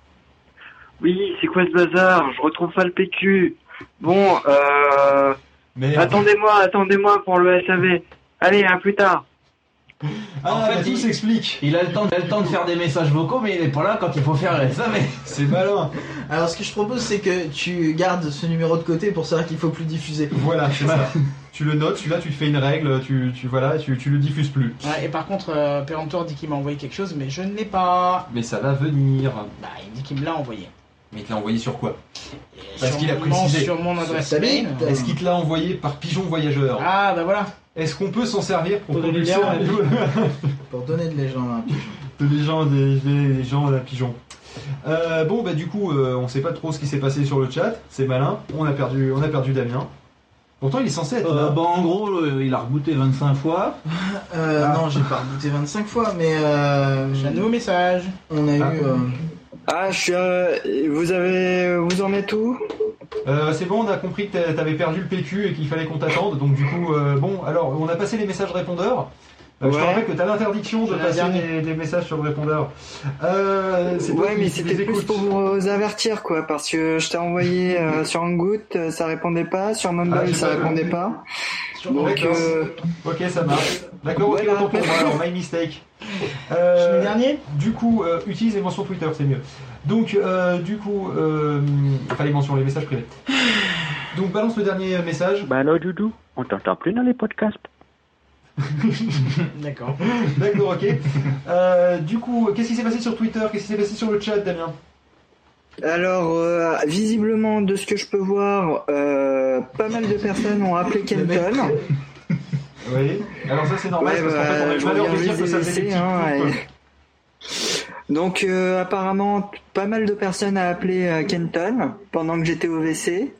Oui, c'est quoi ce bazar? Je retrouve pas le P Q. Bon, euh... Mais... Attendez-moi, attendez-moi pour le S A V. Allez, à plus tard. Ah, En fait, bah, tout il- s'explique. Il a le temps, il a le temps de faire des messages vocaux, mais il est pas là quand il faut faire le S A V. C'est malin. Alors ce que je propose c'est que tu gardes ce numéro de côté pour savoir qu'il faut plus diffuser. Voilà, c'est ça. Tu le notes, celui-là tu te fais une règle, tu, tu, voilà, tu, tu le diffuses plus. Ouais, et par contre, euh, Péremptoire dit qu'il m'a envoyé quelque chose, mais je ne l'ai pas. Mais ça va venir. Bah, il dit qu'il me l'a envoyé. Mais il te l'a envoyé sur quoi? Parce qu'il a Sûrement précisé. sur mon adresse sa mail. bite. Est-ce qu'il te l'a envoyé par pigeon voyageur? Ah, bah voilà. Est-ce qu'on peut s'en servir pour Pour donner propulser l'air à un la peu Pour donner de les gens à un pigeon. de les gens, des, des- des gens à la pigeon? Euh, bon bah du coup euh, on sait pas trop ce qui s'est passé sur le chat, c'est malin, on a perdu, on a perdu Damien. Pourtant il est censé être Euh, là. bah, en gros, euh, il a rebooté vingt-cinq fois. Euh, Ah. Non, j'ai pas rebooté vingt-cinq fois, mais euh, J'ai un nouveau message. on a Ah. eu. euh, Ah, je suis. euh, vous avez. Vous en êtes où? Euh, c'est bon, on a compris que t'a- t'avais perdu le P Q et qu'il fallait qu'on t'attende, donc du coup euh, bon alors on a passé les messages répondeurs. Euh, Je te Ouais. rappelle que t'as l'interdiction de C'est la passer dernière. des, des messages sur le répondeur. Euh, c'est toi Ouais, qui- mais qui c'était les plus écoutes. pour vous avertir, quoi, parce que je t'ai envoyé euh, sur Hangout, euh, ça répondait pas, sur Mumble, Ah, j'ai ça pas vu. répondait pas. Donc, D'accord. euh, Ok, ça marche. D'accord, ok, Voilà. autant pour moi, alors, my mistake. Je Euh, mets le dernier. Du coup, euh, utilise les mentions Twitter, c'est mieux. Donc, euh, du coup, euh, enfin les mentions, les messages privés. Donc, balance le dernier message. Bah alors Doudou, on t'entend plus dans les podcasts. D'accord. D'accord, ok. Euh, du coup, qu'est-ce qui s'est passé sur Twitter? Qu'est-ce qui s'est passé sur le chat, Damien? alors, euh, visiblement, de ce que je peux voir, euh, pas mal de personnes ont appelé Kenton. Oui. Alors ça, c'est normal, Ouais, parce qu'en fait, on a bah, le je malheur reviens de dire juste que ça des faisait des essais, petits hein, groupes. et- Donc, euh, apparemment, t- pas mal de personnes ont appelé euh, Kenton pendant que j'étais au W C.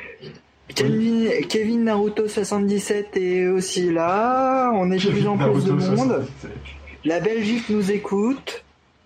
Kevin, Kevin Naruto soixante-dix-sept est aussi là. On est de plus en plus de Naruto monde. soixante-dix-sept. La Belgique nous écoute.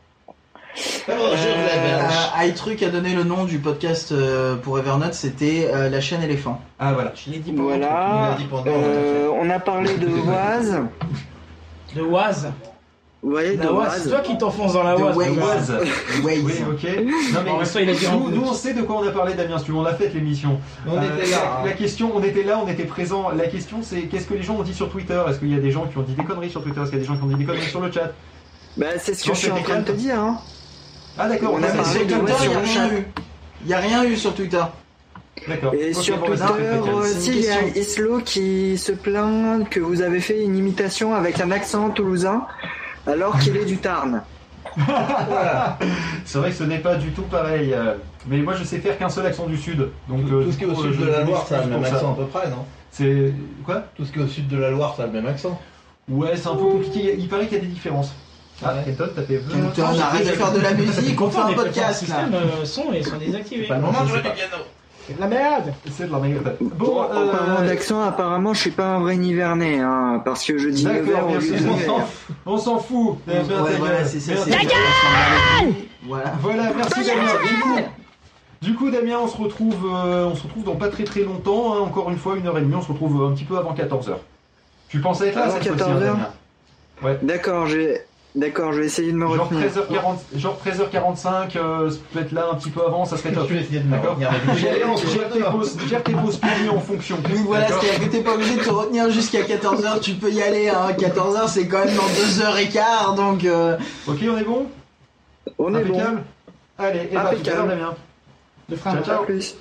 Euh, iTruc a donné le nom du podcast euh, pour Evernote, c'était euh, la chaîne éléphant. Ah voilà. Je l'ai dit pendant Voilà. Euh, on a parlé de Oise. De Oise. Ouais, de La Oise, c'est Oise. toi qui t'enfonces dans la De Oise. Waze. Oise. Waze. Oui, ok. Non mais En même temps, il a dit en nous, gros. nous, on sait de quoi on a parlé, Damien. Si tu veux, on l'a fait l'émission. On était là, La, hein. la question, on était là, on était présent. La question, c'est qu'est-ce que les gens ont dit sur Twitter? Est-ce qu'il y a des gens qui ont dit des conneries sur Twitter? Est-ce qu'il y a des gens qui ont dit des conneries sur le chat? Bah, c'est ce que Non, je suis en c'était train de te Kent. dire. Hein. Ah d'accord. On ouais, a mais parlé c'est de Twitter, Waze il y Il a n'y a rien rien eu. eu. Il n'y a rien eu sur Twitter. D'accord. Et Ok, sur bon, bah, Twitter c'est très bien. c'est une aussi, il y a question. Islo qui se plaint que vous avez fait une imitation avec un accent toulousain alors qu'il est du Tarn. C'est vrai que ce n'est pas du tout pareil. euh, Mais moi, je sais faire qu'un seul accent du sud. Donc euh, Tout ce qui est du au coup, sud je de la Loire, m'excuse ça a le même pour ça. accent à peu près, non? C'est quoi? Tout ce qui est au sud de la Loire, ça a le même accent. Ouais, c'est un peu compliqué. Il paraît qu'il y a des différences. Ah, Ouais. Kenton, t'as fait. Kenton, arrête de faire de la musique, on fait un Les podcast là. systèmes euh, son et sont désactivés. Pas le moment de jouer du piano. C'est de la merde. C'est de la merde. Bon, Bon, en euh, parlant d'accent, apparemment, je suis pas un vrai Nivernais, hein, parce que je dis Nevers D'accord, au lieu merci. de On Nevers. s'en fout. On s'en fout. Eh ben, Ouais, ta voilà, gueule. c'est ça. Merde, c'est ta ça. gueule. Voilà. Voilà, merci Damien. Du coup, du coup, Damien, on se retrouve, euh, on se retrouve dans pas très très longtemps. Hein, encore une fois, une heure et demie. On se retrouve un petit peu avant quatorze heures. Tu pensais être là Avant cette fois-ci, hein, quatorze heures? Damien? Ouais. D'accord, j'ai... D'accord, je vais essayer de me Genre retenir. treize heures quarante, genre treize heures quarante-cinq, euh, ça peut être là un petit peu avant, ça serait top. Je vais essayer de me D'accord. retenir avec Gère Gère- gère tes pauses, gère tes pauses pili en fonction. Oui, voilà, D'accord. c'est-à-dire que t'es pas obligé de te retenir jusqu'à quatorze heures, tu peux y aller, hein. quatorze heures c'est quand même dans deux heures quinze, donc euh... Ok, on est bon? On est bon. Impeccable. Allez, et bah, tout à l'heure, Impeccable. Damien. De frein. Ciao, ciao. À plus.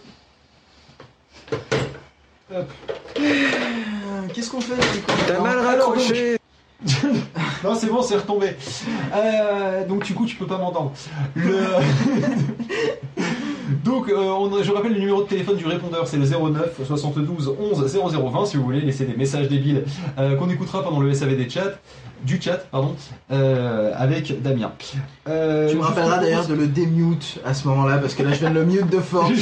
Hop. euh, qu'est-ce qu'on fait du coup T'as mal Alors, raccroché. Non, c'est bon, c'est retombé. Euh, donc, du coup, tu peux pas m'entendre. Le... donc, Donc, euh, on, je rappelle le numéro de téléphone du répondeur, c'est le zéro neuf soixante-douze onze zéro zéro vingt si vous voulez laisser des messages débiles euh, qu'on écoutera pendant le S A V des chats, du chat, pardon, euh, avec Damien. Euh, tu me rappelleras d'ailleurs de le démute à ce moment-là, parce que là je viens de le mute de force.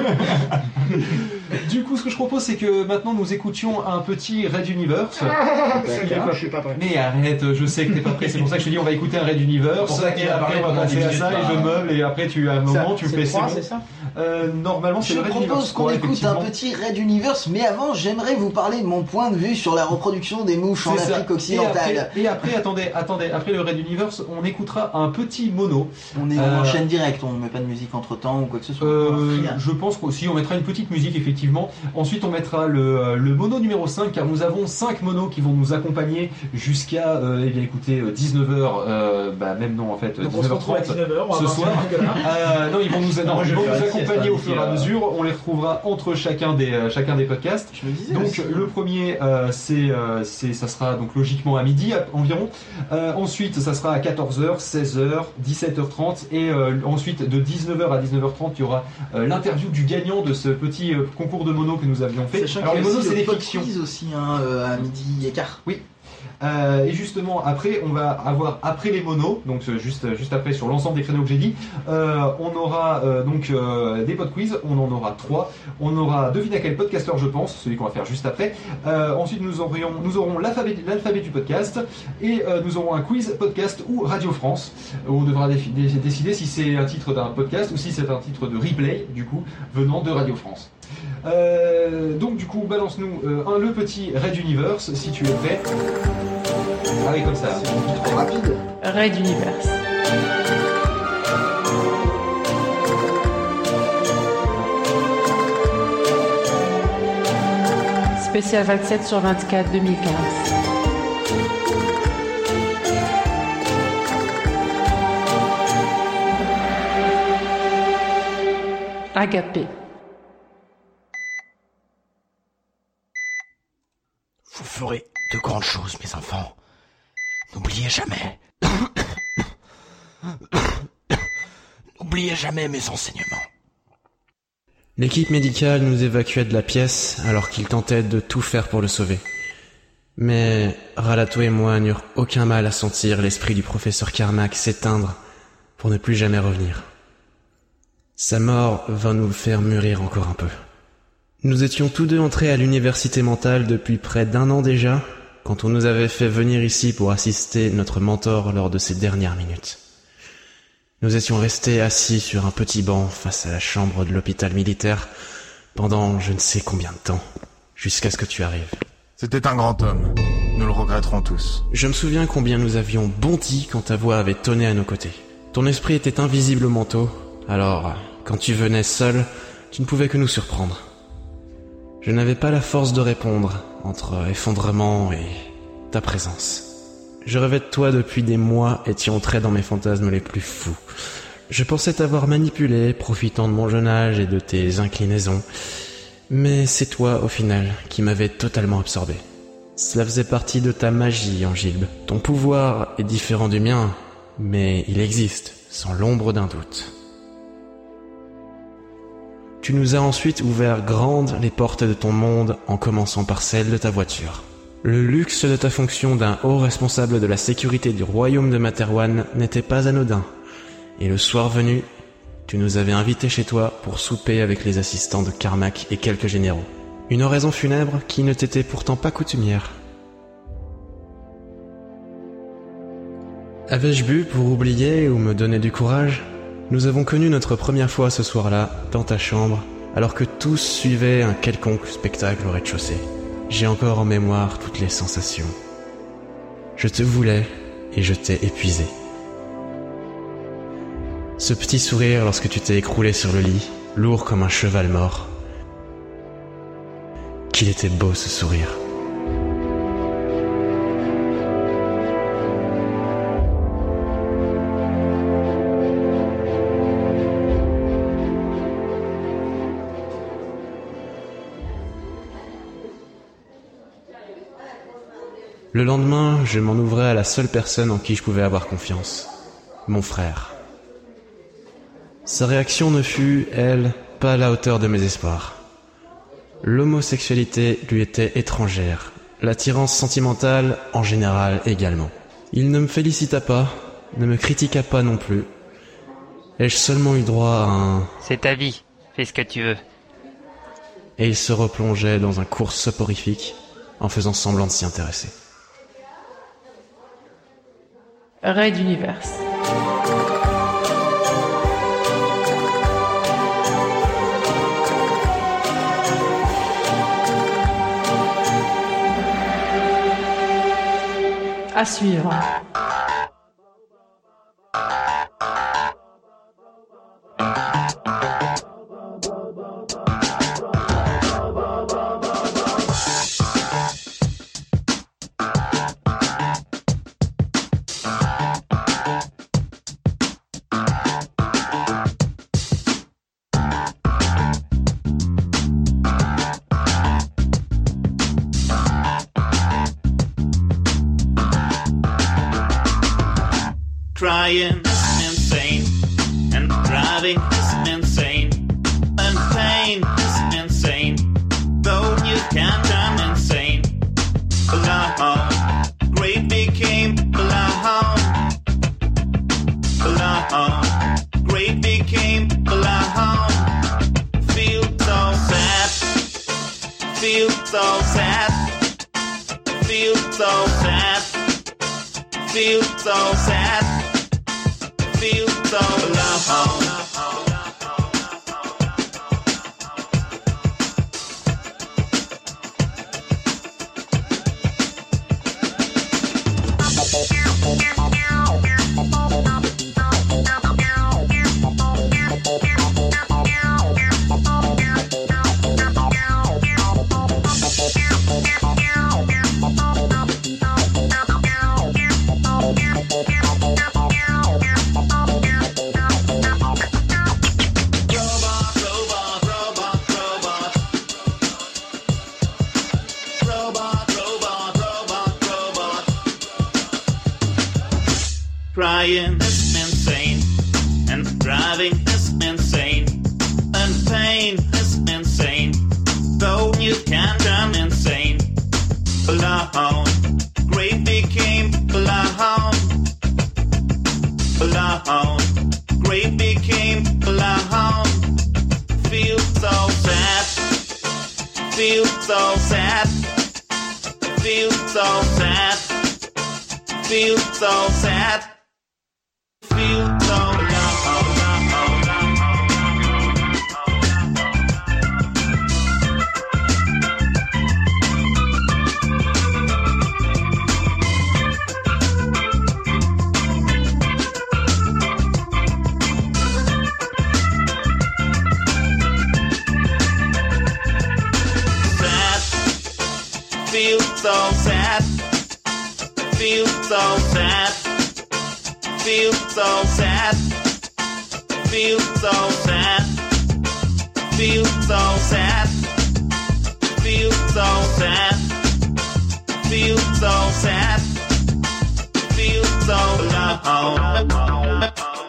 Du coup, ce que je propose, c'est que maintenant nous écoutions un petit Red Universe. D'accord, je suis pas prêt. Mais arrête, je sais que t'es pas prêt, c'est pour ça que je te dis on va écouter un Red Universe. C'est pour ça qu'il et a après parlé on va pendant passer dix à minutes, ça là. et je meuble et après tu à un moment tu C'est fais le c'est trois, bon. c'est ça Euh, normalement c'est Je le Red propose Universe. qu'on ouais, écoute un effectivement. petit Red Universe, mais avant j'aimerais vous parler de mon point de vue sur la reproduction des mouches en C'est ça. Afrique occidentale. Et après, et après, attendez, attendez, après le Red Universe, on écoutera un petit mono. On est Euh, en chaîne directe, on met pas de musique entre temps ou quoi que ce soit. Euh, Rien. je pense qu'aussi on mettra une petite musique effectivement. Ensuite on mettra le, le mono numéro cinq car nous avons cinq monos qui vont nous accompagner jusqu'à euh, eh bien écoutez dix-neuf heures euh, bah même non en fait Donc on se dix-neuf heures retrouve à trente dix-neuf heures, on va ce voir soir. ça jusque-là. Euh, non ils vont nous, non, Moi, je ils vont vais faire nous la sieste, accompagner au d'ici, fur et à euh, mesure. On les retrouvera entre chacun des euh, chacun des podcasts. Je me disais Donc aussi. le premier euh, c'est euh, c'est ça sera donc logiquement à midi à- environ. Euh, ensuite ça sera à quatorze heures, seize heures, dix-sept heures trente et euh, ensuite de dix-neuf heures à dix-neuf heures trente il y aura euh, l'interview du gagnant de ce petit euh, concours de mono que nous avions fait. Sachant Alors les qu'il y a monos aussi c'est le des pod fictions. quiz aussi hein, euh, à midi et quart. Oui. Euh, et justement après on va avoir après les monos donc euh, juste juste après sur l'ensemble des créneaux que j'ai dit euh, on aura euh, donc euh, des pod quiz, on en aura trois, on aura devine à quel podcasteur je pense, celui qu'on va faire juste après. Euh, ensuite nous aurions nous aurons l'alphabet l'alphabet du podcast et euh, nous aurons un quiz podcast ou Radio France où on devra défi- dé- décider si c'est un titre d'un podcast ou si c'est un titre de replay du coup venant de Radio France. Euh, donc du coup balance-nous euh, un le petit Red Universe si tu es prêt. Ah oui comme ça. Trop rapide. Red Universe. Spécial vingt-sept sur vingt-quatre deux mille quinze. Agapé. Vous ferez de grandes choses, mes enfants. N'oubliez jamais. N'oubliez jamais mes enseignements. L'équipe médicale nous évacuait de la pièce alors qu'ils tentaient de tout faire pour le sauver. Mais Ralato et moi n'eurent aucun mal à sentir l'esprit du professeur Carmack s'éteindre pour ne plus jamais revenir. Sa mort vint nous faire mûrir encore un peu. Nous étions tous deux entrés à l'université mentale depuis près d'un an déjà, quand on nous avait fait venir ici pour assister notre mentor lors de ses dernières minutes. Nous étions restés assis sur un petit banc face à la chambre de l'hôpital militaire pendant je ne sais combien de temps, jusqu'à ce que tu arrives. C'était un grand homme. Nous le regretterons tous. Je me souviens combien nous avions bondi quand ta voix avait tonné à nos côtés. Ton esprit était invisible au manteau, alors quand tu venais seul, tu ne pouvais que nous surprendre. Je n'avais pas la force de répondre entre effondrement et ta présence. Je rêvais de toi depuis des mois et tu entrais dans mes fantasmes les plus fous. Je pensais t'avoir manipulé, profitant de mon jeune âge et de tes inclinaisons. Mais c'est toi, au final, qui m'avais totalement absorbé. Cela faisait partie de ta magie, Angilbe. Ton pouvoir est différent du mien, mais il existe, sans l'ombre d'un doute. Tu nous as ensuite ouvert grandes les portes de ton monde en commençant par celle de ta voiture. Le luxe de ta fonction d'un haut responsable de la sécurité du royaume de Materwan n'était pas anodin. Et le soir venu, tu nous avais invités chez toi pour souper avec les assistants de Carmack et quelques généraux. Une oraison funèbre qui ne t'était pourtant pas coutumière. Avais-je bu pour oublier ou me donner du courage ? Nous avons connu notre première fois ce soir-là, dans ta chambre, alors que tous suivaient un quelconque spectacle au rez-de-chaussée. J'ai encore en mémoire toutes les sensations. Je te voulais et je t'ai épuisé. Ce petit sourire lorsque tu t'es écroulé sur le lit, lourd comme un cheval mort. Qu'il était beau ce sourire. Le lendemain, je m'en ouvrais à la seule personne en qui je pouvais avoir confiance. Mon frère. Sa réaction ne fut, elle, pas à la hauteur de mes espoirs. L'homosexualité lui était étrangère, l'attirance sentimentale en général également. Il ne me félicita pas, ne me critiqua pas non plus. Ai-je seulement eu droit à un... C'est ta vie, fais ce que tu veux. Et il se replongeait dans un cours soporifique en faisant semblant de s'y intéresser. Raid Univers. À suivre. Crying is insane, and driving is insane, and pain is insane, though you can turn insane. Alone, great became alone, alone, great became alone. Feel so sad, feel so sad, feel so sad, feel so sad. Feel so alone. Crying is insane, and driving is insane, and pain is insane, though you can turn insane. Alone, great became alone, alone, great became alone. Feel so sad, feel so sad, feel so sad, feel so sad. Feel so alone. Sad, feel so sad, feel so sad. Feel so sad, feel so sad, feel so sad, feel so sad, feel so sad, feel so alone.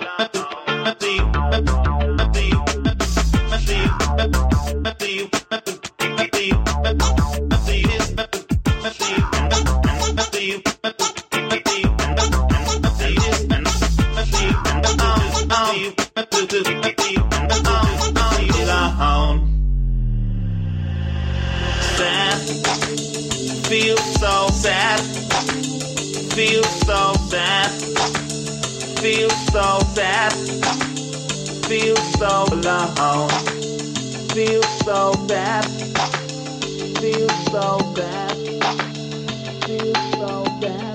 Feel so sad, feel so sad, feel so sad, feel so alone, feel so sad, feel so sad, feel so sad.